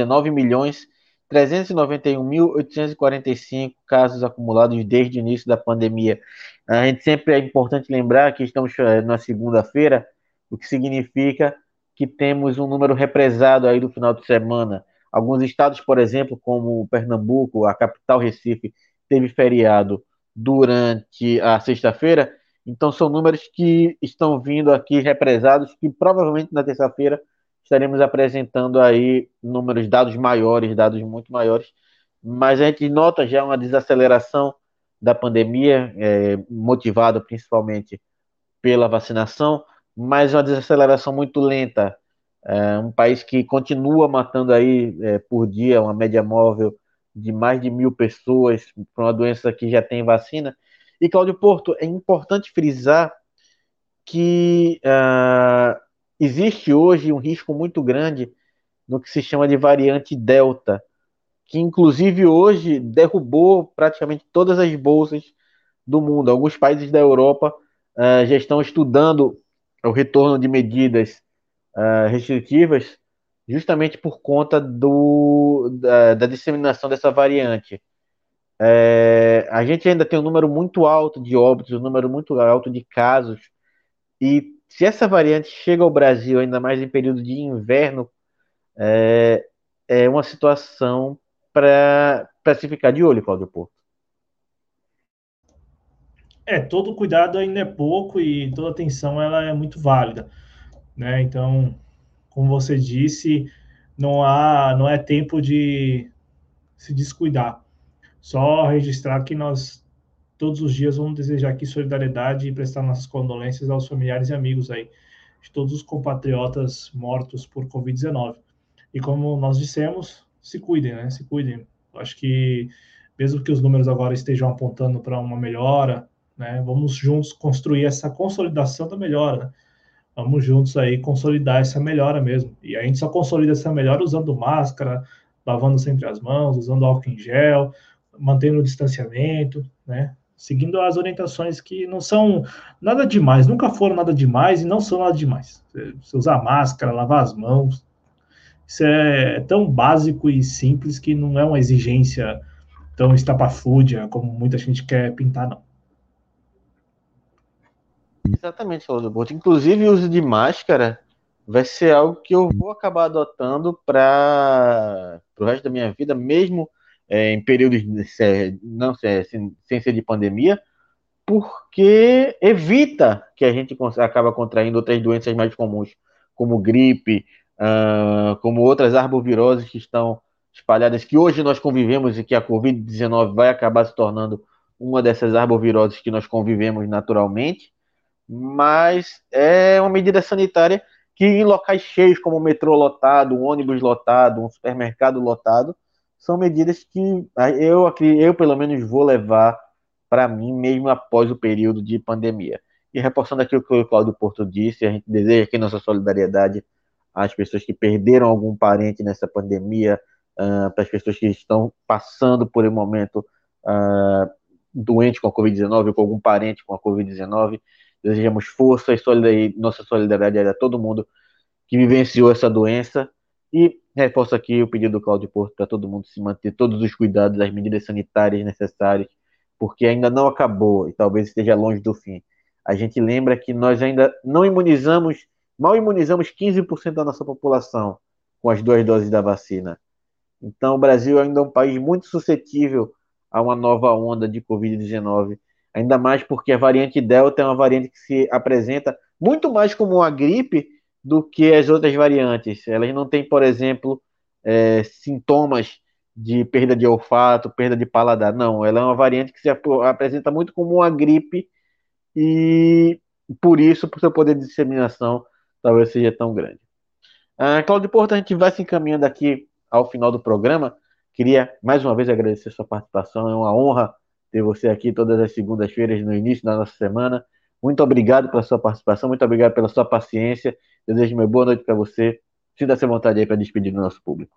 Speaker 1: 19.391.845 casos acumulados desde o início da pandemia. A gente sempre é importante lembrar que estamos na segunda-feira, o que significa que temos um número represado aí do final de semana. Alguns estados, por exemplo, como Pernambuco, a capital Recife, teve feriado durante a sexta-feira, então são números que estão vindo aqui represados, que provavelmente na terça-feira estaremos apresentando aí números, dados maiores, dados muito maiores, mas a gente nota já uma desaceleração da pandemia, motivada principalmente pela vacinação, mas uma desaceleração muito lenta. Um país que continua matando aí por dia uma média móvel de mais de 1.000 pessoas para uma doença que já tem vacina. E, Cláudio Porto, é importante frisar que existe hoje um risco muito grande no que se chama de variante Delta, que inclusive hoje derrubou praticamente todas as bolsas do mundo. Alguns países da Europa já estão estudando o retorno de medidas restritivas justamente por conta da disseminação dessa variante. A gente ainda tem um número muito alto de óbitos, um número muito alto de casos, e se essa variante chega ao Brasil, ainda mais em período de inverno, é, é uma situação para se ficar de olho, Cláudio Porto.
Speaker 2: Todo cuidado ainda é pouco e toda atenção ela é muito válida, né? Então, como você disse, não é tempo de se descuidar. Só registrar que nós todos os dias vamos desejar aqui solidariedade e prestar nossas condolências aos familiares e amigos aí de todos os compatriotas mortos por Covid-19. E como nós dissemos, se cuidem, né? Se cuidem. Eu acho que mesmo que os números agora estejam apontando para uma melhora, né? Vamos juntos construir essa consolidação da melhora, né? Vamos juntos aí consolidar essa melhora mesmo. E a gente só consolida essa melhora usando máscara, lavando sempre as mãos, usando álcool em gel, mantendo o distanciamento, né? Seguindo as orientações que não são nada demais, nunca foram nada demais e não são nada demais. Você usar máscara, lavar as mãos, isso é tão básico e simples que não é uma exigência tão estapafúrdia como muita gente quer pintar, não.
Speaker 1: Exatamente, Cláudio Porto. Inclusive, o uso de máscara vai ser algo que eu vou acabar adotando para o resto da minha vida, mesmo em períodos não, sem ser de pandemia, porque evita que a gente acaba contraindo outras doenças mais comuns, como gripe, como outras arboviroses que estão espalhadas, que hoje nós convivemos e que a Covid-19 vai acabar se tornando uma dessas arboviroses que nós convivemos naturalmente, mas é uma medida sanitária que em locais cheios, como o metrô lotado, um ônibus lotado, um supermercado lotado, são medidas que eu pelo menos vou levar para mim mesmo após o período de pandemia. E reforçando aqui o que o Cláudio Porto disse, a gente deseja aqui nossa solidariedade às pessoas que perderam algum parente nessa pandemia, para as pessoas que estão passando por um momento doente com a Covid-19 ou com algum parente com a Covid-19. Desejamos força e nossa solidariedade a todo mundo que vivenciou essa doença. E reforço aqui o pedido do Cláudio Porto para todo mundo se manter todos os cuidados, as medidas sanitárias necessárias, porque ainda não acabou e talvez esteja longe do fim. A gente lembra que nós ainda não imunizamos, mal imunizamos 15% da nossa população com as 2 doses da vacina. Então, o Brasil ainda é um país muito suscetível a uma nova onda de Covid-19, ainda mais porque a variante Delta é uma variante que se apresenta muito mais como uma gripe do que as outras variantes. Elas não têm, por exemplo, sintomas de perda de olfato, perda de paladar. Não, ela é uma variante que se apresenta muito como uma gripe e, por isso, por seu poder de disseminação, talvez seja tão grande. Cláudio Porto, a gente vai se encaminhando aqui ao final do programa. Queria mais uma vez agradecer a sua participação. É uma honra ter você aqui todas as segundas-feiras no início da nossa semana. Muito obrigado pela sua participação, muito obrigado pela sua paciência. Desejo uma boa noite para você. Sinta-se à vontade aí para despedir do nosso público.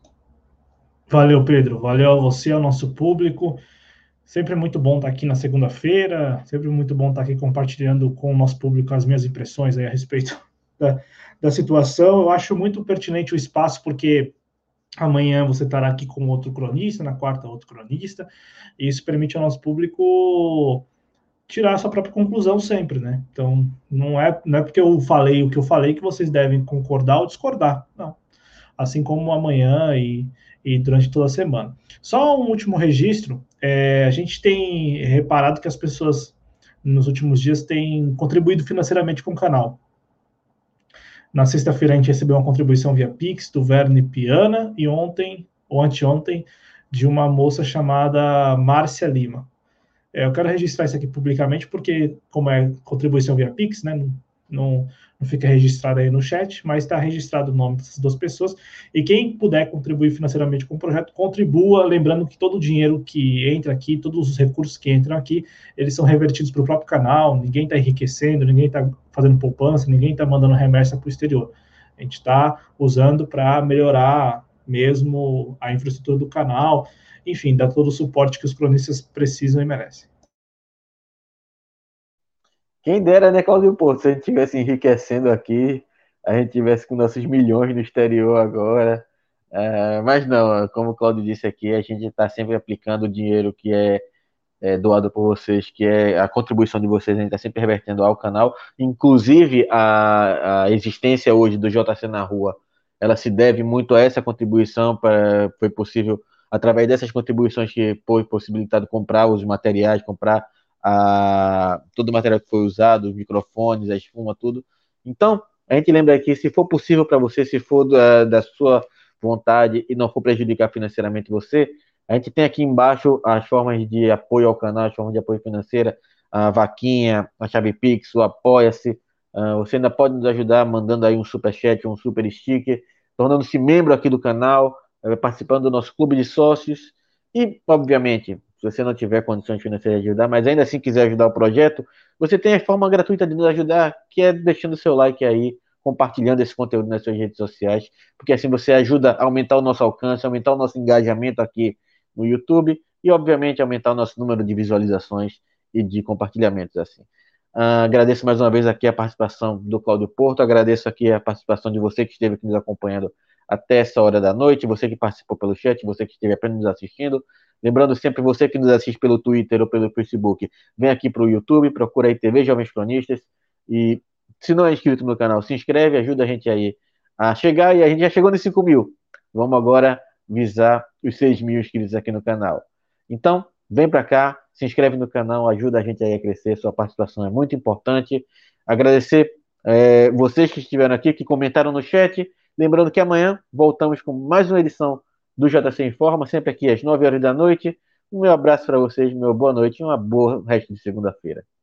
Speaker 2: Valeu, Pedro. Valeu a você, ao nosso público. Sempre é muito bom estar aqui na segunda-feira, sempre muito bom estar aqui compartilhando com o nosso público as minhas impressões aí a respeito da situação. Eu acho muito pertinente o espaço, porque amanhã você estará aqui com outro cronista, na quarta outro cronista, e isso permite ao nosso público tirar a sua própria conclusão sempre, né? Então, não é porque eu falei o que eu falei que vocês devem concordar ou discordar, não. Assim como amanhã e durante toda a semana. Só um último registro, a gente tem reparado que as pessoas nos últimos dias têm contribuído financeiramente com o canal. Na sexta-feira a gente recebeu uma contribuição via Pix do Verne Piana e ontem, ou anteontem, de uma moça chamada Márcia Lima. Eu quero registrar isso aqui publicamente porque, como é contribuição via Pix, né, não fica registrado aí no chat, mas está registrado o nome dessas 2 pessoas. E quem puder contribuir financeiramente com o projeto, contribua, lembrando que todo o dinheiro que entra aqui, todos os recursos que entram aqui, eles são revertidos para o próprio canal, ninguém está enriquecendo, ninguém está fazendo poupança, ninguém está mandando remessa para o exterior. A gente está usando para melhorar mesmo a infraestrutura do canal, enfim, dar todo o suporte que os cronistas precisam e merecem.
Speaker 1: Quem dera, né, Claudio Porto, se a gente estivesse enriquecendo aqui, a gente tivesse com nossos milhões no exterior agora. Mas não, como o Claudio disse aqui, a gente está sempre aplicando o dinheiro que é doado por vocês, que é a contribuição de vocês, a gente está sempre revertendo ao canal. Inclusive, a existência hoje do JC na Rua, ela se deve muito a essa contribuição. Foi possível, através dessas contribuições, que foi possibilitado comprar os materiais, comprar todo o material que foi usado, os microfones, a espuma, tudo. Então, a gente lembra aqui, se for possível para você, se for da sua vontade e não for prejudicar financeiramente você, a gente tem aqui embaixo as formas de apoio ao canal, as formas de apoio financeira, a vaquinha, a chave Pix, o Apoia-se. Você ainda pode nos ajudar mandando aí um superchat, um super sticker, tornando-se membro aqui do canal, participando do nosso clube de sócios e, obviamente, se você não tiver condições financeiras de ajudar, mas ainda assim quiser ajudar o projeto, você tem a forma gratuita de nos ajudar, que é deixando seu like aí, compartilhando esse conteúdo nas suas redes sociais, porque assim você ajuda a aumentar o nosso alcance, aumentar o nosso engajamento aqui no YouTube e, obviamente, aumentar o nosso número de visualizações e de compartilhamentos assim. Agradeço mais uma vez aqui a participação do Cláudio Porto, agradeço aqui a participação de você que esteve aqui nos acompanhando até essa hora da noite, você que participou pelo chat, você que esteve apenas nos assistindo. Lembrando sempre, você que nos assiste pelo Twitter ou pelo Facebook, vem aqui para o YouTube, procura aí TV Jovens Cronistas e, se não é inscrito no canal, se inscreve, ajuda a gente aí a chegar, e a gente já chegou nos 5 mil. Vamos agora visar os 6 mil inscritos aqui no canal. Então, vem para cá, se inscreve no canal, ajuda a gente aí a crescer, sua participação é muito importante. Agradecer vocês que estiveram aqui, que comentaram no chat. Lembrando que amanhã voltamos com mais uma edição do JC Informa, sempre aqui às 9 horas da noite. Um meu abraço para vocês, meu boa noite e uma boa resto de segunda-feira.